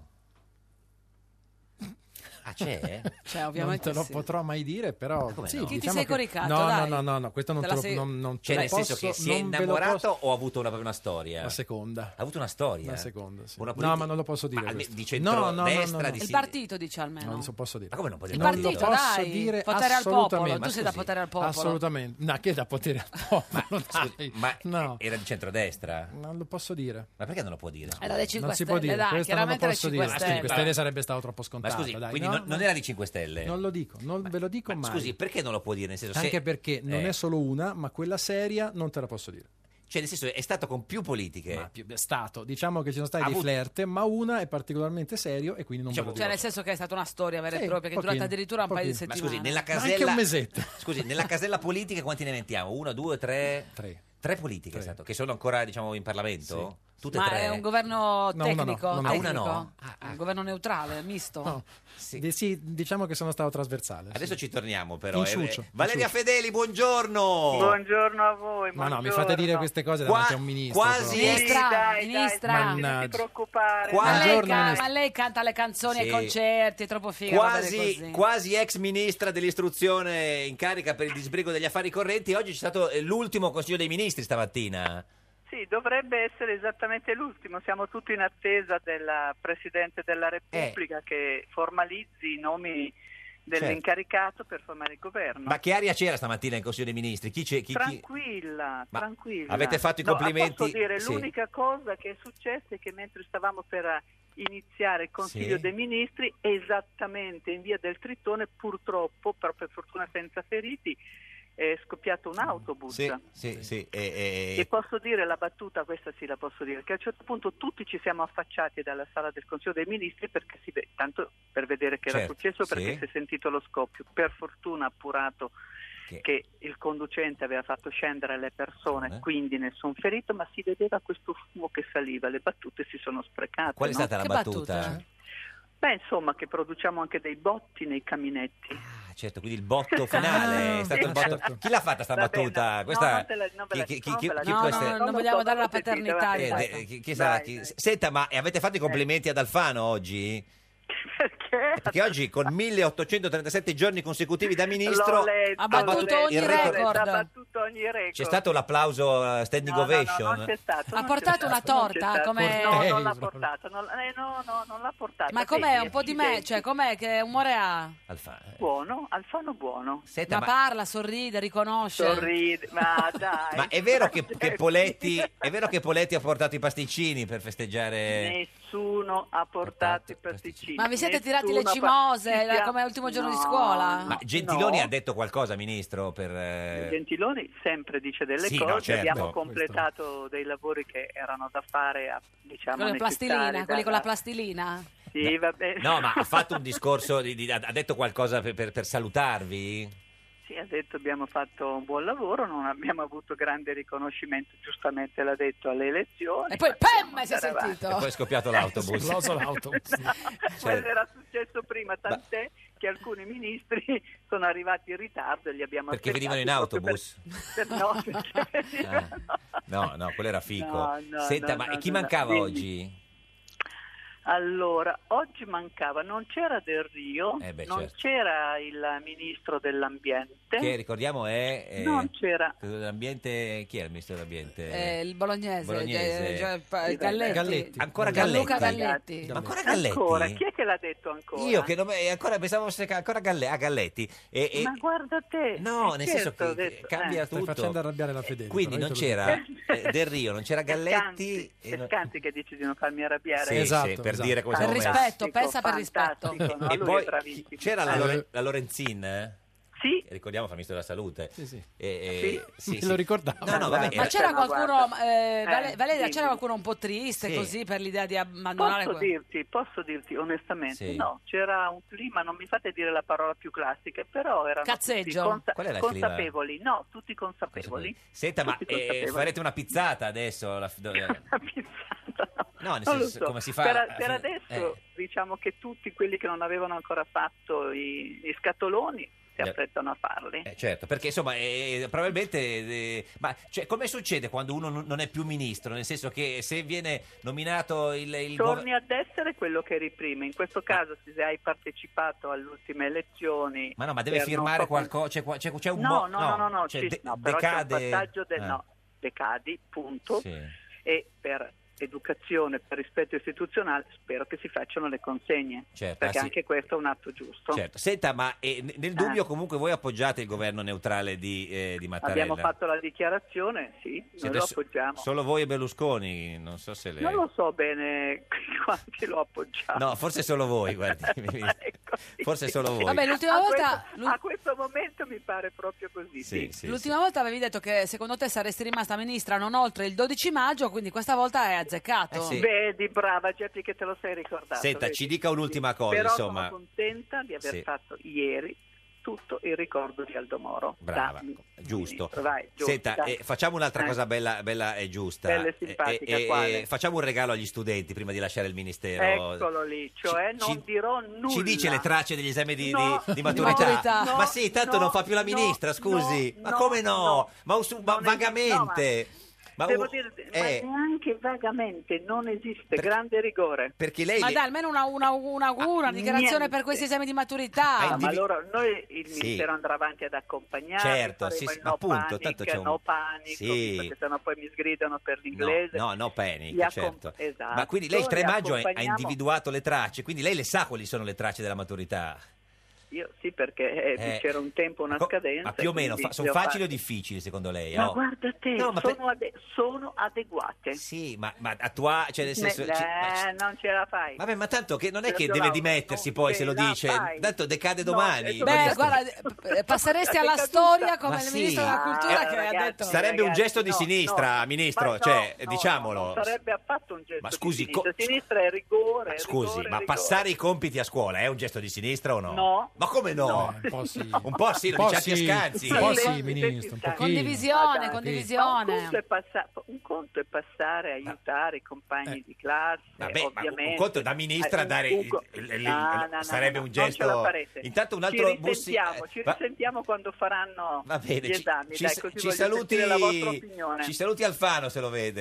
Speaker 3: Ah, c'è?
Speaker 2: Cioè,
Speaker 13: Non
Speaker 2: ovviamente
Speaker 13: te lo
Speaker 2: sì.
Speaker 13: potrò mai dire, però
Speaker 3: come
Speaker 13: sì,
Speaker 3: no?
Speaker 2: Chi ti
Speaker 13: diciamo
Speaker 2: sei
Speaker 13: che-
Speaker 2: coricato,
Speaker 13: No,
Speaker 2: dai?
Speaker 13: no, no, no, no, questo non
Speaker 2: Te
Speaker 13: te
Speaker 2: la
Speaker 13: lo,
Speaker 2: sei-
Speaker 13: non, non te
Speaker 3: Cioè,
Speaker 13: lo
Speaker 3: nel
Speaker 13: posso,
Speaker 3: senso che si è
Speaker 13: non ve lo
Speaker 3: innamorato
Speaker 13: posso-
Speaker 3: o ha avuto una, proprio una storia?
Speaker 13: La seconda.
Speaker 3: Ha avuto una storia?
Speaker 13: La seconda, sì.
Speaker 3: Una
Speaker 13: No,
Speaker 3: politica-
Speaker 13: ma non lo posso dire
Speaker 3: Ma alme-
Speaker 13: questo.
Speaker 3: di
Speaker 13: No, no, no,
Speaker 3: centrodestra,
Speaker 13: no, no.
Speaker 3: di
Speaker 2: Il
Speaker 3: sin-
Speaker 2: partito dice almeno.
Speaker 13: Non lo posso dire.
Speaker 3: Ma come non può dire
Speaker 2: Il
Speaker 13: Non
Speaker 2: partito,
Speaker 13: lo posso
Speaker 2: dai,
Speaker 13: dire
Speaker 2: potere al popolo,
Speaker 13: assolutamente.
Speaker 2: tu sei
Speaker 3: Ma
Speaker 2: da potere al popolo.
Speaker 13: Assolutamente. No, che da potere al popolo, dai.
Speaker 3: Ma
Speaker 13: No.
Speaker 3: era di centrodestra?
Speaker 13: Non lo posso dire.
Speaker 3: Ma perché non lo può dire?
Speaker 2: Era dei cinque
Speaker 13: Non si
Speaker 2: Stelle,
Speaker 13: può dire,
Speaker 2: dai,
Speaker 13: questo non lo
Speaker 2: chiaramente le
Speaker 13: posso
Speaker 2: cinque
Speaker 13: dire.
Speaker 2: Stelle.
Speaker 13: cinque Stelle sarebbe stato troppo
Speaker 3: Ma
Speaker 13: scontato,
Speaker 3: scusi,
Speaker 13: dai.
Speaker 3: quindi
Speaker 13: No,
Speaker 3: non, non
Speaker 13: no.
Speaker 3: era di cinque Stelle?
Speaker 13: Non lo dico, non ve lo dico
Speaker 3: Ma
Speaker 13: mai.
Speaker 3: scusi, perché non lo può dire? Nel senso,
Speaker 13: Anche
Speaker 3: se-
Speaker 13: perché non
Speaker 3: eh,
Speaker 13: è solo una, ma quella seria non te la posso dire.
Speaker 3: Cioè, nel senso, è stato con più politiche.
Speaker 13: Ma più è stato, diciamo che ci sono stati
Speaker 3: Ha
Speaker 13: dei
Speaker 3: avuto-
Speaker 13: flirt, ma una è particolarmente serio e quindi non
Speaker 3: Diciamo-
Speaker 13: ve lo
Speaker 2: Cioè,
Speaker 13: dico.
Speaker 2: nel senso che è stata una storia vera e
Speaker 13: Sì,
Speaker 2: propria, che è
Speaker 13: pochino,
Speaker 2: durata addirittura un paio di
Speaker 13: pochino.
Speaker 3: Ma
Speaker 2: settimane.
Speaker 3: scusi, nella
Speaker 13: Ma anche
Speaker 3: casella...
Speaker 13: un mesetto.
Speaker 3: Scusi, nella casella politica quanti ne mettiamo? Una, due, tre?
Speaker 13: Tre.
Speaker 3: Tre politiche,
Speaker 13: Tre.
Speaker 3: esatto, che sono ancora, diciamo, in Parlamento? Tutte e
Speaker 2: Ma
Speaker 3: tre?
Speaker 2: è un governo
Speaker 13: No, una no,
Speaker 2: tecnico?
Speaker 13: no, no.
Speaker 3: Ah, una
Speaker 2: tecnico?
Speaker 3: no? Ah, ah.
Speaker 2: Un governo neutrale, misto?
Speaker 13: No.
Speaker 3: Sì.
Speaker 13: Di- sì, diciamo che sono stato trasversale.
Speaker 3: Adesso
Speaker 13: sì.
Speaker 3: ci torniamo, però.
Speaker 13: Inciucio,
Speaker 3: Eh, Valeria
Speaker 13: inciucio.
Speaker 3: Fedeli, buongiorno!
Speaker 18: Buongiorno a voi.
Speaker 13: Ma no, mi
Speaker 18: buongiorno.
Speaker 13: fate dire queste cose
Speaker 3: Qua-
Speaker 13: davanti a un ministro.
Speaker 3: quasi
Speaker 13: però.
Speaker 3: è-
Speaker 2: Ministra,
Speaker 18: dai,
Speaker 2: ministra.
Speaker 18: dai, non ti
Speaker 13: Mannaggia.
Speaker 18: preoccupare.
Speaker 3: Qua-
Speaker 2: Ma lei,
Speaker 13: Buongiorno,
Speaker 2: ca-
Speaker 13: ministro.
Speaker 2: ma lei canta le canzoni ai
Speaker 3: Sì.
Speaker 2: concerti, è troppo figa. va bene
Speaker 3: Quasi,
Speaker 2: così.
Speaker 3: quasi ex ministra dell'istruzione in carica per il disbrigo degli affari correnti. Oggi c'è stato eh, l'ultimo Consiglio dei Ministri stamattina.
Speaker 18: Sì, dovrebbe essere esattamente l'ultimo. Siamo tutti in attesa del Presidente della Repubblica che formalizzi i nomi dell'incaricato per formare il governo.
Speaker 3: Ma che aria c'era stamattina in Consiglio dei Ministri? Chi c'è, chi, chi...
Speaker 18: Tranquilla,
Speaker 3: Ma
Speaker 18: tranquilla.
Speaker 3: avete fatto i
Speaker 18: No,
Speaker 3: complimenti?
Speaker 18: posso dire,
Speaker 3: Sì.
Speaker 18: l'unica cosa che è successa è che mentre stavamo per iniziare il Consiglio
Speaker 3: Sì.
Speaker 18: dei Ministri, esattamente in via del Tritone, purtroppo, però per fortuna senza feriti, è scoppiato un autobus.
Speaker 3: Sì, sì, sì. E, e-
Speaker 18: E posso dire la battuta, questa sì la posso dire, che a un certo punto tutti ci siamo affacciati dalla sala del Consiglio dei Ministri perché si vede, tanto per vedere che era
Speaker 3: Certo,
Speaker 18: successo, perché
Speaker 3: sì.
Speaker 18: si è sentito lo scoppio. Per fortuna ha appurato
Speaker 3: Che-
Speaker 18: che il conducente aveva fatto scendere le persone,
Speaker 3: Eh.
Speaker 18: quindi nessun ferito, ma si vedeva questo fumo che saliva, le battute si sono sprecate.
Speaker 3: Qual è
Speaker 18: no?
Speaker 3: stata la
Speaker 2: Che
Speaker 3: battuta?
Speaker 2: battuta?
Speaker 18: Beh, insomma, che produciamo anche dei botti nei caminetti.
Speaker 3: Ah, certo, quindi il botto finale è stato il botto.
Speaker 13: certo.
Speaker 3: Chi l'ha fatta sta
Speaker 18: Vabbè,
Speaker 3: battuta?
Speaker 18: no,
Speaker 3: Questa...
Speaker 18: no, non te la- non ve la-
Speaker 3: chi, chi-
Speaker 18: non
Speaker 3: chi-
Speaker 18: ve la
Speaker 3: chi
Speaker 18: dico.
Speaker 3: può
Speaker 2: No,
Speaker 3: essere?
Speaker 2: no,
Speaker 18: Non
Speaker 2: non
Speaker 18: lo
Speaker 2: vogliamo
Speaker 18: so,
Speaker 2: dare la
Speaker 18: non potete
Speaker 2: paternità.
Speaker 18: dire,
Speaker 3: Eh,
Speaker 18: vai,
Speaker 2: ripeto.
Speaker 3: de- chi- chi sarà?
Speaker 18: Dai,
Speaker 3: Chi-
Speaker 18: dai.
Speaker 3: Senta, ma avete fatto i complimenti ad Alfano oggi?
Speaker 18: Perché?
Speaker 3: Perché oggi con milleottocentotrentasette giorni consecutivi da ministro
Speaker 18: L'ho letto,
Speaker 3: ha battuto
Speaker 18: l'ho letto,
Speaker 3: il record.
Speaker 18: Ha battuto ogni record.
Speaker 3: C'è stato l'applauso uh, standing
Speaker 18: No, no, no,
Speaker 3: ovation.
Speaker 18: non c'è stato,
Speaker 2: Ha
Speaker 18: non
Speaker 2: portato
Speaker 18: c'è
Speaker 2: una
Speaker 18: stato, non c'è
Speaker 2: torta,
Speaker 18: stato.
Speaker 2: come-
Speaker 18: No, non
Speaker 2: Eh,
Speaker 18: l'ha
Speaker 2: proprio.
Speaker 18: portata, non, eh, no, no, non l'ha portata.
Speaker 2: Ma com'è?
Speaker 18: Vedi,
Speaker 2: Un po' di me,
Speaker 18: accidenti.
Speaker 2: cioè com'è? Che umore ha?
Speaker 3: Alfa-
Speaker 18: Buono, Alfano buono.
Speaker 3: Senta,
Speaker 2: Ma
Speaker 3: ma,
Speaker 2: parla, sorride, riconosce.
Speaker 18: Sorride, ma dai.
Speaker 3: ma è vero che, che Poletti è vero che Poletti ha portato i pasticcini per festeggiare?
Speaker 18: Nessuno ha portato i pasticcini.
Speaker 2: Ma vi siete tirati le
Speaker 18: Nessuno ha
Speaker 2: cimose
Speaker 18: fa- ci siamo-
Speaker 2: come l'ultimo giorno di
Speaker 18: No,
Speaker 2: scuola?
Speaker 3: Ma Gentiloni
Speaker 18: no.
Speaker 3: ha detto qualcosa, ministro, per eh,
Speaker 18: Gentiloni sempre dice delle
Speaker 3: Sì,
Speaker 18: cose,
Speaker 3: no, certo.
Speaker 18: abbiamo
Speaker 3: Questo.
Speaker 18: completato dei lavori che erano da fare, a, diciamo,
Speaker 2: Con la
Speaker 18: necessari
Speaker 2: plastilina, quelli con la
Speaker 18: dalla-
Speaker 2: plastilina?
Speaker 18: Sì, vabbè.
Speaker 3: No, ma ha fatto un discorso di, di- ha ha detto qualcosa per, per- per salutarvi?
Speaker 18: Sì, ha detto abbiamo fatto un buon lavoro, non abbiamo avuto grande riconoscimento, giustamente l'ha detto alle elezioni.
Speaker 2: E poi pam, si è
Speaker 18: andare avanti.
Speaker 2: sentito.
Speaker 3: E poi è scoppiato l'autobus.
Speaker 13: Esploso l'autobus.
Speaker 18: Quello era successo prima, tant'è che alcuni ministri sono arrivati in ritardo e li abbiamo
Speaker 3: Perché venivano in
Speaker 18: aspettati proprio
Speaker 3: autobus?
Speaker 18: per- per- no, perché-
Speaker 3: Ah, no, no, quello era fico.
Speaker 18: No, no,
Speaker 3: Senta,
Speaker 18: no,
Speaker 3: ma
Speaker 18: no,
Speaker 3: chi
Speaker 18: no,
Speaker 3: mancava
Speaker 18: dimmi.
Speaker 3: oggi?
Speaker 18: Allora, oggi mancava, non c'era Del Rio,
Speaker 3: Eh beh,
Speaker 18: non
Speaker 3: certo.
Speaker 18: c'era il ministro dell'ambiente,
Speaker 3: Che ricordiamo è... eh,
Speaker 18: non c'era.
Speaker 3: L'ambiente, chi è il ministro dell'ambiente?
Speaker 2: Eh, il bolognese,
Speaker 3: Bolognese.
Speaker 2: eh, cioè, pa- Galletti.
Speaker 3: Galletti. Ancora
Speaker 2: Gianluca
Speaker 3: Galletti?
Speaker 2: Galletti.
Speaker 3: Ma ancora Galletti?
Speaker 18: Ancora, chi è che l'ha detto ancora?
Speaker 3: Io che non, eh, ancora pensavo fosse ca- ancora Galle- a Galletti. E, e-
Speaker 18: Ma guarda te.
Speaker 3: no,
Speaker 18: eh,
Speaker 3: nel
Speaker 18: certo,
Speaker 3: senso che
Speaker 18: ho detto,
Speaker 3: cambia
Speaker 18: eh.
Speaker 13: Stai
Speaker 3: tutto.
Speaker 13: facendo arrabbiare la Fedeli.
Speaker 3: Quindi
Speaker 13: però
Speaker 3: non
Speaker 13: io te lo
Speaker 3: c'era
Speaker 13: dico.
Speaker 3: eh, Del Rio, non c'era Galletti.
Speaker 18: È
Speaker 3: e non-
Speaker 18: Scanzi che dici di non farmi arrabbiare.
Speaker 3: Sì,
Speaker 13: Esatto,
Speaker 3: sì, per
Speaker 13: esatto.
Speaker 3: dire come
Speaker 2: Per
Speaker 3: siamo messi.
Speaker 2: rispetto, pensa per rispetto.
Speaker 18: Fantastico, no?
Speaker 3: E
Speaker 18: Lui
Speaker 3: poi
Speaker 18: è bravissimo.
Speaker 3: c'era la,
Speaker 13: Eh.
Speaker 3: Lore- la Lorenzin, eh?
Speaker 18: Sì.
Speaker 3: Ricordiamo, fa ministro della salute.
Speaker 13: Sì, sì.
Speaker 3: E- e- sì,
Speaker 13: Me
Speaker 3: sì.
Speaker 13: lo ricordavo.
Speaker 3: No, no, vabbè,
Speaker 2: Ma
Speaker 3: era-
Speaker 2: c'era
Speaker 18: no,
Speaker 2: qualcuno,
Speaker 18: guarda.
Speaker 2: eh, Vale-
Speaker 18: Eh,
Speaker 2: Valeria,
Speaker 18: dimmi.
Speaker 2: c'era qualcuno un po' triste
Speaker 3: Sì.
Speaker 2: così per l'idea di abbandonare
Speaker 18: Posso
Speaker 2: que-
Speaker 18: dirti, posso dirti onestamente,
Speaker 3: Sì.
Speaker 18: no, c'era un clima, non mi fate dire la parola più classica, però erano
Speaker 2: Cazzeggio?
Speaker 18: tutti consa-
Speaker 3: Qual era il clima?
Speaker 18: consapevoli, no, tutti consapevoli.
Speaker 3: Senta, ma
Speaker 18: Tutti
Speaker 3: eh,
Speaker 18: consapevoli.
Speaker 3: farete una pizzata adesso? La- do- No, nel
Speaker 18: Non lo
Speaker 3: senso,
Speaker 18: so.
Speaker 3: come si fa?
Speaker 18: Per,
Speaker 3: a-
Speaker 18: per adesso
Speaker 3: eh.
Speaker 18: diciamo che tutti quelli che non avevano ancora fatto i, i scatoloni si
Speaker 3: Eh.
Speaker 18: affrettano a farli.
Speaker 3: Eh, certo, perché insomma, eh, probabilmente, eh, ma cioè, come succede quando uno non- non è più ministro? Nel senso che se viene nominato il, il
Speaker 18: Torni
Speaker 3: gov-
Speaker 18: ad essere quello che eri prima. In questo caso, se hai partecipato alle ultime elezioni,
Speaker 3: Ma no, ma deve
Speaker 18: per non
Speaker 3: firmare
Speaker 18: so quanto-
Speaker 3: qualcosa, c'è, qua- c'è- c'è un
Speaker 18: No,
Speaker 3: mo-
Speaker 18: no, no, no, no,
Speaker 3: cioè,
Speaker 18: ci-
Speaker 3: de-
Speaker 18: no, però
Speaker 3: decade...
Speaker 18: c'è un passaggio del
Speaker 3: Ah,
Speaker 18: no, decadi, punto.
Speaker 3: sì.
Speaker 18: E per educazione, per rispetto istituzionale, spero che si facciano le consegne,
Speaker 3: Certo,
Speaker 18: perché
Speaker 3: ah, sì.
Speaker 18: anche questo è un atto giusto.
Speaker 3: Certo. Senta, ma eh, n- nel dubbio comunque voi appoggiate il governo neutrale di, eh, di Mattarella?
Speaker 18: Abbiamo fatto la dichiarazione, sì, noi
Speaker 3: Siete
Speaker 18: lo
Speaker 3: so-
Speaker 18: appoggiamo.
Speaker 3: Solo voi e Berlusconi? Non so se le...
Speaker 18: Non lo so bene quanti lo appoggiamo.
Speaker 3: No, forse solo voi, guardi.
Speaker 18: Ecco,
Speaker 3: Forse solo voi.
Speaker 2: Vabbè, l'ultima
Speaker 18: a
Speaker 2: volta-
Speaker 18: questo, a questo momento mi pare proprio così.
Speaker 3: Sì, sì,
Speaker 2: L'ultima volta avevi detto che secondo te saresti rimasta ministra non oltre il dodici maggio, quindi questa volta hai azzeccato.
Speaker 3: Eh sì.
Speaker 18: Vedi, brava Geppi che te lo sei ricordato.
Speaker 3: Senta,
Speaker 18: vedi?
Speaker 3: ci dica un'ultima cosa,
Speaker 18: Però
Speaker 3: insomma.
Speaker 18: sono contenta di aver
Speaker 3: Sì.
Speaker 18: fatto ieri tutto il ricordo di Aldo Moro.
Speaker 3: Brava,
Speaker 18: Da-
Speaker 3: giusto.
Speaker 18: Vai, giusto,
Speaker 3: Senta,
Speaker 18: dai.
Speaker 3: eh, facciamo un'altra
Speaker 18: Eh.
Speaker 3: cosa bella, bella e giusta.
Speaker 18: Bella e simpatica,
Speaker 3: Eh, eh,
Speaker 18: quale?
Speaker 3: eh, facciamo un regalo agli studenti prima di lasciare il ministero.
Speaker 18: Eccolo lì, cioè
Speaker 3: Ci-
Speaker 18: non dirò nulla.
Speaker 3: Ci dice le tracce degli esami di,
Speaker 18: No,
Speaker 3: di- di
Speaker 18: di
Speaker 3: maturità?
Speaker 18: maturità.
Speaker 3: ma
Speaker 18: No,
Speaker 3: sì, tanto
Speaker 18: no,
Speaker 3: non fa più la
Speaker 18: no,
Speaker 3: ministra, scusi.
Speaker 18: no,
Speaker 3: ma
Speaker 18: no,
Speaker 3: come no?
Speaker 18: no.
Speaker 3: Ma, su- ma
Speaker 18: Non es-
Speaker 3: vagamente. Ma
Speaker 18: Devo
Speaker 3: un-
Speaker 18: dire,
Speaker 3: eh,
Speaker 18: ma neanche vagamente, non esiste grande rigore.
Speaker 3: perché lei...
Speaker 2: Ma dai, almeno una, una, una, una dichiarazione
Speaker 18: niente.
Speaker 2: per questi esami di maturità.
Speaker 18: Ah, ma allora noi il
Speaker 3: Sì.
Speaker 18: Ministero andrà avanti ad accompagnare,
Speaker 3: Certo,
Speaker 18: faremo
Speaker 3: sì,
Speaker 18: il
Speaker 3: sì,
Speaker 18: no
Speaker 3: appunto,
Speaker 18: panic,
Speaker 3: tanto c'è un-
Speaker 18: no panico,
Speaker 3: Sì.
Speaker 18: perché sennò poi mi sgridano per
Speaker 3: No,
Speaker 18: l'inglese.
Speaker 3: no, no panic,
Speaker 18: Li accom-
Speaker 3: certo.
Speaker 18: esatto,
Speaker 3: Ma quindi lei il tre
Speaker 18: li
Speaker 3: maggio ha, ha
Speaker 18: accompagniamo-
Speaker 3: individuato le tracce, quindi lei le sa quali sono le tracce della maturità?
Speaker 18: Io sì, perché eh,
Speaker 3: Eh,
Speaker 18: c'era un tempo, una
Speaker 3: co-
Speaker 18: scadenza.
Speaker 3: Ma più o meno,
Speaker 18: quindi
Speaker 3: fa- sono
Speaker 18: le ho
Speaker 3: facili o
Speaker 18: fatte.
Speaker 3: difficili secondo lei?
Speaker 18: Ma
Speaker 3: Oh.
Speaker 18: guarda te,
Speaker 3: No, ma per-
Speaker 18: sono, ade- sono adeguate.
Speaker 3: Sì, ma, ma attua- cioè nel senso...
Speaker 18: Me-
Speaker 3: ci-
Speaker 18: eh, non ce la fai.
Speaker 3: Vabbè, ma tanto che non è
Speaker 18: Sergio
Speaker 3: che deve
Speaker 18: Lauro,
Speaker 3: dimettersi
Speaker 18: non
Speaker 3: poi
Speaker 18: ce
Speaker 3: se lo
Speaker 18: la
Speaker 3: dice,
Speaker 18: fai.
Speaker 3: tanto decade
Speaker 18: No,
Speaker 3: domani.
Speaker 18: è
Speaker 3: il
Speaker 18: dove-
Speaker 2: Beh,
Speaker 3: ministro.
Speaker 2: guarda, eh, passeresti
Speaker 18: È
Speaker 2: alla
Speaker 18: caduta.
Speaker 2: storia come
Speaker 3: Ma
Speaker 2: il
Speaker 3: sì.
Speaker 2: ministro della cultura
Speaker 18: Ah,
Speaker 2: che ha
Speaker 18: ragazzi,
Speaker 2: detto...
Speaker 3: Sarebbe un
Speaker 18: ragazzi,
Speaker 3: gesto di
Speaker 18: no,
Speaker 3: sinistra,
Speaker 18: no.
Speaker 3: ministro,
Speaker 18: Ma
Speaker 3: cioè,
Speaker 18: no, no,
Speaker 3: diciamolo.
Speaker 18: non sarebbe affatto un gesto
Speaker 3: Ma scusi,
Speaker 18: di sinistra.
Speaker 3: co-
Speaker 18: Sinistra è rigore. è
Speaker 3: Scusi,
Speaker 18: rigore,
Speaker 3: ma
Speaker 18: rigore.
Speaker 3: passare i compiti a scuola è un gesto di sinistra o no?
Speaker 18: No.
Speaker 3: Ma come no?
Speaker 18: No.
Speaker 13: Un po' sì.
Speaker 3: Un po' sì, lo
Speaker 13: Un po'
Speaker 3: dice anche
Speaker 13: sì.
Speaker 3: Scanzi.
Speaker 13: Un po' sì,
Speaker 18: Sì.
Speaker 13: ministro, un pochino.
Speaker 2: Condivisione,
Speaker 18: Ma
Speaker 2: condivisione.
Speaker 18: un, conto è passa- un conto è passare a aiutare i compagni di classe,
Speaker 3: Vabbè, ma
Speaker 18: ovviamente.
Speaker 3: un conto da ministra
Speaker 18: Eh,
Speaker 3: dare
Speaker 18: un
Speaker 3: il-
Speaker 18: co-
Speaker 3: il- il-
Speaker 18: No,
Speaker 3: il-
Speaker 18: no, no,
Speaker 3: sarebbe
Speaker 18: no,
Speaker 3: un
Speaker 18: non ce la
Speaker 3: gesto.
Speaker 18: farete.
Speaker 3: Intanto un altro
Speaker 18: ci
Speaker 3: bussi-
Speaker 18: risentiamo,
Speaker 3: eh,
Speaker 18: ci
Speaker 3: va-
Speaker 18: risentiamo quando faranno
Speaker 3: Va bene,
Speaker 18: gli
Speaker 3: ci,
Speaker 18: esami,
Speaker 3: ci-
Speaker 18: dai, così
Speaker 3: ci
Speaker 18: voglio
Speaker 3: saluti,
Speaker 18: sentire la vostra opinione.
Speaker 3: ci saluti Alfano se lo vede.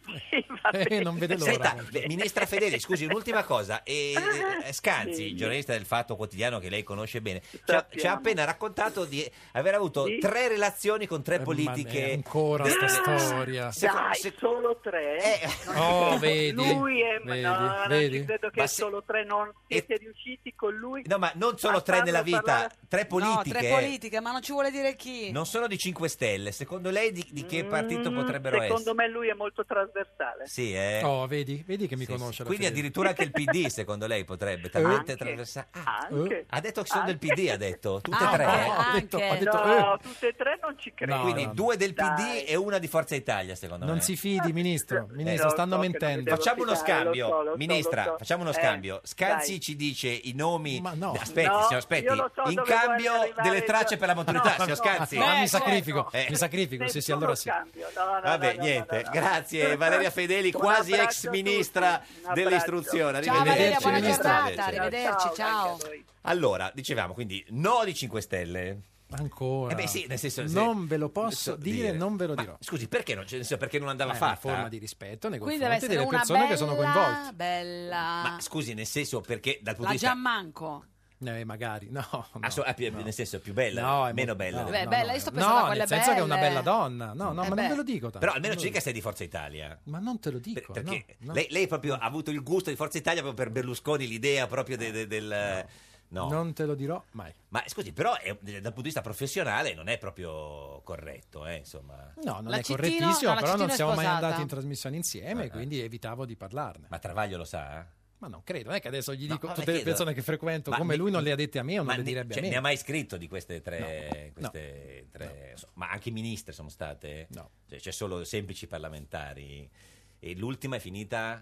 Speaker 13: Eh, non vede l'ora.
Speaker 3: Senta, beh, ministra Fedeli, scusi, un'ultima cosa. E, eh, Scanzi, giornalista del Fatto Quotidiano che lei conosce bene, ci ha, ci ha appena raccontato di aver avuto
Speaker 17: Sì.
Speaker 3: tre relazioni con tre
Speaker 13: Eh,
Speaker 3: politiche.
Speaker 13: ma è ancora
Speaker 3: de-
Speaker 13: sta
Speaker 3: de-
Speaker 13: storia.
Speaker 3: Seco-
Speaker 18: Dai,
Speaker 3: se-
Speaker 18: solo tre? Non
Speaker 13: Oh,
Speaker 18: ci credo.
Speaker 13: vedi,
Speaker 18: Lui è...
Speaker 13: vedi,
Speaker 18: no, non
Speaker 13: vedi?
Speaker 18: ci credo che
Speaker 3: Ma se-
Speaker 18: solo tre non siete riusciti con lui.
Speaker 3: No, ma non solo
Speaker 18: a
Speaker 3: tre nella
Speaker 18: farlo
Speaker 3: vita,
Speaker 18: parlare-
Speaker 3: tre
Speaker 2: No,
Speaker 3: politiche.
Speaker 2: tre
Speaker 3: eh.
Speaker 2: politiche, ma non ci vuole dire chi.
Speaker 3: Non sono di cinque Stelle. Secondo lei di, di che partito potrebbero
Speaker 18: Secondo
Speaker 3: essere?
Speaker 18: me lui è molto trasversale.
Speaker 3: Sì, eh.
Speaker 13: Oh, vedi, vedi che mi
Speaker 3: Sì,
Speaker 13: conosce.
Speaker 3: sì.
Speaker 13: la
Speaker 3: Quindi
Speaker 13: Fedeli.
Speaker 3: addirittura anche il P D secondo lei potrebbe talmente
Speaker 18: Anche,
Speaker 3: trasversale. Ah,
Speaker 18: anche,
Speaker 3: ha detto che sono del P D, ha detto tutte
Speaker 2: Anche,
Speaker 3: e tre. eh?
Speaker 13: ha detto-
Speaker 2: anche.
Speaker 13: ha detto-
Speaker 18: No,
Speaker 13: eh.
Speaker 18: tutte e tre non ci credo.
Speaker 13: No,
Speaker 3: Quindi
Speaker 13: no, no.
Speaker 3: due del P D
Speaker 18: Dai.
Speaker 3: e una di Forza Italia secondo
Speaker 13: Non
Speaker 3: me.
Speaker 13: si fidi, ministro. Ministro,
Speaker 18: Lo
Speaker 13: stanno
Speaker 18: so che non
Speaker 13: mentendo.
Speaker 18: mi devo
Speaker 3: Facciamo uno
Speaker 18: fidare,
Speaker 3: scambio,
Speaker 18: lo so, lo so,
Speaker 3: ministra,
Speaker 18: lo so.
Speaker 3: facciamo uno
Speaker 18: Eh,
Speaker 3: scambio. Scanzi
Speaker 18: dai.
Speaker 3: ci dice i nomi.
Speaker 13: Ma no.
Speaker 3: Aspetti,
Speaker 18: No,
Speaker 3: signor, aspetti.
Speaker 18: io lo so
Speaker 3: In
Speaker 18: dove
Speaker 3: cambio
Speaker 18: vuole arrivare
Speaker 3: delle tracce
Speaker 18: il-
Speaker 3: per la maturità,
Speaker 18: No,
Speaker 3: signor
Speaker 18: no,
Speaker 3: Scanzi.
Speaker 18: no,
Speaker 13: Ah, mi
Speaker 18: Ecco,
Speaker 13: sacrifico,
Speaker 3: eh.
Speaker 13: mi sacrifico, sì, sì,
Speaker 18: Nessuno
Speaker 13: allora sì.
Speaker 18: scambio. No, no,
Speaker 3: Vabbè,
Speaker 18: no, no,
Speaker 3: niente.
Speaker 18: no, no.
Speaker 3: Grazie Valeria Fedeli,
Speaker 18: Un
Speaker 3: quasi
Speaker 18: abbraccio
Speaker 3: ex
Speaker 18: a tutti,
Speaker 3: ministra
Speaker 18: un abbraccio.
Speaker 3: dell'istruzione.
Speaker 2: Ciao Valeria,
Speaker 13: Arrivederci,
Speaker 2: buona
Speaker 13: ministro.
Speaker 2: giornata, arrivederci, ciao.
Speaker 18: anche a voi.
Speaker 3: Allora, dicevamo quindi no di cinque Stelle.
Speaker 13: Ancora.
Speaker 3: Eh beh, sì, nel senso, se-
Speaker 13: non ve lo posso
Speaker 3: so
Speaker 13: dire, non ve lo
Speaker 3: Ma
Speaker 13: dirò.
Speaker 3: scusi, perché non, cioè, nel senso, perché non andava
Speaker 13: È una
Speaker 3: fatta?
Speaker 13: forma di rispetto nei
Speaker 2: Quindi deve
Speaker 13: confronti
Speaker 2: essere
Speaker 13: delle
Speaker 2: una
Speaker 13: persone
Speaker 2: bella,
Speaker 13: che sono coinvolte.
Speaker 2: bella.
Speaker 3: Ma scusi, nel senso, perché dal punto
Speaker 2: La
Speaker 3: di vista
Speaker 2: Giammanco.
Speaker 13: Eh, magari, no. no,
Speaker 3: Ah, so- ah, più-
Speaker 13: no.
Speaker 3: nel senso più bella,
Speaker 13: No, è
Speaker 3: meno
Speaker 13: molto-
Speaker 3: bella.
Speaker 13: no,
Speaker 2: Beh,
Speaker 13: no,
Speaker 2: bella,
Speaker 13: no,
Speaker 2: io sto
Speaker 13: no,
Speaker 2: pensando a quelle
Speaker 13: nel senso che è una
Speaker 2: belle.
Speaker 13: bella donna. No, no,
Speaker 2: Eh
Speaker 13: ma
Speaker 2: beh.
Speaker 13: non ve lo dico tanto.
Speaker 3: Però almeno
Speaker 13: Non
Speaker 3: ci
Speaker 13: ve lo
Speaker 3: dica se è di Forza Italia.
Speaker 13: Ma non te lo dico.
Speaker 3: Per- perché
Speaker 13: no, no.
Speaker 3: Lei, lei proprio ha avuto il gusto di Forza Italia proprio per Berlusconi, l'idea proprio de- de- del... No.
Speaker 13: Non te lo dirò mai.
Speaker 3: Ma scusi, però è- dal punto di vista professionale non è proprio corretto, eh, insomma.
Speaker 13: No, non
Speaker 2: La
Speaker 13: è
Speaker 2: Cittino-
Speaker 13: correttissimo,
Speaker 2: no, la
Speaker 13: però non
Speaker 2: Cittino è
Speaker 13: siamo mai
Speaker 2: sposata.
Speaker 13: andati in trasmissione insieme,
Speaker 3: Eh, eh.
Speaker 13: quindi evitavo di parlarne.
Speaker 3: Ma Travaglio lo sa?
Speaker 13: Ma non credo, non è che adesso gli
Speaker 3: No,
Speaker 13: dico
Speaker 3: ma
Speaker 13: tutte
Speaker 3: le
Speaker 13: le
Speaker 3: chiedo.
Speaker 13: persone che frequento,
Speaker 3: Ma
Speaker 13: come
Speaker 3: ne-
Speaker 13: lui non le ha dette a me o non
Speaker 3: Ma
Speaker 13: le
Speaker 3: ne-
Speaker 13: direbbe
Speaker 3: cioè,
Speaker 13: a me.
Speaker 3: ne ha mai scritto di queste tre,
Speaker 13: No.
Speaker 3: queste tre so- ma anche ministre sono state?
Speaker 13: No.
Speaker 3: Cioè, c'è solo semplici parlamentari e l'ultima è finita.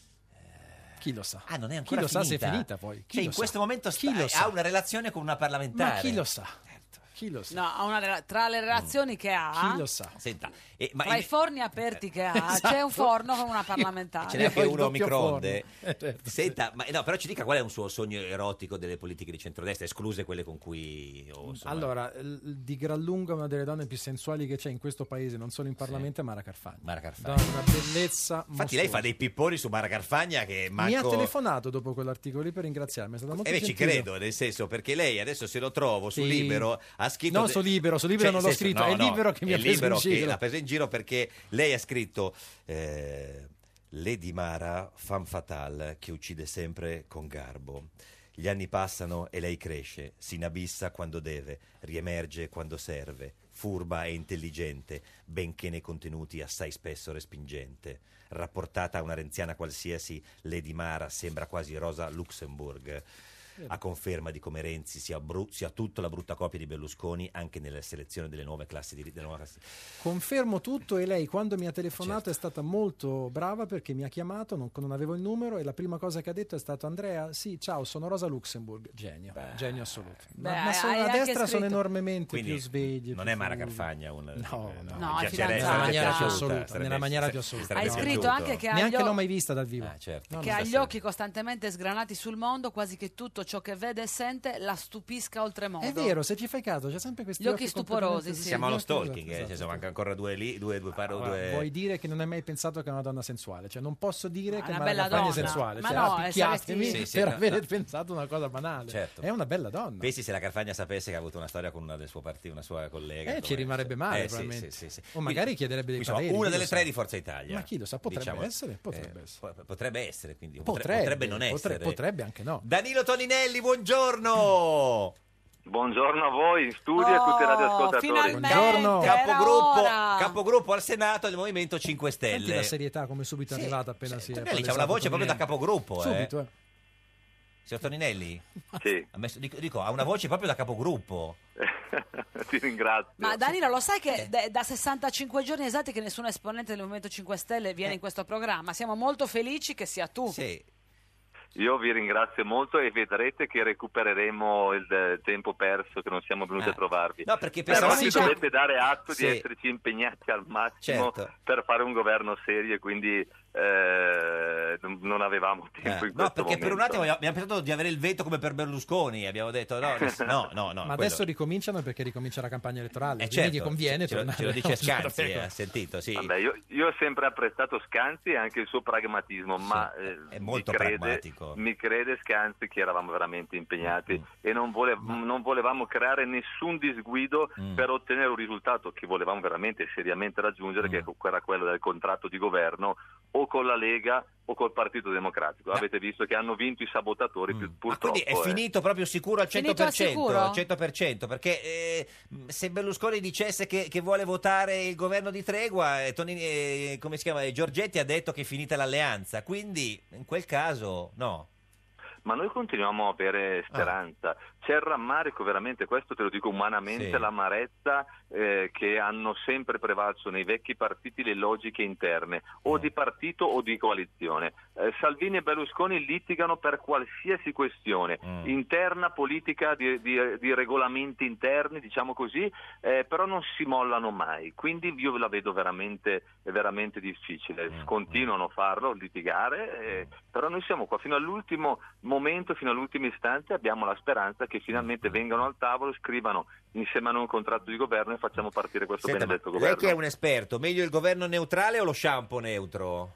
Speaker 13: Chi lo sa?
Speaker 3: Ah, non è
Speaker 13: Chi
Speaker 3: ancora
Speaker 13: lo sa se è
Speaker 3: finita?
Speaker 13: finita poi? Chi
Speaker 3: Cioè,
Speaker 13: lo
Speaker 3: in
Speaker 13: sa?
Speaker 3: questo momento
Speaker 13: Chi
Speaker 3: sta-
Speaker 13: lo sa?
Speaker 3: ha una relazione con una parlamentare.
Speaker 13: Ma chi lo sa? Chi lo sa?
Speaker 2: No, ha una rela- tra le relazioni che ha,
Speaker 13: Chi lo sa?
Speaker 3: Senta, e- ma
Speaker 2: tra
Speaker 3: in-
Speaker 2: i forni aperti che ha,
Speaker 13: Esatto.
Speaker 2: c'è un forno con una parlamentare.
Speaker 3: ce n'è anche
Speaker 13: Poi il
Speaker 3: uno a
Speaker 13: doppio
Speaker 3: microonde.
Speaker 13: forno. Eh, certo,
Speaker 3: Senta, ma no, però ci dica qual è un suo sogno erotico delle politiche di centrodestra, escluse quelle con cui... oh, insomma-
Speaker 13: Allora, l- di gran lunga una delle donne più sensuali che c'è in questo paese, non solo in Parlamento, è Mara Carfagna.
Speaker 3: Mara Carfagna.
Speaker 13: Da una bellezza
Speaker 3: Infatti lei fa dei pipponi su Mara Carfagna che manco...
Speaker 13: Mi ha telefonato dopo quell'articolo lì per ringraziarmi, è stato molto
Speaker 3: Eh beh, ci
Speaker 13: gentile.
Speaker 3: credo, nel senso, perché lei adesso se lo trovo su
Speaker 13: Sì.
Speaker 3: Libero ha scritto...
Speaker 13: No, su Libero, su Libero non l'ho
Speaker 3: nel senso-
Speaker 13: scritto, è
Speaker 3: no, no,
Speaker 13: Libero che mi
Speaker 3: è
Speaker 13: ha preso in
Speaker 3: Libero che
Speaker 13: giro.
Speaker 3: l'ha preso in giro perché lei ha scritto eh, Lady Mara, femme fatale, che uccide sempre con garbo. Gli anni passano e lei cresce, si inabissa quando deve, riemerge quando serve, furba e intelligente, benché nei contenuti assai spesso respingente. Rapportata a una renziana qualsiasi, Lady Mara sembra quasi Rosa Luxemburg, a conferma di come Renzi sia, bru- sia tutta la brutta copia di Berlusconi anche nella selezione delle nuove classi di delle nuove classi.
Speaker 13: Confermo tutto e lei quando mi ha telefonato
Speaker 3: Certo.
Speaker 13: è stata molto brava perché mi ha chiamato, non, non avevo il numero e la prima cosa che ha detto è stato Andrea, sì ciao sono Rosa Luxemburg, genio, genio assoluto.
Speaker 2: Beh,
Speaker 13: ma ma sono,
Speaker 2: hai
Speaker 13: a
Speaker 2: anche
Speaker 13: destra sono
Speaker 2: scritto-
Speaker 13: enormemente
Speaker 3: Quindi
Speaker 13: più svegli.
Speaker 3: non
Speaker 13: più
Speaker 3: è Mara
Speaker 13: furbi.
Speaker 3: Carfagna un,
Speaker 13: No, no.
Speaker 2: No, è
Speaker 3: Ci- ci-
Speaker 2: fidanzata.
Speaker 3: ci-
Speaker 13: Nella maniera più
Speaker 3: piaciuta,
Speaker 13: assoluta,
Speaker 3: sarebbe-
Speaker 13: nella maniera più
Speaker 3: sarebbe-
Speaker 13: assoluta.
Speaker 2: Hai
Speaker 3: sarebbe
Speaker 2: scritto
Speaker 3: piaciuto.
Speaker 2: anche che ha
Speaker 13: Neanche
Speaker 2: gli,
Speaker 13: l'ho
Speaker 2: o-
Speaker 13: mai vista dal vivo.
Speaker 3: Ah, certo.
Speaker 13: No,
Speaker 2: che
Speaker 13: no.
Speaker 2: ha gli occhi costantemente sgranati sul mondo, quasi che tutto ciò che vede e sente la stupisca oltremodo.
Speaker 13: È vero, se ci fai caso, c'è sempre questi
Speaker 2: Gli occhi stuporosi,
Speaker 13: completamente-
Speaker 2: sì.
Speaker 3: Si chiama lo
Speaker 13: Gli occhi-
Speaker 3: stalking, eh,
Speaker 13: esatto,
Speaker 3: ci sono
Speaker 13: esatto.
Speaker 3: anche ancora due lì, due, due, paro-
Speaker 13: Allora,
Speaker 3: due...
Speaker 13: vuoi dire che non hai mai pensato che è una donna sensuale? Cioè, non posso dire
Speaker 2: Ma
Speaker 13: che
Speaker 2: una
Speaker 13: Mara
Speaker 2: bella
Speaker 13: Carfagna è
Speaker 2: donna.
Speaker 13: sensuale.
Speaker 2: Ma
Speaker 13: cioè,
Speaker 2: no,
Speaker 13: ah,
Speaker 2: eh,
Speaker 13: picchiatemi
Speaker 2: saresti-
Speaker 3: Sì, sì,
Speaker 13: per
Speaker 3: no,
Speaker 13: aver
Speaker 3: no.
Speaker 13: pensato una cosa banale.
Speaker 3: Certo.
Speaker 13: È una bella donna.
Speaker 3: Pensi se la Carfagna sapesse che ha avuto una storia con una del suo partito, una sua collega.
Speaker 13: Eh,
Speaker 3: come-
Speaker 13: ci rimarrebbe male,
Speaker 3: Eh, sì,
Speaker 13: probabilmente.
Speaker 3: sì, sì, sì.
Speaker 13: O magari chiederebbe dei
Speaker 3: insomma,
Speaker 13: pareri,
Speaker 3: una
Speaker 13: chi
Speaker 3: delle
Speaker 13: lo
Speaker 3: tre
Speaker 13: sa.
Speaker 3: di Forza Italia.
Speaker 13: Ma chi lo sa, potrebbe
Speaker 3: diciamo.
Speaker 13: essere, potrebbe
Speaker 3: Eh,
Speaker 13: essere.
Speaker 3: po- potrebbe essere, quindi
Speaker 13: Potrebbe,
Speaker 3: potrebbe non
Speaker 13: potre-
Speaker 3: essere.
Speaker 13: potrebbe anche no.
Speaker 3: Danilo Toninelli, buongiorno.
Speaker 19: Buongiorno a voi in studio e a tutti i
Speaker 2: Oh,
Speaker 19: radioascoltatori.
Speaker 2: finalmente,
Speaker 13: Buongiorno.
Speaker 2: era
Speaker 3: Capogruppo,
Speaker 2: ora.
Speaker 3: capogruppo al Senato del Movimento cinque
Speaker 13: Senti
Speaker 3: Stelle.
Speaker 13: la serietà come subito è
Speaker 3: Sì,
Speaker 13: arrivata appena si è
Speaker 3: Toninelli c'ha
Speaker 13: palesato
Speaker 3: una voce proprio da
Speaker 13: Toninelli.
Speaker 3: capogruppo, eh.
Speaker 13: Subito, eh.
Speaker 3: Signor Toninelli?
Speaker 19: Sì,
Speaker 3: Ha messo- dico, dico, ha una voce proprio da capogruppo.
Speaker 19: ti ringrazio.
Speaker 2: Ma Danilo, lo sai che da- da sessantacinque giorni esatti che nessun esponente del Movimento cinque Stelle viene in questo programma? Siamo molto felici che sia tu.
Speaker 3: Sì.
Speaker 19: Io vi ringrazio molto e vedrete che recupereremo il eh, tempo perso che non siamo venuti
Speaker 3: Ah.
Speaker 19: a trovarvi.
Speaker 3: No, perché
Speaker 19: Però
Speaker 3: pensavo
Speaker 19: ci
Speaker 3: sì,
Speaker 19: dovete dare atto
Speaker 3: Sì.
Speaker 19: di esserci impegnati al massimo
Speaker 3: Certo.
Speaker 19: per fare un governo serio e quindi eh, non, non avevamo tempo
Speaker 3: Eh,
Speaker 19: in
Speaker 3: no,
Speaker 19: questo
Speaker 3: perché per un
Speaker 19: momento.
Speaker 3: attimo abbiamo pensato di avere il veto come per Berlusconi, abbiamo detto no, adesso- no, no, no.
Speaker 13: Ma
Speaker 3: quello-
Speaker 13: adesso ricominciano perché ricomincia la campagna elettorale,
Speaker 3: Eh,
Speaker 13: quindi
Speaker 3: certo,
Speaker 13: gli conviene
Speaker 3: ce lo,
Speaker 13: tornare
Speaker 3: ce lo dice
Speaker 13: alla
Speaker 3: Scanzi,
Speaker 13: Pecora.
Speaker 3: eh, ha sentito, sì.
Speaker 19: Vabbè, io, io ho sempre apprezzato Scanzi e anche il suo pragmatismo, ma eh,
Speaker 3: è molto
Speaker 19: mi crede,
Speaker 3: pragmatico.
Speaker 19: mi crede Scanzi che eravamo veramente impegnati e non, vole- non volevamo creare nessun disguido
Speaker 3: Mm.
Speaker 19: per ottenere un risultato che volevamo veramente e seriamente raggiungere, che era quello del contratto di governo o con la Lega o col Partito Democratico. Avete visto che hanno vinto i sabotatori, più, purtroppo.
Speaker 3: Quindi è
Speaker 19: eh.
Speaker 3: finito proprio sicuro al cento
Speaker 2: Finito
Speaker 3: per
Speaker 2: al
Speaker 3: cento,
Speaker 2: sicuro?
Speaker 3: al cento per cento, perché eh, se Berlusconi dicesse che, che vuole votare il governo di tregua, eh, Tonini, eh, come si chiama, eh, Giorgetti ha detto che è finita l'alleanza, quindi in quel caso no.
Speaker 19: Ma noi continuiamo a avere speranza. C'è il rammarico, veramente, questo te lo dico umanamente,
Speaker 3: Sì.
Speaker 19: l'amarezza eh, che hanno sempre prevalso nei vecchi partiti le logiche interne, o di partito o di coalizione. Eh, Salvini e Berlusconi litigano per qualsiasi questione, interna, politica, di, di- di regolamenti interni, diciamo così, eh, però non si mollano mai. Quindi io la vedo veramente, veramente difficile. Continuano a farlo, litigare, eh, però noi siamo qua fino all'ultimo momento, fino all'ultimo istante, abbiamo la speranza che finalmente vengano al tavolo, scrivano insieme a noi un contratto di governo e facciamo partire questo
Speaker 3: Senta, ma
Speaker 19: benedetto
Speaker 3: lei
Speaker 19: governo.
Speaker 3: che è un esperto, meglio il governo neutrale o lo shampoo neutro?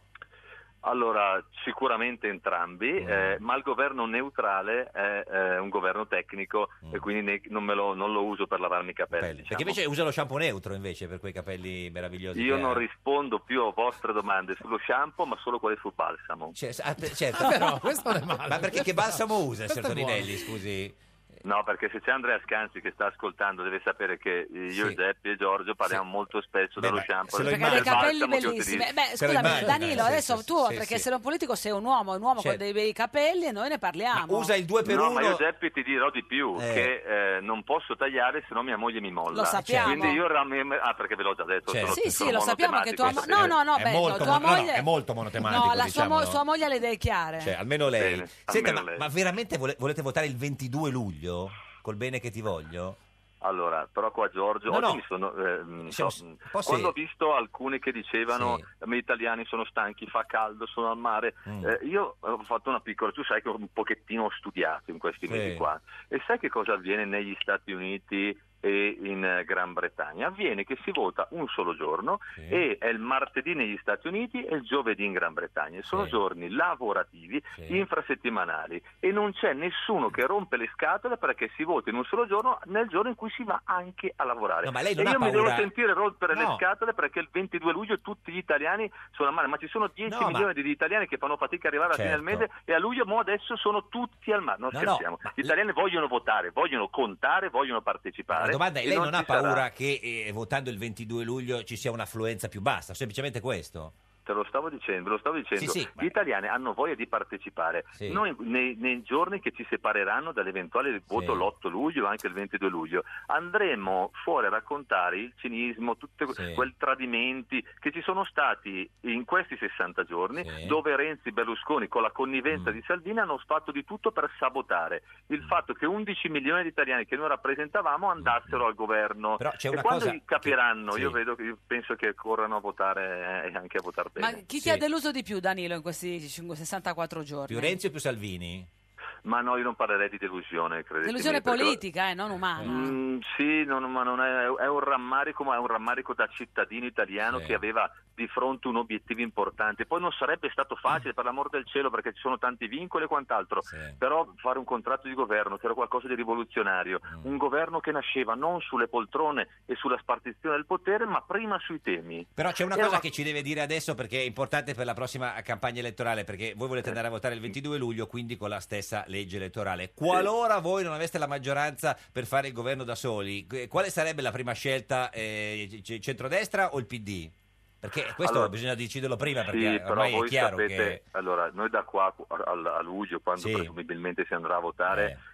Speaker 19: Allora, sicuramente entrambi, eh, ma il governo neutrale è, è un governo tecnico e quindi ne- non, me lo, non lo uso per lavarmi i capelli. diciamo.
Speaker 3: Perché invece usa lo shampoo neutro invece per quei capelli meravigliosi.
Speaker 19: Io
Speaker 3: che
Speaker 19: non
Speaker 3: ha.
Speaker 19: rispondo più a vostre domande sullo shampoo, ma solo quelle sul balsamo.
Speaker 3: Cioè, ah, te- certo.
Speaker 13: Ah, però, questo non è male.
Speaker 3: Ma perché che balsamo usa,
Speaker 13: Questo
Speaker 3: signor
Speaker 13: è buono.
Speaker 3: Toninelli, scusi?
Speaker 19: No, perché se c'è Andrea Scanzi che sta ascoltando deve sapere che io,
Speaker 3: Sì.
Speaker 19: Geppi e Giorgio parliamo molto spesso
Speaker 3: Beh,
Speaker 19: dello
Speaker 3: ma
Speaker 19: shampoo
Speaker 3: se lo
Speaker 19: e
Speaker 2: Perché ha
Speaker 19: del
Speaker 2: dei capelli
Speaker 19: balsamo che
Speaker 2: bellissimi.
Speaker 19: utilizzo.
Speaker 2: Beh,
Speaker 3: Se lo
Speaker 2: scusami,
Speaker 3: immagina,
Speaker 2: Danilo,
Speaker 3: sì,
Speaker 2: adesso
Speaker 3: sì,
Speaker 2: tu,
Speaker 3: sì,
Speaker 2: perché
Speaker 3: sì.
Speaker 2: sei un politico, sei un uomo, un uomo
Speaker 3: Certo.
Speaker 2: con dei bei capelli e noi ne parliamo.
Speaker 3: Usa il due per
Speaker 19: No,
Speaker 3: uno.
Speaker 19: ma io Geppi ti dirò di più,
Speaker 3: Eh.
Speaker 19: che eh, non posso tagliare se no mia moglie mi molla.
Speaker 2: Lo sappiamo.
Speaker 19: Quindi io ram- ah, perché ve l'ho già detto.
Speaker 3: Certo.
Speaker 19: sono-
Speaker 2: Sì,
Speaker 19: sono
Speaker 2: sì, lo sappiamo che tua moglie...
Speaker 19: monotematico.
Speaker 2: No, no, no,
Speaker 3: È
Speaker 2: beh,
Speaker 3: molto
Speaker 2: no, tua
Speaker 3: mon- no, no,
Speaker 2: moglie...
Speaker 3: è molto monotematico,
Speaker 2: No, la sua, mo-
Speaker 3: diciamo.
Speaker 2: sua moglie ha le idee chiare.
Speaker 3: Cioè, almeno lei.
Speaker 19: Bene,
Speaker 3: Senta,
Speaker 19: almeno
Speaker 3: ma,
Speaker 19: lei.
Speaker 3: ma veramente vole- volete votare il ventidue luglio? Col bene che ti voglio?
Speaker 19: Allora, però qua Giorgio,
Speaker 3: No,
Speaker 19: oggi
Speaker 3: no.
Speaker 19: mi sono, eh, mh,
Speaker 3: Siamo
Speaker 19: so-
Speaker 3: un po'
Speaker 19: quando ho
Speaker 3: sì.
Speaker 19: visto alcuni che dicevano
Speaker 3: Sì.
Speaker 19: gli italiani sono stanchi, fa caldo, sono al mare,
Speaker 3: Mm.
Speaker 19: eh, io ho fatto una piccola, tu sai che un pochettino ho studiato in questi
Speaker 3: Sì.
Speaker 19: mesi qua, e sai che cosa avviene negli Stati Uniti e in eh, Gran Bretagna? Avviene che si vota un solo giorno
Speaker 3: Sì.
Speaker 19: e è il martedì negli Stati Uniti e il giovedì in Gran Bretagna. Sono
Speaker 3: Sì.
Speaker 19: giorni lavorativi,
Speaker 3: Sì.
Speaker 19: infrasettimanali, e non c'è nessuno che rompe le scatole perché si vota in un solo giorno nel giorno in cui si va anche a lavorare.
Speaker 3: No, ma lei non
Speaker 19: e
Speaker 3: ha
Speaker 19: io mi
Speaker 3: paura-
Speaker 19: devo sentire rompere
Speaker 3: No.
Speaker 19: le scatole perché il ventidue luglio tutti gli italiani sono al mare, ma ci sono dieci
Speaker 3: No, ma-
Speaker 19: milioni di italiani che fanno fatica ad arrivare alla fine del
Speaker 3: Certo.
Speaker 19: mese, e a luglio mo adesso sono tutti al mare. Non
Speaker 3: No,
Speaker 19: scherziamo.
Speaker 3: no, ma-
Speaker 19: Gli italiani vogliono votare, vogliono contare, vogliono partecipare.
Speaker 3: La domanda è,
Speaker 19: e
Speaker 3: lei non, ha
Speaker 19: ci sarà.
Speaker 3: paura che eh, votando il ventidue luglio ci sia un'affluenza più bassa? Semplicemente questo?
Speaker 19: Te lo stavo dicendo, lo stavo dicendo.
Speaker 3: Sì, sì, ma-
Speaker 19: Gli italiani hanno voglia di partecipare.
Speaker 3: Sì.
Speaker 19: Noi nei, nei giorni che ci separeranno dall'eventuale voto
Speaker 3: Sì.
Speaker 19: l'otto luglio, anche il ventidue luglio, andremo fuori a raccontare il cinismo, tutti
Speaker 3: Sì.
Speaker 19: quei tradimenti che ci sono stati in questi sessanta giorni,
Speaker 3: Sì.
Speaker 19: dove Renzi e Berlusconi, con la connivenza
Speaker 3: Mm.
Speaker 19: di Salvini, hanno fatto di tutto per sabotare il fatto che undici milioni di italiani che noi rappresentavamo andassero al governo.
Speaker 3: Però c'è
Speaker 19: e
Speaker 3: una
Speaker 19: quando
Speaker 3: cosa
Speaker 19: capiranno,
Speaker 3: che-
Speaker 19: io
Speaker 3: sì.
Speaker 19: vedo che io penso che corrano a votare eh, e anche a votare bene.
Speaker 2: Ma chi ti
Speaker 3: Sì.
Speaker 2: ha deluso di più, Danilo, in questi cinque- sessantaquattro giorni?
Speaker 3: Più Renzi o più Salvini?
Speaker 19: Ma no, io non parlerei di delusione, credetemi.
Speaker 2: Delusione
Speaker 19: perché-
Speaker 2: politica, eh, non umana.
Speaker 19: Mm, sì, non- ma non è, è un rammarico, ma è un rammarico da cittadino italiano
Speaker 3: Sì.
Speaker 19: che aveva di fronte un obiettivo importante. Poi non sarebbe stato facile, per l'amor del cielo, perché ci sono tanti vincoli e quant'altro,
Speaker 3: Sì.
Speaker 19: però fare un contratto di governo che era qualcosa di rivoluzionario,
Speaker 3: Mm.
Speaker 19: un governo che nasceva non sulle poltrone e sulla spartizione del potere, ma prima sui temi.
Speaker 3: Però c'è una
Speaker 19: Era
Speaker 3: cosa
Speaker 19: una-
Speaker 3: che ci deve dire adesso perché è importante per la prossima campagna elettorale, perché voi volete andare a votare il ventidue luglio, quindi con la stessa legge elettorale. Qualora voi non aveste la maggioranza per fare il governo da soli, que- quale sarebbe la prima scelta? Eh, c- centrodestra o il P D? Perché questo
Speaker 19: Allora,
Speaker 3: bisogna deciderlo prima,
Speaker 19: Sì,
Speaker 3: perché
Speaker 19: però
Speaker 3: ormai è
Speaker 19: voi
Speaker 3: chiaro
Speaker 19: sapete,
Speaker 3: che...
Speaker 19: allora, noi da qua a, a- a luglio, quando
Speaker 3: Sì.
Speaker 19: presumibilmente si andrà a votare,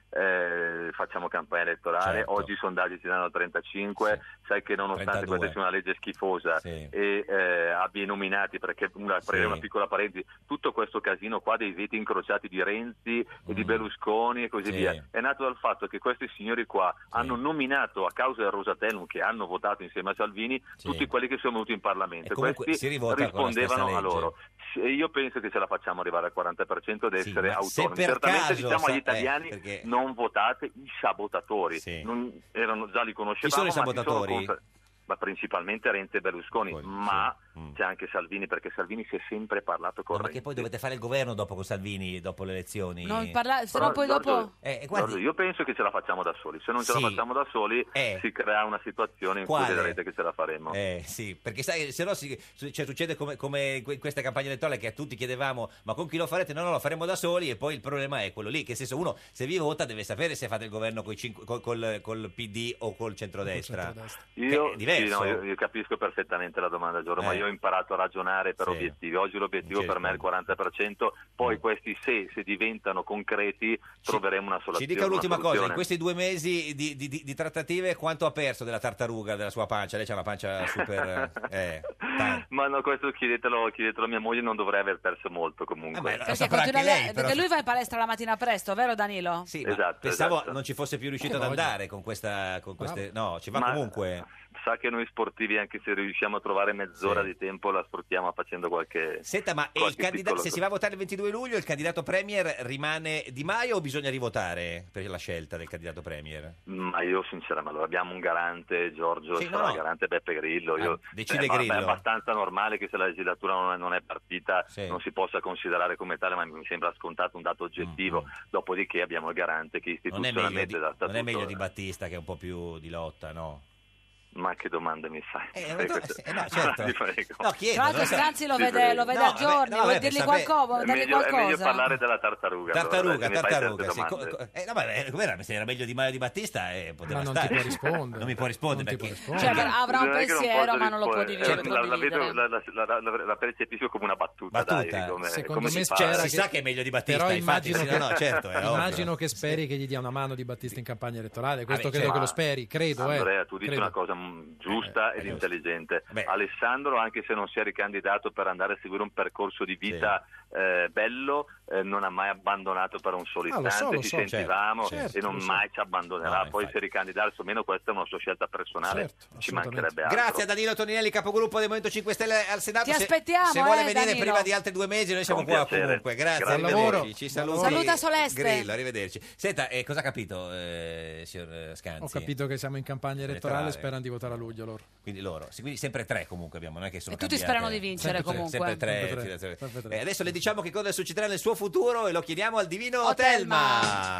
Speaker 19: eh, facciamo campagna elettorale,
Speaker 3: Certo.
Speaker 19: oggi i sondaggi ci danno trentacinque, sai che nonostante
Speaker 3: trentadue.
Speaker 19: questa sia una legge schifosa
Speaker 3: Sì.
Speaker 19: e eh, abbia i nominati, perché una, aprire
Speaker 3: Sì.
Speaker 19: una piccola parentesi, tutto questo casino qua dei veti incrociati di Renzi e di Berlusconi e così
Speaker 3: Sì.
Speaker 19: via, è nato dal fatto che questi signori qua hanno nominato a causa del Rosatellum, che hanno votato insieme a Salvini,
Speaker 3: Sì.
Speaker 19: tutti quelli che sono venuti in Parlamento,
Speaker 3: E comunque
Speaker 19: questi
Speaker 3: si rivota con la stessa
Speaker 19: rispondevano a
Speaker 3: legge.
Speaker 19: loro. Se- Io penso che ce la facciamo arrivare al quaranta per cento ed
Speaker 3: Sì,
Speaker 19: essere
Speaker 3: ma se
Speaker 19: autonomi.
Speaker 3: per
Speaker 19: Certamente
Speaker 3: caso
Speaker 19: diciamo
Speaker 3: sa-
Speaker 19: agli
Speaker 3: eh,
Speaker 19: italiani
Speaker 3: perché-
Speaker 19: non votate i sabotatori.
Speaker 3: Sì.
Speaker 19: Non- erano, già li conoscevamo,
Speaker 3: Chi sono i
Speaker 19: ma si
Speaker 3: sabotatori?
Speaker 19: confer- ma principalmente Renzi e Berlusconi, ma
Speaker 3: Mm.
Speaker 19: c'è anche Salvini, perché Salvini si è sempre parlato con
Speaker 3: No, ma che
Speaker 19: Renzi.
Speaker 3: poi dovete fare il governo dopo con Salvini, dopo le elezioni.
Speaker 2: Non parla- se no
Speaker 19: Però,
Speaker 2: poi
Speaker 19: Giorgio,
Speaker 2: dopo...
Speaker 3: Eh, guardi-
Speaker 19: Giorgio, io penso che ce la facciamo da soli. Se non ce
Speaker 3: Sì.
Speaker 19: la facciamo da soli,
Speaker 3: Eh.
Speaker 19: si crea una situazione in
Speaker 3: Quale?
Speaker 19: cui vedrete che ce la faremo.
Speaker 3: Eh sì, perché sai, se no si, su- cioè, succede come, come in questa campagna elettorale che a tutti chiedevamo ma con chi lo farete? No, no, lo faremo da soli e poi il problema è quello lì, che se uno se vi vota deve sapere se fate il governo coi cinque- col, col, col P D o col centrodestra.
Speaker 19: Io,
Speaker 3: Che è diverso.
Speaker 19: sì, no, io, io capisco perfettamente la domanda, Giorgio, ma
Speaker 3: Eh.
Speaker 19: io ho imparato a ragionare per
Speaker 3: Sì.
Speaker 19: obiettivi. Oggi l'obiettivo
Speaker 3: Certo.
Speaker 19: per me è il quaranta per cento, poi questi se, se diventano concreti troveremo una
Speaker 3: Ci
Speaker 19: soluzione.
Speaker 3: dica l'ultima
Speaker 19: una
Speaker 3: cosa, in
Speaker 19: soluzione.
Speaker 3: questi due mesi di, di- di- di trattative quanto ha perso della tartaruga, della sua pancia? Lei c'ha una pancia super... eh,
Speaker 19: Ma no, questo chiedetelo, chiedetelo a mia moglie, non dovrei aver perso molto comunque.
Speaker 3: Vabbè, lo
Speaker 2: Perché,
Speaker 3: saprà
Speaker 2: continua
Speaker 3: anche
Speaker 2: a-
Speaker 3: lei, però.
Speaker 2: perché lui va in palestra la mattina presto, vero Danilo?
Speaker 3: Sì, ma
Speaker 19: Esatto,
Speaker 3: pensavo
Speaker 19: esatto.
Speaker 3: non ci fosse più riuscito
Speaker 19: Che
Speaker 3: ad
Speaker 19: voglia.
Speaker 3: andare con questa con queste no, ci va
Speaker 19: Ma-
Speaker 3: comunque.
Speaker 19: Sa che noi sportivi, anche se riusciamo a trovare mezz'ora
Speaker 3: Sì.
Speaker 19: di tempo, la sfruttiamo facendo qualche.
Speaker 3: Senta, ma e il
Speaker 19: qualche
Speaker 3: candidato,
Speaker 19: piccolo-
Speaker 3: se si va a votare il ventidue luglio, il candidato premier rimane Di Maio o bisogna rivotare per la scelta del candidato premier?
Speaker 19: Ma io sinceramente, allora abbiamo un garante, Giorgio,
Speaker 3: Sì,
Speaker 19: sarà
Speaker 3: no, no.
Speaker 19: il garante Beppe Grillo. Io,
Speaker 3: Ah, decide
Speaker 19: eh, ma-
Speaker 3: Grillo.
Speaker 19: È abbastanza normale che se la legislatura non è, non è partita non si possa considerare come tale, ma mi sembra scontato un dato oggettivo. Dopodiché abbiamo il garante che
Speaker 3: Non è, meglio
Speaker 19: istituzionalmente
Speaker 3: di,
Speaker 19: da
Speaker 3: non è meglio
Speaker 19: statuto.
Speaker 3: di Battista che è un po' più di lotta, no?
Speaker 19: Ma che domande mi fai?
Speaker 3: Eh,
Speaker 19: Fai
Speaker 3: no,
Speaker 19: queste-
Speaker 3: eh, no, certo.
Speaker 19: Ti prego.
Speaker 3: No, chiedo,
Speaker 2: Tra l'altro
Speaker 3: lo sa-
Speaker 2: Scanzi lo
Speaker 19: Ti
Speaker 2: vede,
Speaker 19: prego.
Speaker 2: lo vede
Speaker 3: No,
Speaker 2: a
Speaker 3: vabbè,
Speaker 2: giorni,
Speaker 3: no,
Speaker 2: vuoi
Speaker 3: vabbè,
Speaker 2: dirgli
Speaker 3: per sapere-
Speaker 2: qualcosa? Vuoi
Speaker 19: È
Speaker 2: dargli
Speaker 19: meglio, è meglio
Speaker 2: qualcosa?
Speaker 19: parlare della tartaruga. allora,
Speaker 3: Tartaruga,
Speaker 19: se mi fai
Speaker 3: tartaruga,
Speaker 19: certe
Speaker 3: sì. Co-
Speaker 19: domande.
Speaker 3: co- eh, no, vabbè, com'era? Se era meglio Di Maio di Battista, eh, poteva
Speaker 13: Ma non
Speaker 3: stare.
Speaker 13: ti può rispondere.
Speaker 3: Non mi può rispondere
Speaker 13: Non ti
Speaker 3: perché...
Speaker 13: può
Speaker 2: Cioè, avrà avrà un
Speaker 19: Non è che non
Speaker 2: pensiero,
Speaker 19: posso
Speaker 2: ma non lo può
Speaker 19: rispondere.
Speaker 2: dividere.
Speaker 19: La, la, vedo- la, la, la, la- la percepisco come una battuta.
Speaker 3: Battuta.
Speaker 19: Dai, come,
Speaker 13: Secondo
Speaker 19: come
Speaker 13: me
Speaker 19: si fa?
Speaker 13: spera
Speaker 3: si
Speaker 13: che-
Speaker 3: sa che è meglio di Battista,
Speaker 13: Però
Speaker 3: infatti,
Speaker 13: immagino,
Speaker 3: sì,
Speaker 13: che,
Speaker 3: no, no, certo, è
Speaker 13: immagino
Speaker 3: ovvio.
Speaker 13: che speri che gli dia una mano di Battista in campagna elettorale. Questo
Speaker 3: Vabbè,
Speaker 13: credo
Speaker 3: cioè-
Speaker 13: che lo speri, credo. eh.
Speaker 19: Andrea, tu dici
Speaker 13: Credo.
Speaker 19: una cosa mh, giusta
Speaker 3: Eh,
Speaker 19: ed
Speaker 3: eh,
Speaker 19: intelligente.
Speaker 3: Beh.
Speaker 19: Alessandro, anche se non si è ricandidato per andare a seguire un percorso di vita eh, bello, eh, non ha mai abbandonato per un solo
Speaker 13: Ah, lo
Speaker 19: istante,
Speaker 13: so, lo
Speaker 19: ci
Speaker 13: so,
Speaker 19: sentivamo
Speaker 13: certo,
Speaker 19: e non
Speaker 13: lo so.
Speaker 19: mai ci abbandonerà.
Speaker 3: No,
Speaker 19: Poi
Speaker 3: infatti.
Speaker 19: se ricandidarsi o meno, questa è una sua scelta personale,
Speaker 13: Certo,
Speaker 19: ci
Speaker 13: assolutamente.
Speaker 19: mancherebbe altro.
Speaker 3: Grazie a Danilo Toninelli, capogruppo del Movimento cinque Stelle al Senato.
Speaker 2: Ti
Speaker 3: Se-
Speaker 2: aspettiamo,
Speaker 3: Se vuole
Speaker 2: eh,
Speaker 3: venire
Speaker 2: Danilo.
Speaker 3: prima di altri due mesi, noi siamo
Speaker 19: Con
Speaker 3: qua
Speaker 19: piacere.
Speaker 3: comunque. Grazie,
Speaker 19: Grazie.
Speaker 3: arrivederci.
Speaker 13: Buon lavoro.
Speaker 3: Ci
Speaker 13: Buon
Speaker 3: saluti.
Speaker 13: lavoro.
Speaker 2: Saluta Soleste.
Speaker 3: Grillo, arrivederci. Senta, eh, cosa ha capito, eh, signor Scanzi?
Speaker 13: Ho capito che siamo in campagna elettorale e
Speaker 3: Elettorale.
Speaker 13: sperano di votare a luglio loro.
Speaker 3: Quindi loro, sì, quindi sempre tre comunque abbiamo, non è che sono
Speaker 2: E tutti
Speaker 3: cambiate.
Speaker 2: sperano di vincere,
Speaker 3: Sempre tre,
Speaker 2: comunque.
Speaker 3: Sempre tre,
Speaker 13: Sempre tre,
Speaker 3: fila-
Speaker 13: sempre tre.
Speaker 3: Eh, adesso le diciamo che cosa succederà nel suo futuro e lo chiediamo al divino
Speaker 2: Otelma.
Speaker 3: Otelma.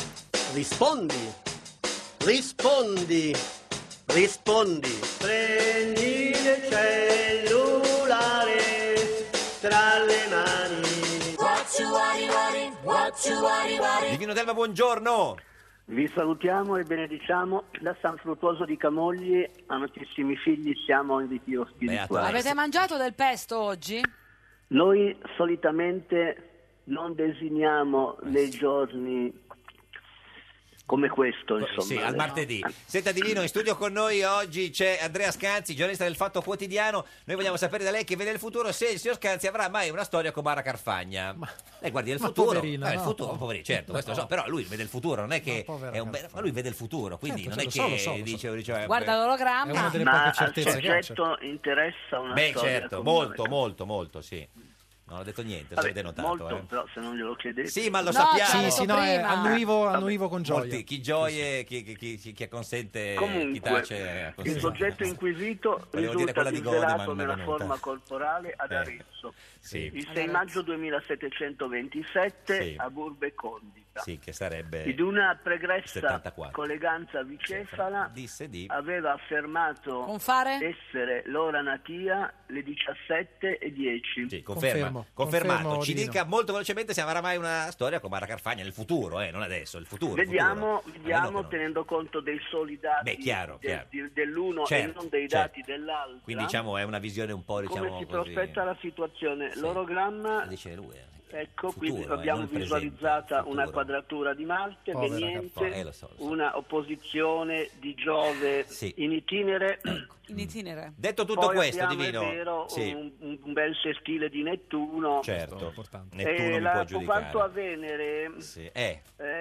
Speaker 20: Rispondi, rispondi, rispondi. Prendi il cellulare tra le mani.
Speaker 3: Divino Otelma, buongiorno.
Speaker 20: Vi salutiamo e benediciamo da San Fruttuoso di Camogli, amatissimi figli, siamo in ritiro spirituale.
Speaker 2: Avete mangiato del pesto oggi?
Speaker 20: Noi solitamente non designiamo dei giorni come questo, insomma.
Speaker 3: Sì, al
Speaker 20: eh.
Speaker 3: martedì. Senta Divino, in studio con noi oggi c'è Andrea Scanzi, giornalista del Fatto Quotidiano. Noi vogliamo sapere da lei che vede il futuro se il signor Scanzi avrà mai una storia con Mara Carfagna. Lei guardi il
Speaker 13: ma
Speaker 3: futuro.
Speaker 13: poverina,
Speaker 3: Eh, il
Speaker 13: no.
Speaker 3: futuro, poverino, certo, questo lo so, però lui vede il futuro, non è che
Speaker 13: No, povera
Speaker 3: è un be-
Speaker 13: Carfagna.
Speaker 3: ma lui vede il futuro, quindi
Speaker 13: Certo,
Speaker 3: non è
Speaker 13: ce lo
Speaker 3: che
Speaker 13: so, lo so, lo so.
Speaker 3: dice, dice, eh,
Speaker 2: Guarda
Speaker 3: beh,
Speaker 2: l'ologramma.
Speaker 13: È una delle
Speaker 20: Ma
Speaker 13: poche
Speaker 20: al
Speaker 13: certezze che ho.
Speaker 20: soggetto interessa una
Speaker 3: Beh,
Speaker 20: storia
Speaker 3: certo,
Speaker 20: come
Speaker 3: molto,
Speaker 20: questa.
Speaker 3: molto, molto, sì. Non ho detto niente, lo
Speaker 20: Vabbè,
Speaker 3: avete notato,
Speaker 20: molto,
Speaker 3: eh.
Speaker 20: però se non glielo chiedete.
Speaker 3: Sì, ma lo
Speaker 2: No,
Speaker 3: sappiamo.
Speaker 2: c'ha
Speaker 13: Sì,
Speaker 2: detto
Speaker 13: sì, no, eh,
Speaker 2: prima.
Speaker 13: annuivo, annuivo con gioia.
Speaker 3: Molti, chi gioie, chi, chi, chi, chi- chi acconsente, chi
Speaker 20: Comunque,
Speaker 3: tace.
Speaker 20: il
Speaker 3: acconsente.
Speaker 20: soggetto inquisito
Speaker 3: Volevo dire
Speaker 20: risulta
Speaker 3: quella di Godi, ma
Speaker 20: disvelato
Speaker 3: non è
Speaker 20: nella
Speaker 3: venuta.
Speaker 20: forma corporale ad
Speaker 3: Eh,
Speaker 20: Arezzo.
Speaker 3: sì.
Speaker 20: Il sei maggio duemilasettecentoventisette
Speaker 3: Sì.
Speaker 20: a Burbe Condita.
Speaker 3: Sì, che sarebbe
Speaker 20: Ed una pregressa
Speaker 3: settantaquattro.
Speaker 20: colleganza bicefala
Speaker 3: disse di
Speaker 20: aveva affermato
Speaker 2: Con fare?
Speaker 20: essere l'ora natia le diciassette e dieci.
Speaker 3: Sì, conferma,
Speaker 13: Confermo,
Speaker 3: confermato.
Speaker 13: confermo,
Speaker 3: Ci
Speaker 13: Divino.
Speaker 3: dica molto velocemente se avrà mai una storia con Mara Carfagna nel futuro, eh, non adesso, il futuro. il
Speaker 20: Vediamo,
Speaker 3: futuro.
Speaker 20: vediamo
Speaker 3: Almeno che non-
Speaker 20: tenendo conto dei soli dati
Speaker 3: Beh, chiaro,
Speaker 20: del-
Speaker 3: chiaro.
Speaker 20: di- dell'uno
Speaker 3: Certo,
Speaker 20: e non dei
Speaker 3: certo.
Speaker 20: dati dell'altro.
Speaker 3: Quindi diciamo è una visione un po' diciamo
Speaker 20: come si
Speaker 3: così.
Speaker 20: prospetta la situazione?
Speaker 3: Sì. Lo dice lui, eh.
Speaker 20: L'orogramma, ecco,
Speaker 3: Futuro,
Speaker 20: quindi
Speaker 3: eh, non
Speaker 20: abbiamo
Speaker 3: il presente,
Speaker 20: visualizzata
Speaker 3: il
Speaker 20: una
Speaker 3: futuro.
Speaker 20: quadratura di Marte, che
Speaker 3: Povera
Speaker 20: niente,
Speaker 3: Carfagna, eh, lo so, lo so.
Speaker 20: una opposizione di Giove
Speaker 3: Sì.
Speaker 20: in itinere.
Speaker 2: In itinere.
Speaker 3: Detto tutto
Speaker 20: Poi
Speaker 3: questo,
Speaker 20: abbiamo,
Speaker 3: Divino,
Speaker 20: è vero,
Speaker 3: sì.
Speaker 20: un, un bel sestile di Nettuno.
Speaker 3: certo,
Speaker 13: importante.
Speaker 3: Nettuno
Speaker 20: E
Speaker 3: mi
Speaker 20: la-
Speaker 3: può giudicare.
Speaker 20: quanto a Venere,
Speaker 3: Sì. Eh.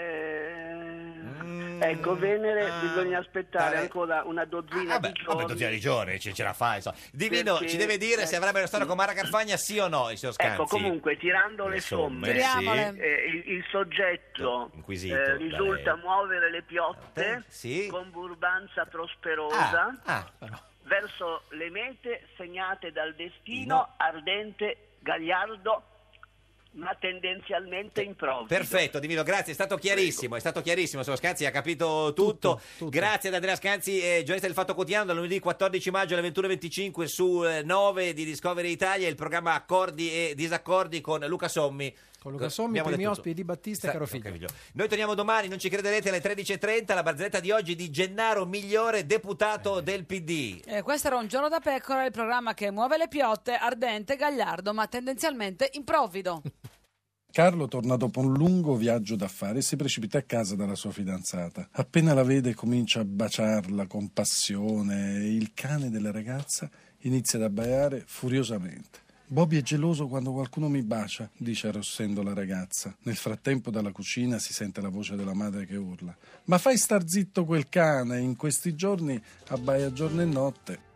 Speaker 20: eh, ecco, Venere bisogna aspettare
Speaker 3: eh.
Speaker 20: ancora una dozzina
Speaker 3: Vabbè,
Speaker 20: di
Speaker 3: vabbè,
Speaker 20: giorni.
Speaker 3: dozzina di giorni, ce, ce la fa, insomma. Divino,
Speaker 20: Perché-
Speaker 3: ci deve dire se avrebbe una storia con Mara Carfagna, sì o no, il signor Scanzi?
Speaker 20: Ecco, comunque, tirando le,
Speaker 3: Le somme,
Speaker 20: somme,
Speaker 3: sì.
Speaker 20: eh, il, il soggetto
Speaker 3: Inquisito
Speaker 20: eh,
Speaker 3: da
Speaker 20: risulta
Speaker 3: lei.
Speaker 20: muovere le piotte
Speaker 3: Sì.
Speaker 20: con burbanza prosperosa
Speaker 3: Ah,
Speaker 20: verso le mete segnate dal destino
Speaker 3: No.
Speaker 20: ardente, gagliardo, ma tendenzialmente improvvido.
Speaker 3: Perfetto, Divino, grazie, è stato chiarissimo, è stato chiarissimo, signor Scanzi ha capito tutto. Grazie ad Andrea Scanzi, eh, giornalista del Fatto Quotidiano, dal lunedì quattordici maggio alle ventuno e venticinque su eh, nove di Discovery Italia, il programma Accordi e Disaccordi con Luca Sommi.
Speaker 13: Con Luca Sommi,
Speaker 3: Abbiamo
Speaker 13: primi
Speaker 3: detto
Speaker 13: ospiti di Battista e
Speaker 3: Sta-
Speaker 13: Carofiglio.
Speaker 3: Carofiglio. Noi torniamo domani, non ci crederete, alle tredici e trenta, la barzelletta di oggi di Gennaro Migliore, deputato del P D.
Speaker 2: Eh, questo era Un giorno da pecora, il programma che muove le piotte, ardente, gagliardo, ma tendenzialmente improvvido.
Speaker 21: Carlo torna dopo un lungo viaggio d'affari e si precipita a casa dalla sua fidanzata. Appena la vede comincia a baciarla con passione e il cane della ragazza inizia ad abbaiare furiosamente. Bobby è geloso quando qualcuno mi bacia, dice arrossendo la ragazza. Nel frattempo dalla cucina si sente la voce della madre che urla: ma fai star zitto quel cane, in questi giorni abbaia giorno e notte.